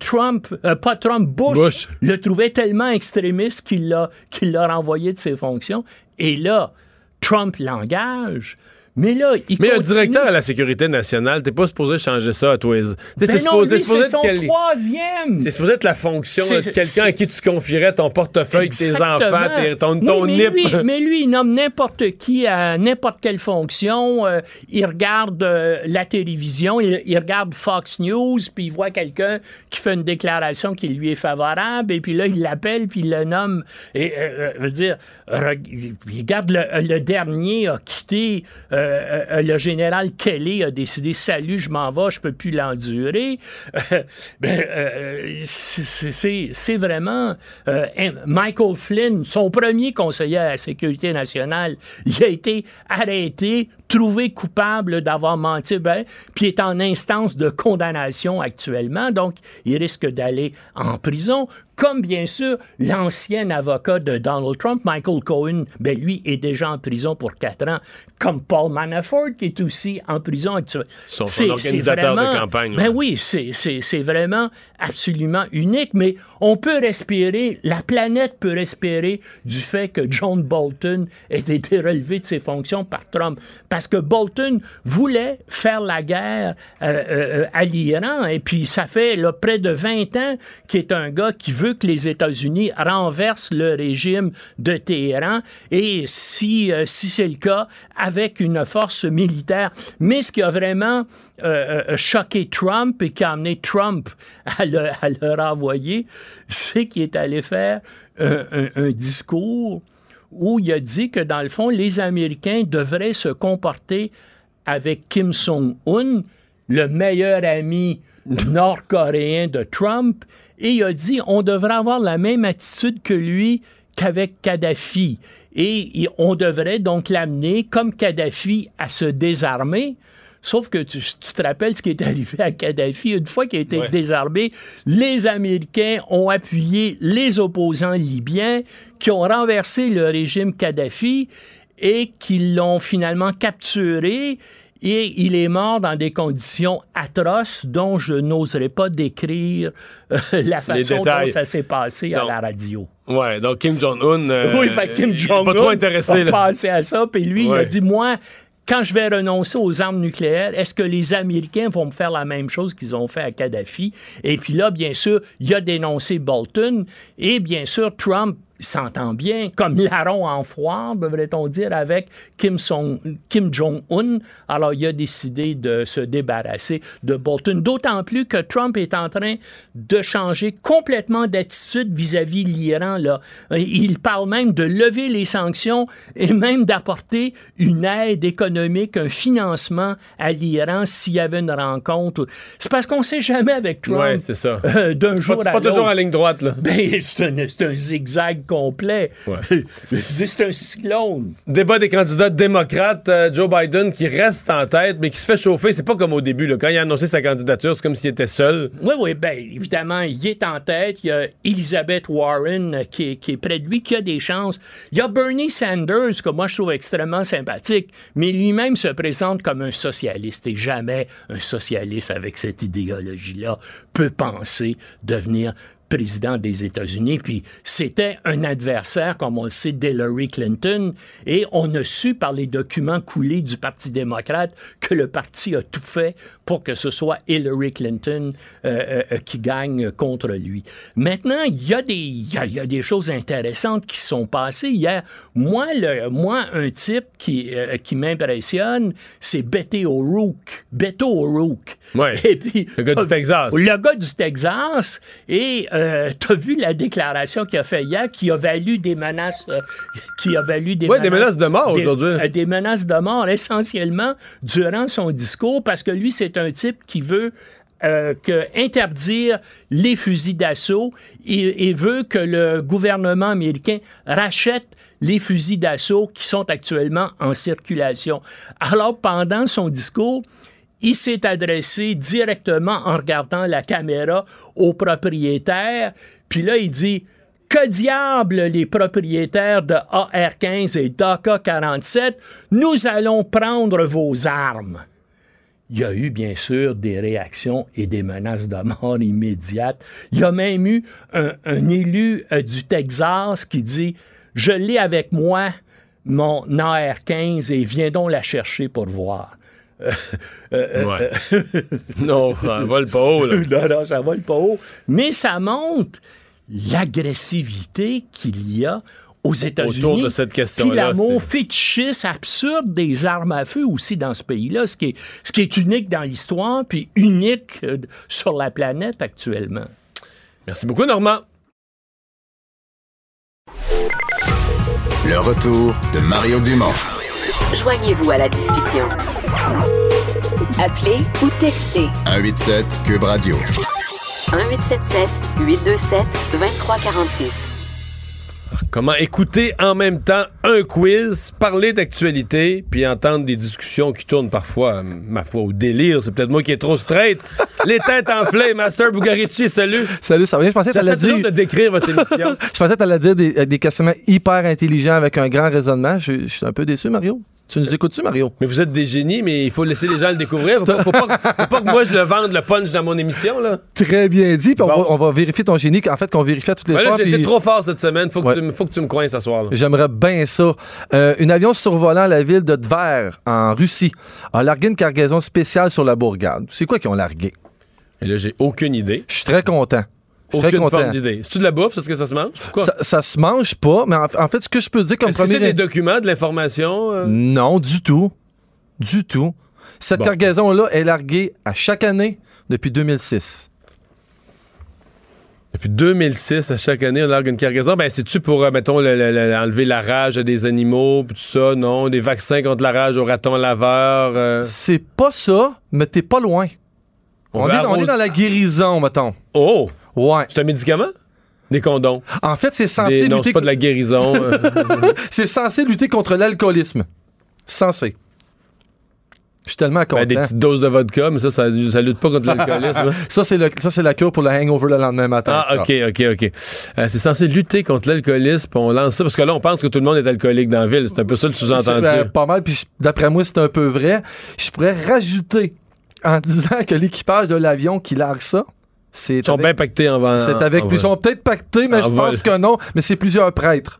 Bush le trouvait tellement extrémiste qu'il l'a renvoyé de ses fonctions. Et là, Trump l'engage. Mais là, il continue. Un directeur à la sécurité nationale, t'es pas supposé changer ça à tous les... C'est son troisième! C'est supposé être la fonction de quelqu'un à qui tu confierais ton portefeuille, tes enfants, ton NIP. Mais lui, il nomme n'importe qui à n'importe quelle fonction. Il regarde la télévision, il regarde Fox News, puis il voit quelqu'un qui fait une déclaration qui lui est favorable, et puis là, il l'appelle, puis il le nomme. Et, je veux dire, regarde, le dernier a quitté... le général Kelly a décidé « Salut, je m'en vais, je peux plus l'endurer ». C'est vraiment... Michael Flynn, son premier conseiller à la Sécurité nationale, il a été arrêté, trouvé coupable d'avoir menti, puis est en instance de condamnation actuellement, donc il risque d'aller en prison. Comme, bien sûr, l'ancien avocat de Donald Trump, Michael Cohen, lui est déjà en prison pour 4 ans. Comme Paul Manafort, qui est aussi en prison actuellement. Son organisateur de campagne. Oui, c'est vraiment absolument unique, mais on peut respirer, la planète peut respirer du fait que John Bolton ait été relevé de ses fonctions par Trump. Parce que Bolton voulait faire la guerre à l'Iran, et puis ça fait là, près de 20 ans qu'il est un gars qui veut que les États-Unis renversent le régime de Téhéran, et si c'est le cas, avec une force militaire. Mais ce qui a vraiment choqué Trump et qui a amené Trump à le renvoyer, c'est qu'il est allé faire un discours où il a dit que, dans le fond, les Américains devraient se comporter avec Kim Jong-un, le meilleur ami nord-coréen de Trump, et il a dit on devrait avoir la même attitude que lui qu'avec Kadhafi. Et on devrait donc l'amener, comme Kadhafi, à se désarmer. Sauf que tu te rappelles ce qui est arrivé à Kadhafi. Une fois qu'il a été désarmé, les Américains ont appuyé les opposants libyens qui ont renversé le régime Kadhafi et qui l'ont finalement capturé. Et il est mort dans des conditions atroces dont je n'oserais pas décrire la façon dont ça s'est passé à la radio. Ouais, donc Kim Jong-un, Kim Jong-un pas trop intéressé, a passé à ça, puis lui, il a dit, moi, quand je vais renoncer aux armes nucléaires, est-ce que les Américains vont me faire la même chose qu'ils ont fait à Kadhafi? Et puis là, bien sûr, il a dénoncé Bolton, et bien sûr, Trump s'entend bien, comme larron en foire, devrait-on dire, avec Kim Jong-un. Alors, il a décidé de se débarrasser de Bolton. D'autant plus que Trump est en train de changer complètement d'attitude vis-à-vis l'Iran. Là. Il parle même de lever les sanctions et même d'apporter une aide économique, un financement à l'Iran s'il y avait une rencontre. C'est parce qu'on ne sait jamais avec Trump. Oui, c'est ça. D'un jour à l'autre. Pas toujours en ligne droite, là. C'est un zigzag complet. Ouais. C'est un cyclone. Débat des candidats démocrates, Joe Biden qui reste en tête, mais qui se fait chauffer. C'est pas comme au début, là. Quand il a annoncé sa candidature, c'est comme s'il était seul. Oui, bien, évidemment, il est en tête. Il y a Elizabeth Warren qui est près de lui, qui a des chances. Il y a Bernie Sanders, que moi je trouve extrêmement sympathique, mais lui-même se présente comme un socialiste, et jamais un socialiste avec cette idéologie-là peut penser devenir président des États-Unis. Puis c'était un adversaire, comme on le sait, d'Hillary Clinton, et on a su par les documents coulés du Parti démocrate que le parti a tout fait pour que ce soit Hillary Clinton qui gagne contre lui. Maintenant, il y a des choses intéressantes qui sont passées. Hier, moi un type qui m'impressionne, c'est Beto O'Rourke. Ouais, et puis, le gars du Texas. Le gars du Texas, et t'as vu la déclaration qu'il a fait hier, qui a valu des menaces... des menaces de mort aujourd'hui. Des menaces de mort, essentiellement, durant son discours, parce que lui, c'est un type qui veut interdire les fusils d'assaut et veut que le gouvernement américain rachète les fusils d'assaut qui sont actuellement en circulation. Alors, pendant son discours, il s'est adressé directement en regardant la caméra aux propriétaires. Puis là, il dit « Que diable les propriétaires de AR-15 et d'AK-47, nous allons prendre vos armes. » Il y a eu, bien sûr, des réactions et des menaces de mort immédiates. Il y a même eu un élu du Texas qui dit « Je l'ai avec moi, mon AR-15, et viens donc la chercher pour voir. » Non, ça vole pas haut, là. Non, ça vole pas haut. Mais ça montre l'agressivité qu'il y a aux États-Unis. Autour de cette question-là. Puis l'amour fétichiste absurde des armes à feu aussi dans ce pays-là, ce qui est unique dans l'histoire, puis unique sur la planète actuellement. Merci beaucoup, Normand. Le retour de Mario Dumont. Joignez-vous à la discussion. Appelez ou textez 187 Cube Radio. 1877-827-2346. Comment écouter en même temps un quiz, parler d'actualité, puis entendre des discussions qui tournent parfois, ma foi, au délire. C'est peut-être moi qui est trop straight. Les têtes enflées, Master Bugarici, salut. Salut, ça va bien? Je pensais que t'allais dire... de décrire votre émission. Je pensais que t'allais dire des questionnements hyper intelligents avec un grand raisonnement. Je suis un peu déçu, Mario. Tu nous écoutes-tu, Mario? Mais vous êtes des génies, mais il faut laisser les gens le découvrir. Faut pas que moi je le vende, le punch dans mon émission, là. Très bien dit. Puis on va vérifier ton génie, en fait, qu'on vérifie à toutes les soirs. J'ai été trop fort cette semaine. Faut que tu me coinces ce soir, là. J'aimerais bien ça. Un avion survolant la ville de Tver, en Russie, a largué une cargaison spéciale sur la bourgade. C'est quoi qu'ils ont largué? Et là, j'ai aucune idée. Je suis très content. Aucune forme d'idée. C'est-tu de la bouffe? Est-ce que ça se mange? Pourquoi? Ça se mange pas, mais en fait, ce que je peux dire comme Est-ce que c'est des documents, de l'information? Non, du tout. Du tout. Cette cargaison-là est larguée à chaque année depuis 2006. Depuis 2006, à chaque année, on largue une cargaison. Ben, c'est-tu pour, mettons, enlever la rage des animaux, puis tout ça? Non? Des vaccins contre la rage aux ratons laveurs? C'est pas ça, mais t'es pas loin. On est dans la guérison, mettons. Oh! Ouais. C'est un médicament? Des condoms. En fait, c'est censé lutter... Non, c'est pas de la guérison. C'est censé lutter contre l'alcoolisme. Censé. Je suis tellement content. Des petites doses de vodka, mais ça lutte pas contre l'alcoolisme. Hein? Ça, c'est la cure pour le hangover le lendemain matin. Ah, OK. C'est censé lutter contre l'alcoolisme, puis on lance ça, parce que là, on pense que tout le monde est alcoolique dans la ville. C'est un peu ça le sous-entendu. Pas mal, puis d'après moi, c'est un peu vrai. Je pourrais rajouter en disant que l'équipage de l'avion qui largue ça, ils sont bien pactés en vent. C'est avec plus. Ils sont peut-être pactés, mais je pense que non. Mais c'est plusieurs prêtres.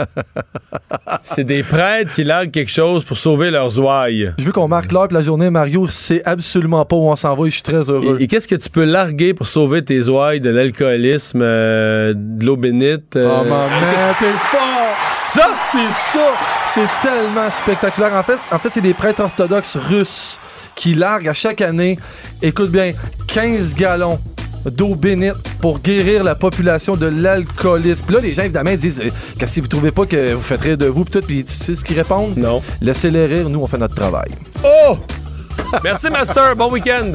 C'est des prêtres qui larguent quelque chose pour sauver leurs ouailles. Je veux qu'on marque l'heure de la journée, Mario. C'est absolument pas où on s'en va et je suis très heureux. Et qu'est-ce que tu peux larguer pour sauver tes ouailles de l'alcoolisme, de l'eau bénite? Oh, maman, t'es fort! C'est ça? C'est ça! C'est tellement spectaculaire. En fait, c'est des prêtres orthodoxes russes qui larguent à chaque année, écoute bien, 15 gallons d'eau bénite pour guérir la population de l'alcoolisme. Puis là, les gens, évidemment, ils disent que si vous trouvez pas que vous faites rire de vous, puis tout, puis tu sais ce qu'ils répondent? Non. Laissez-les rire, nous, on fait notre travail. Oh! Merci, Master. Bon week-end.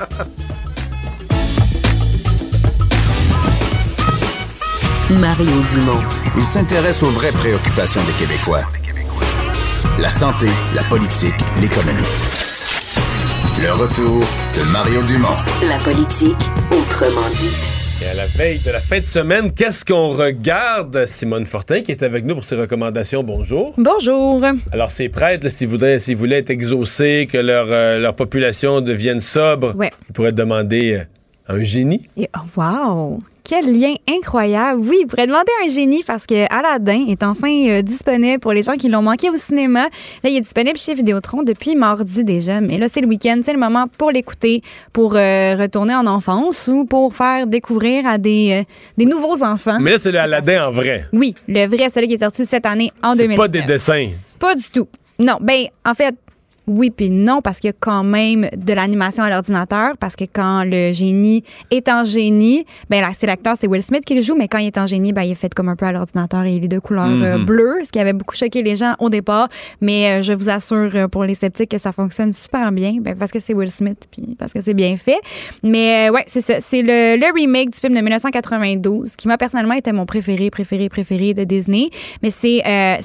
Mario Dumont. Il s'intéresse aux vraies préoccupations des Québécois. La santé, la politique, l'économie. Le retour de Mario Dumont. La politique, autrement dit. Et à la veille de la fin de semaine, qu'est-ce qu'on regarde? Simone Fortin qui est avec nous pour ses recommandations. Bonjour. Bonjour. Alors, ces prêtres, s'ils voulaient être exaucés, que leur population devienne sobre, ils pourraient demander un génie. Et, wow! Quel lien incroyable. Oui, il pourrait demander un génie parce que Aladdin est enfin disponible pour les gens qui l'ont manqué au cinéma. Là, il est disponible chez Vidéotron depuis mardi déjà. Mais là, c'est le week-end. C'est le moment pour l'écouter, pour retourner en enfance ou pour faire découvrir à des nouveaux enfants. Mais là, c'est le Aladdin en vrai. Oui, le vrai, celui qui est sorti cette année en 2019. C'est pas des dessins. Pas du tout. Non, ben en fait... Oui puis non, parce qu'il y a quand même de l'animation à l'ordinateur, parce que quand le génie est en génie, ben là, c'est l'acteur, c'est Will Smith qui le joue, mais quand il est en génie, ben il est fait comme un peu à l'ordinateur et il est de couleur bleue, ce qui avait beaucoup choqué les gens au départ, mais je vous assure pour les sceptiques que ça fonctionne super bien, ben parce que c'est Will Smith puis parce que c'est bien fait. Mais ouais, c'est ça, c'est le remake du film de 1992 qui m'a personnellement été mon préféré de Disney, mais c'est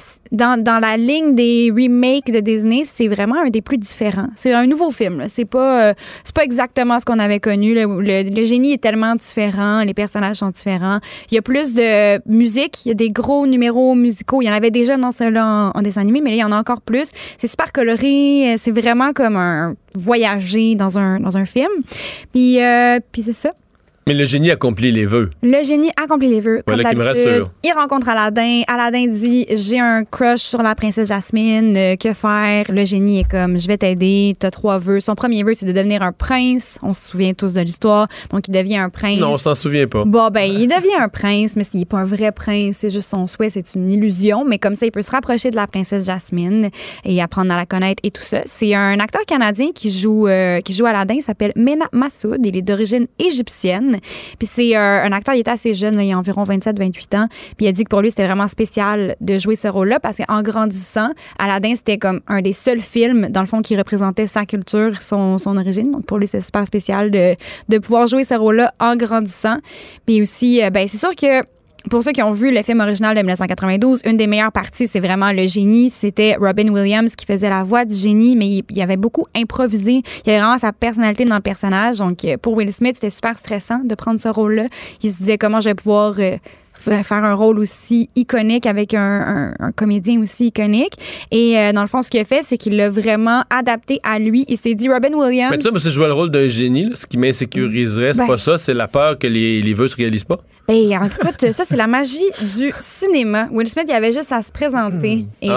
dans la ligne des remakes de Disney, c'est vraiment un des plus différents. C'est un nouveau film, là. C'est pas exactement ce qu'on avait connu. Le génie est tellement différent, les personnages sont différents. Il y a plus de musique, il y a des gros numéros musicaux. Il y en avait déjà dans ceux-là en dessin animé, mais là, il y en a encore plus. C'est super coloré, c'est vraiment comme un voyager dans un film. Puis c'est ça. Mais le génie accomplit les vœux. Le génie accomplit les vœux. Comme d'habitude, il rencontre Aladdin. Aladdin dit « J'ai un crush sur la princesse Jasmine. Que faire? » Le génie est comme « Je vais t'aider. T'as 3 vœux. » Son premier vœu, c'est de devenir un prince. On se souvient tous de l'histoire. Donc, il devient un prince. Non, on s'en souvient pas. Bon, ben, il devient un prince, mais il n'est pas un vrai prince. C'est juste son souhait. C'est une illusion. Mais comme ça, il peut se rapprocher de la princesse Jasmine et apprendre à la connaître et tout ça. C'est un acteur canadien qui joue Aladdin. Il s'appelle Mena Massoud. Il est d'origine égyptienne. Puis c'est un acteur, il était assez jeune, là, il a environ 27-28 ans. Puis il a dit que pour lui, c'était vraiment spécial de jouer ce rôle-là parce qu'en grandissant, Aladdin, c'était comme un des seuls films, dans le fond, qui représentait sa culture, son origine. Donc pour lui, c'est super spécial de pouvoir jouer ce rôle-là en grandissant. Puis aussi, ben c'est sûr que pour ceux qui ont vu le film original de 1992, une des meilleures parties, c'est vraiment le génie. C'était Robin Williams qui faisait la voix du génie, mais il avait beaucoup improvisé. Il avait vraiment sa personnalité dans le personnage. Donc, pour Will Smith, c'était super stressant de prendre ce rôle-là. Il se disait comment je vais pouvoir faire un rôle aussi iconique avec un comédien aussi iconique. Et dans le fond, ce qu'il a fait, c'est qu'il l'a vraiment adapté à lui. Il s'est dit, Robin Williams... Mais tu sais, moi, si je jouais le rôle d'un génie, là, ce qui m'insécuriserait, c'est pas ça, c'est la peur que les vœux se réalisent pas. Ben, écoute, ça, c'est la magie du cinéma. Will Smith, il avait juste à se présenter. Et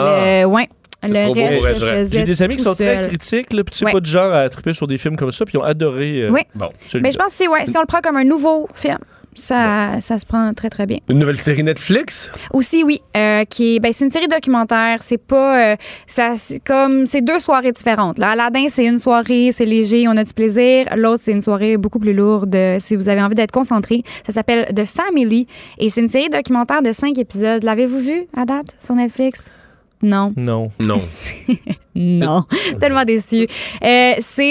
le reste, j'ai des amis qui sont très critiques, là, puis tu sais, pas du genre à triper sur des films comme ça, puis ils ont adoré. Oui. Bon, mais je pense que si on le prend comme un nouveau film, ça se prend très, très bien. Une nouvelle série Netflix? Aussi, oui. C'est une série documentaire. C'est pas... c'est 2 soirées différentes. Là, Aladdin, c'est une soirée, c'est léger, on a du plaisir. L'autre, c'est une soirée beaucoup plus lourde, si vous avez envie d'être concentré. Ça s'appelle The Family. Et c'est une série documentaire de 5 épisodes. L'avez-vous vu à date sur Netflix? Non. Non. Non. Tellement déçu. C'est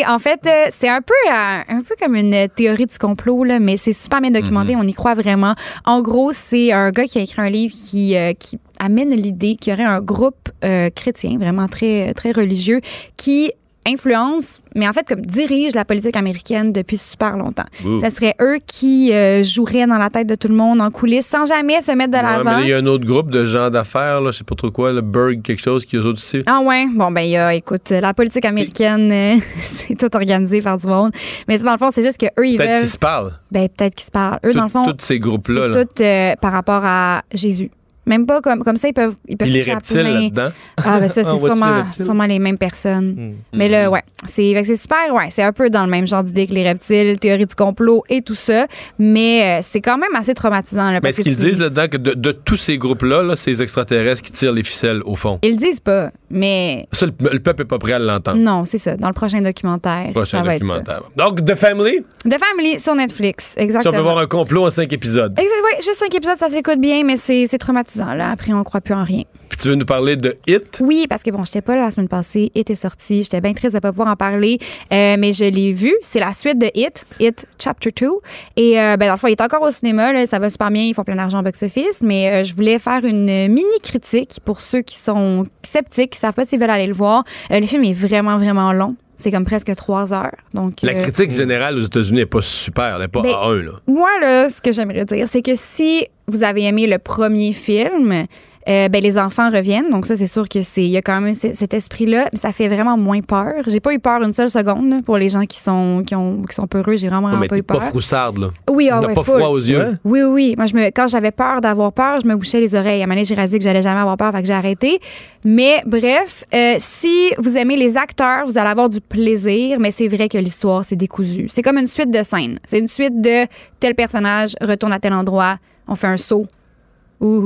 un peu comme une théorie du complot, là, mais c'est super bien documenté. On y croit vraiment. En gros, c'est un gars qui a écrit un livre qui amène l'idée qu'il y aurait un groupe chrétien, vraiment très, très religieux, qui influence, mais en fait comme dirige la politique américaine depuis super longtemps. Ça serait eux qui joueraient dans la tête de tout le monde en coulisses sans jamais se mettre de l'avant. Il y a un autre groupe de gens d'affaires, là, je sais pas trop quoi, le Berg quelque chose qui eux autres aussi. Ah ouais, bon ben écoute, la politique américaine c'est tout organisé par du monde. Mais dans le fond, c'est juste que eux ils veulent. Peut-être qu'ils se parlent. Ben peut-être qu'ils se parlent. Eux dans le fond, tous ces groupes-là, c'est tout par rapport à Jésus. Même pas comme ça, ils peuvent les reptiles là-dedans? Ah, ben ça, c'est sûrement les mêmes personnes. Mais là, ouais. C'est super, ouais. C'est un peu dans le même genre d'idée que les reptiles, théorie du complot et tout ça. Mais c'est quand même assez traumatisant. Là, mais est-ce qu'ils disent là-dedans que de tous ces groupes-là, là, c'est les extraterrestres qui tirent les ficelles au fond? Ils le disent pas, mais. Ça, le peuple est pas prêt à l'entendre. Non, c'est ça. Dans le prochain documentaire. Ça va être ça. Donc, The Family? The Family sur Netflix, exactement. Si on peut voir un complot en 5 épisodes. Oui, juste 5 épisodes, ça s'écoute bien, mais c'est traumatisant. Là. Après, on croit plus en rien. Puis tu veux nous parler de It? Oui, parce que bon, j'étais pas là la semaine passée. It est sorti. J'étais bien triste de pas pouvoir en parler. Mais je l'ai vu. C'est la suite de It Chapter 2. Et dans le fond, il est encore au cinéma. Là, ça va super bien. Ils font plein d'argent au box-office. Mais je voulais faire une mini-critique pour ceux qui sont sceptiques, qui savent pas s'ils veulent aller le voir. Le film est vraiment, vraiment long. C'est comme presque 3 heures. Donc, la critique générale aux États-Unis n'est pas super. Elle n'est pas A1. Là. Moi, là, ce que j'aimerais dire, c'est que si vous avez aimé le premier film, les enfants reviennent. Donc ça, c'est sûr que il y a quand même cet esprit-là. Mais ça fait vraiment moins peur. J'ai pas eu peur une seule seconde là, pour les gens qui sont peureux. J'ai vraiment pas eu peur. Mais pas froussarde, là. Oui, on n'a pas froid aux yeux. Oui, oui. Moi, quand j'avais peur d'avoir peur, je me bouchais les oreilles. À un moment donné, j'ai réalisé que j'allais jamais avoir peur, fait que j'ai arrêté. Mais bref, si vous aimez les acteurs, vous allez avoir du plaisir. Mais c'est vrai que l'histoire, c'est décousu. C'est comme une suite de scènes. C'est une suite de tel personnage retourne à tel endroit, on fait un saut.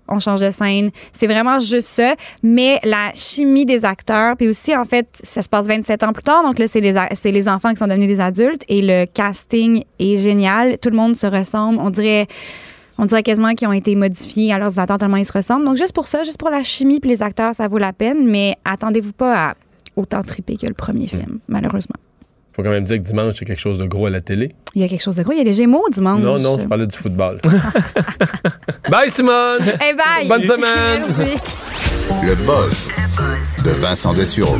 on change de scène. C'est vraiment juste ça. Mais la chimie des acteurs, puis aussi, en fait, ça se passe 27 ans plus tard. Donc là, c'est les enfants qui sont devenus des adultes. Et le casting est génial. Tout le monde se ressemble. On dirait quasiment qu'ils ont été modifiés à leurs attentes tellement ils se ressemblent. Donc juste pour ça, juste pour la chimie puis les acteurs, ça vaut la peine. Mais attendez-vous pas à autant triper que le premier film, malheureusement. Faut quand même dire que dimanche, il y a quelque chose de gros à la télé. Il y a quelque chose de gros. Il y a les Gémeaux dimanche. Non, je parlais du football. Bye, Simone! Hey, bye! Bonne semaine! Merci. Le buzz de Vincent Dessureau.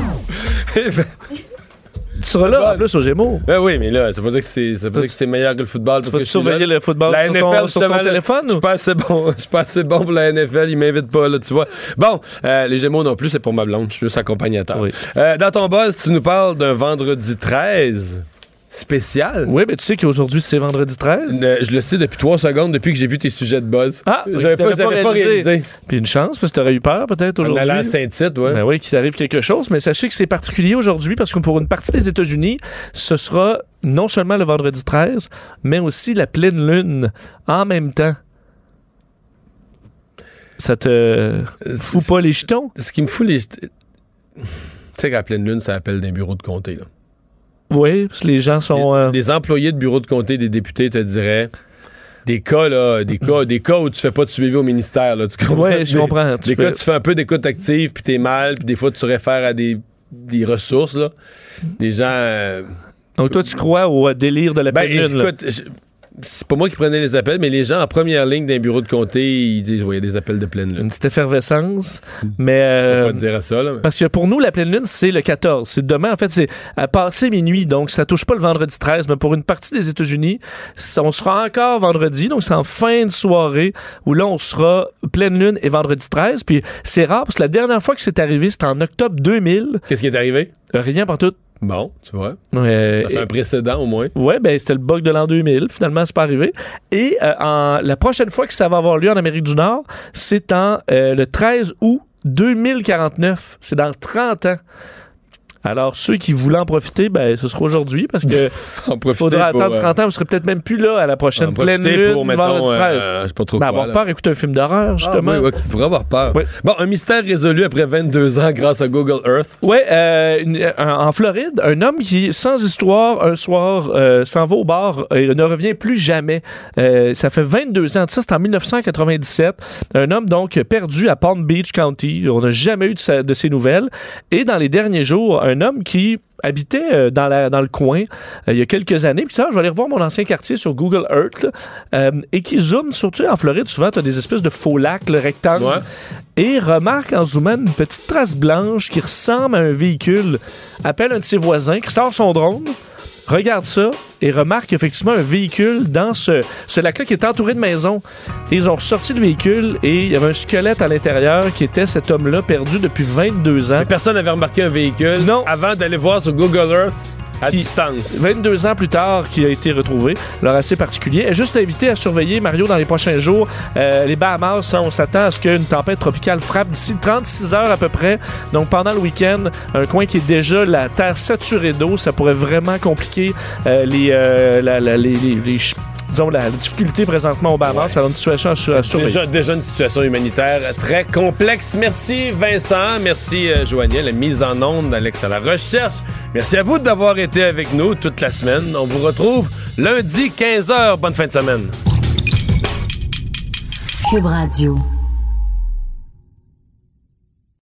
Tu seras là, en plus, aux Gémeaux. Ben oui, mais là, ça veut dire que c'est meilleur que le football. Tu vas surveiller le football la sur NFL, sur ton téléphone? Je suis pas assez bon pour la NFL. Ils m'invitent pas, là, tu vois. Bon, les Gémeaux non plus, c'est pour ma blonde. Je suis juste accompagnateur. Oui. Dans ton buzz, tu nous parles d'un vendredi 13 spécial. Oui, mais tu sais qu'aujourd'hui, c'est vendredi 13. Je le sais depuis 3 secondes, depuis que j'ai vu tes sujets de buzz. Ah, j'avais pas réalisé. Puis une chance, parce que tu aurais eu peur peut-être aujourd'hui. On allait à Saint-Tite, ouais. Ben oui, qu'il arrive quelque chose, mais sachez que c'est particulier aujourd'hui parce que pour une partie des États-Unis, ce sera non seulement le vendredi 13, mais aussi la pleine lune en même temps. Ça te fout pas les jetons? Ce qui me fout les jetons... Tu sais qu'à la pleine lune, ça appelle d'un bureau de comté, là. Oui, parce que les gens sont... Des employés de bureau de comté, des députés te diraient... Des cas où tu fais pas de suivi au ministère, là, tu comprends? Oui, je comprends. Des cas où tu fais un peu d'écoute active, puis t'es mal, puis des fois tu réfères à des ressources, là. Des gens... Donc toi, tu crois au délire de la pleine lune, écoute, c'est pas moi qui prenais les appels, mais les gens en première ligne d'un bureau de comté, ils disent, il y a des appels de pleine lune. Une petite effervescence, mais... On va dire à ça, là. Parce que pour nous, la pleine lune, c'est le 14. C'est demain, en fait, c'est à passer minuit, donc ça touche pas le vendredi 13, mais pour une partie des États-Unis, on sera encore vendredi, donc c'est en fin de soirée, où là, on sera pleine lune et vendredi 13, puis c'est rare, parce que la dernière fois que c'est arrivé, c'était en octobre 2000. Qu'est-ce qui est arrivé? Rien partout. Bon, tu vois. Ça fait un précédent au moins. Oui, ben c'était le bug de l'an 2000. Finalement, c'est pas arrivé. Et la prochaine fois que ça va avoir lieu en Amérique du Nord, c'est le 13 août 2049. C'est dans 30 ans. Alors, ceux qui voulaient en profiter, ben, ce sera aujourd'hui parce que faudra attendre 30 ans. Vous serez peut-être même plus là à la prochaine pleine lune. Pour, mettons, je sais pas trop quoi, avoir peur, écouter un film d'horreur, justement. Oui, tu pourrais avoir peur. Oui. Bon, un mystère résolu après 22 ans grâce à Google Earth. Oui, en Floride, un homme qui, sans histoire, un soir, s'en va au bar et ne revient plus jamais. Ça fait 22 ans de ça, c'est en 1997. Un homme, donc, perdu à Palm Beach County. On n'a jamais eu de ses nouvelles. Et dans les derniers jours, un homme qui habitait dans le coin il y a quelques années. Puis ça, je vais aller revoir mon ancien quartier sur Google Earth et qui zoome, surtout en Floride, souvent, tu as des espèces de faux lacs, le rectangle. Ouais. Et remarque en zoomant une petite trace blanche qui ressemble à un véhicule. Appelle un de ses voisins qui sort son drone, regarde ça et remarque effectivement un véhicule dans ce lac-là qui est entouré de maisons. Et ils ont ressorti le véhicule et il y avait un squelette à l'intérieur qui était cet homme-là perdu depuis 22 ans. Mais personne n'avait remarqué un véhicule avant d'aller voir sur Google Earth à distance. 22 ans plus tard, qui a été retrouvé. Alors, assez particulier. Et juste invité à surveiller, Mario, dans les prochains jours, les Bahamas, on s'attend à ce qu'une tempête tropicale frappe d'ici 36 heures à peu près. Donc, pendant le week-end, un coin qui est déjà la terre saturée d'eau, ça pourrait vraiment compliquer disons, la difficulté présentement au Bahamas. Ça a une situation à surveiller. Déjà une situation humanitaire très complexe. Merci Vincent, merci Joanie, la mise en onde d'Alex à la recherche. Merci à vous d'avoir été avec nous toute la semaine. On vous retrouve lundi 15h. Bonne fin de semaine. Cube Radio.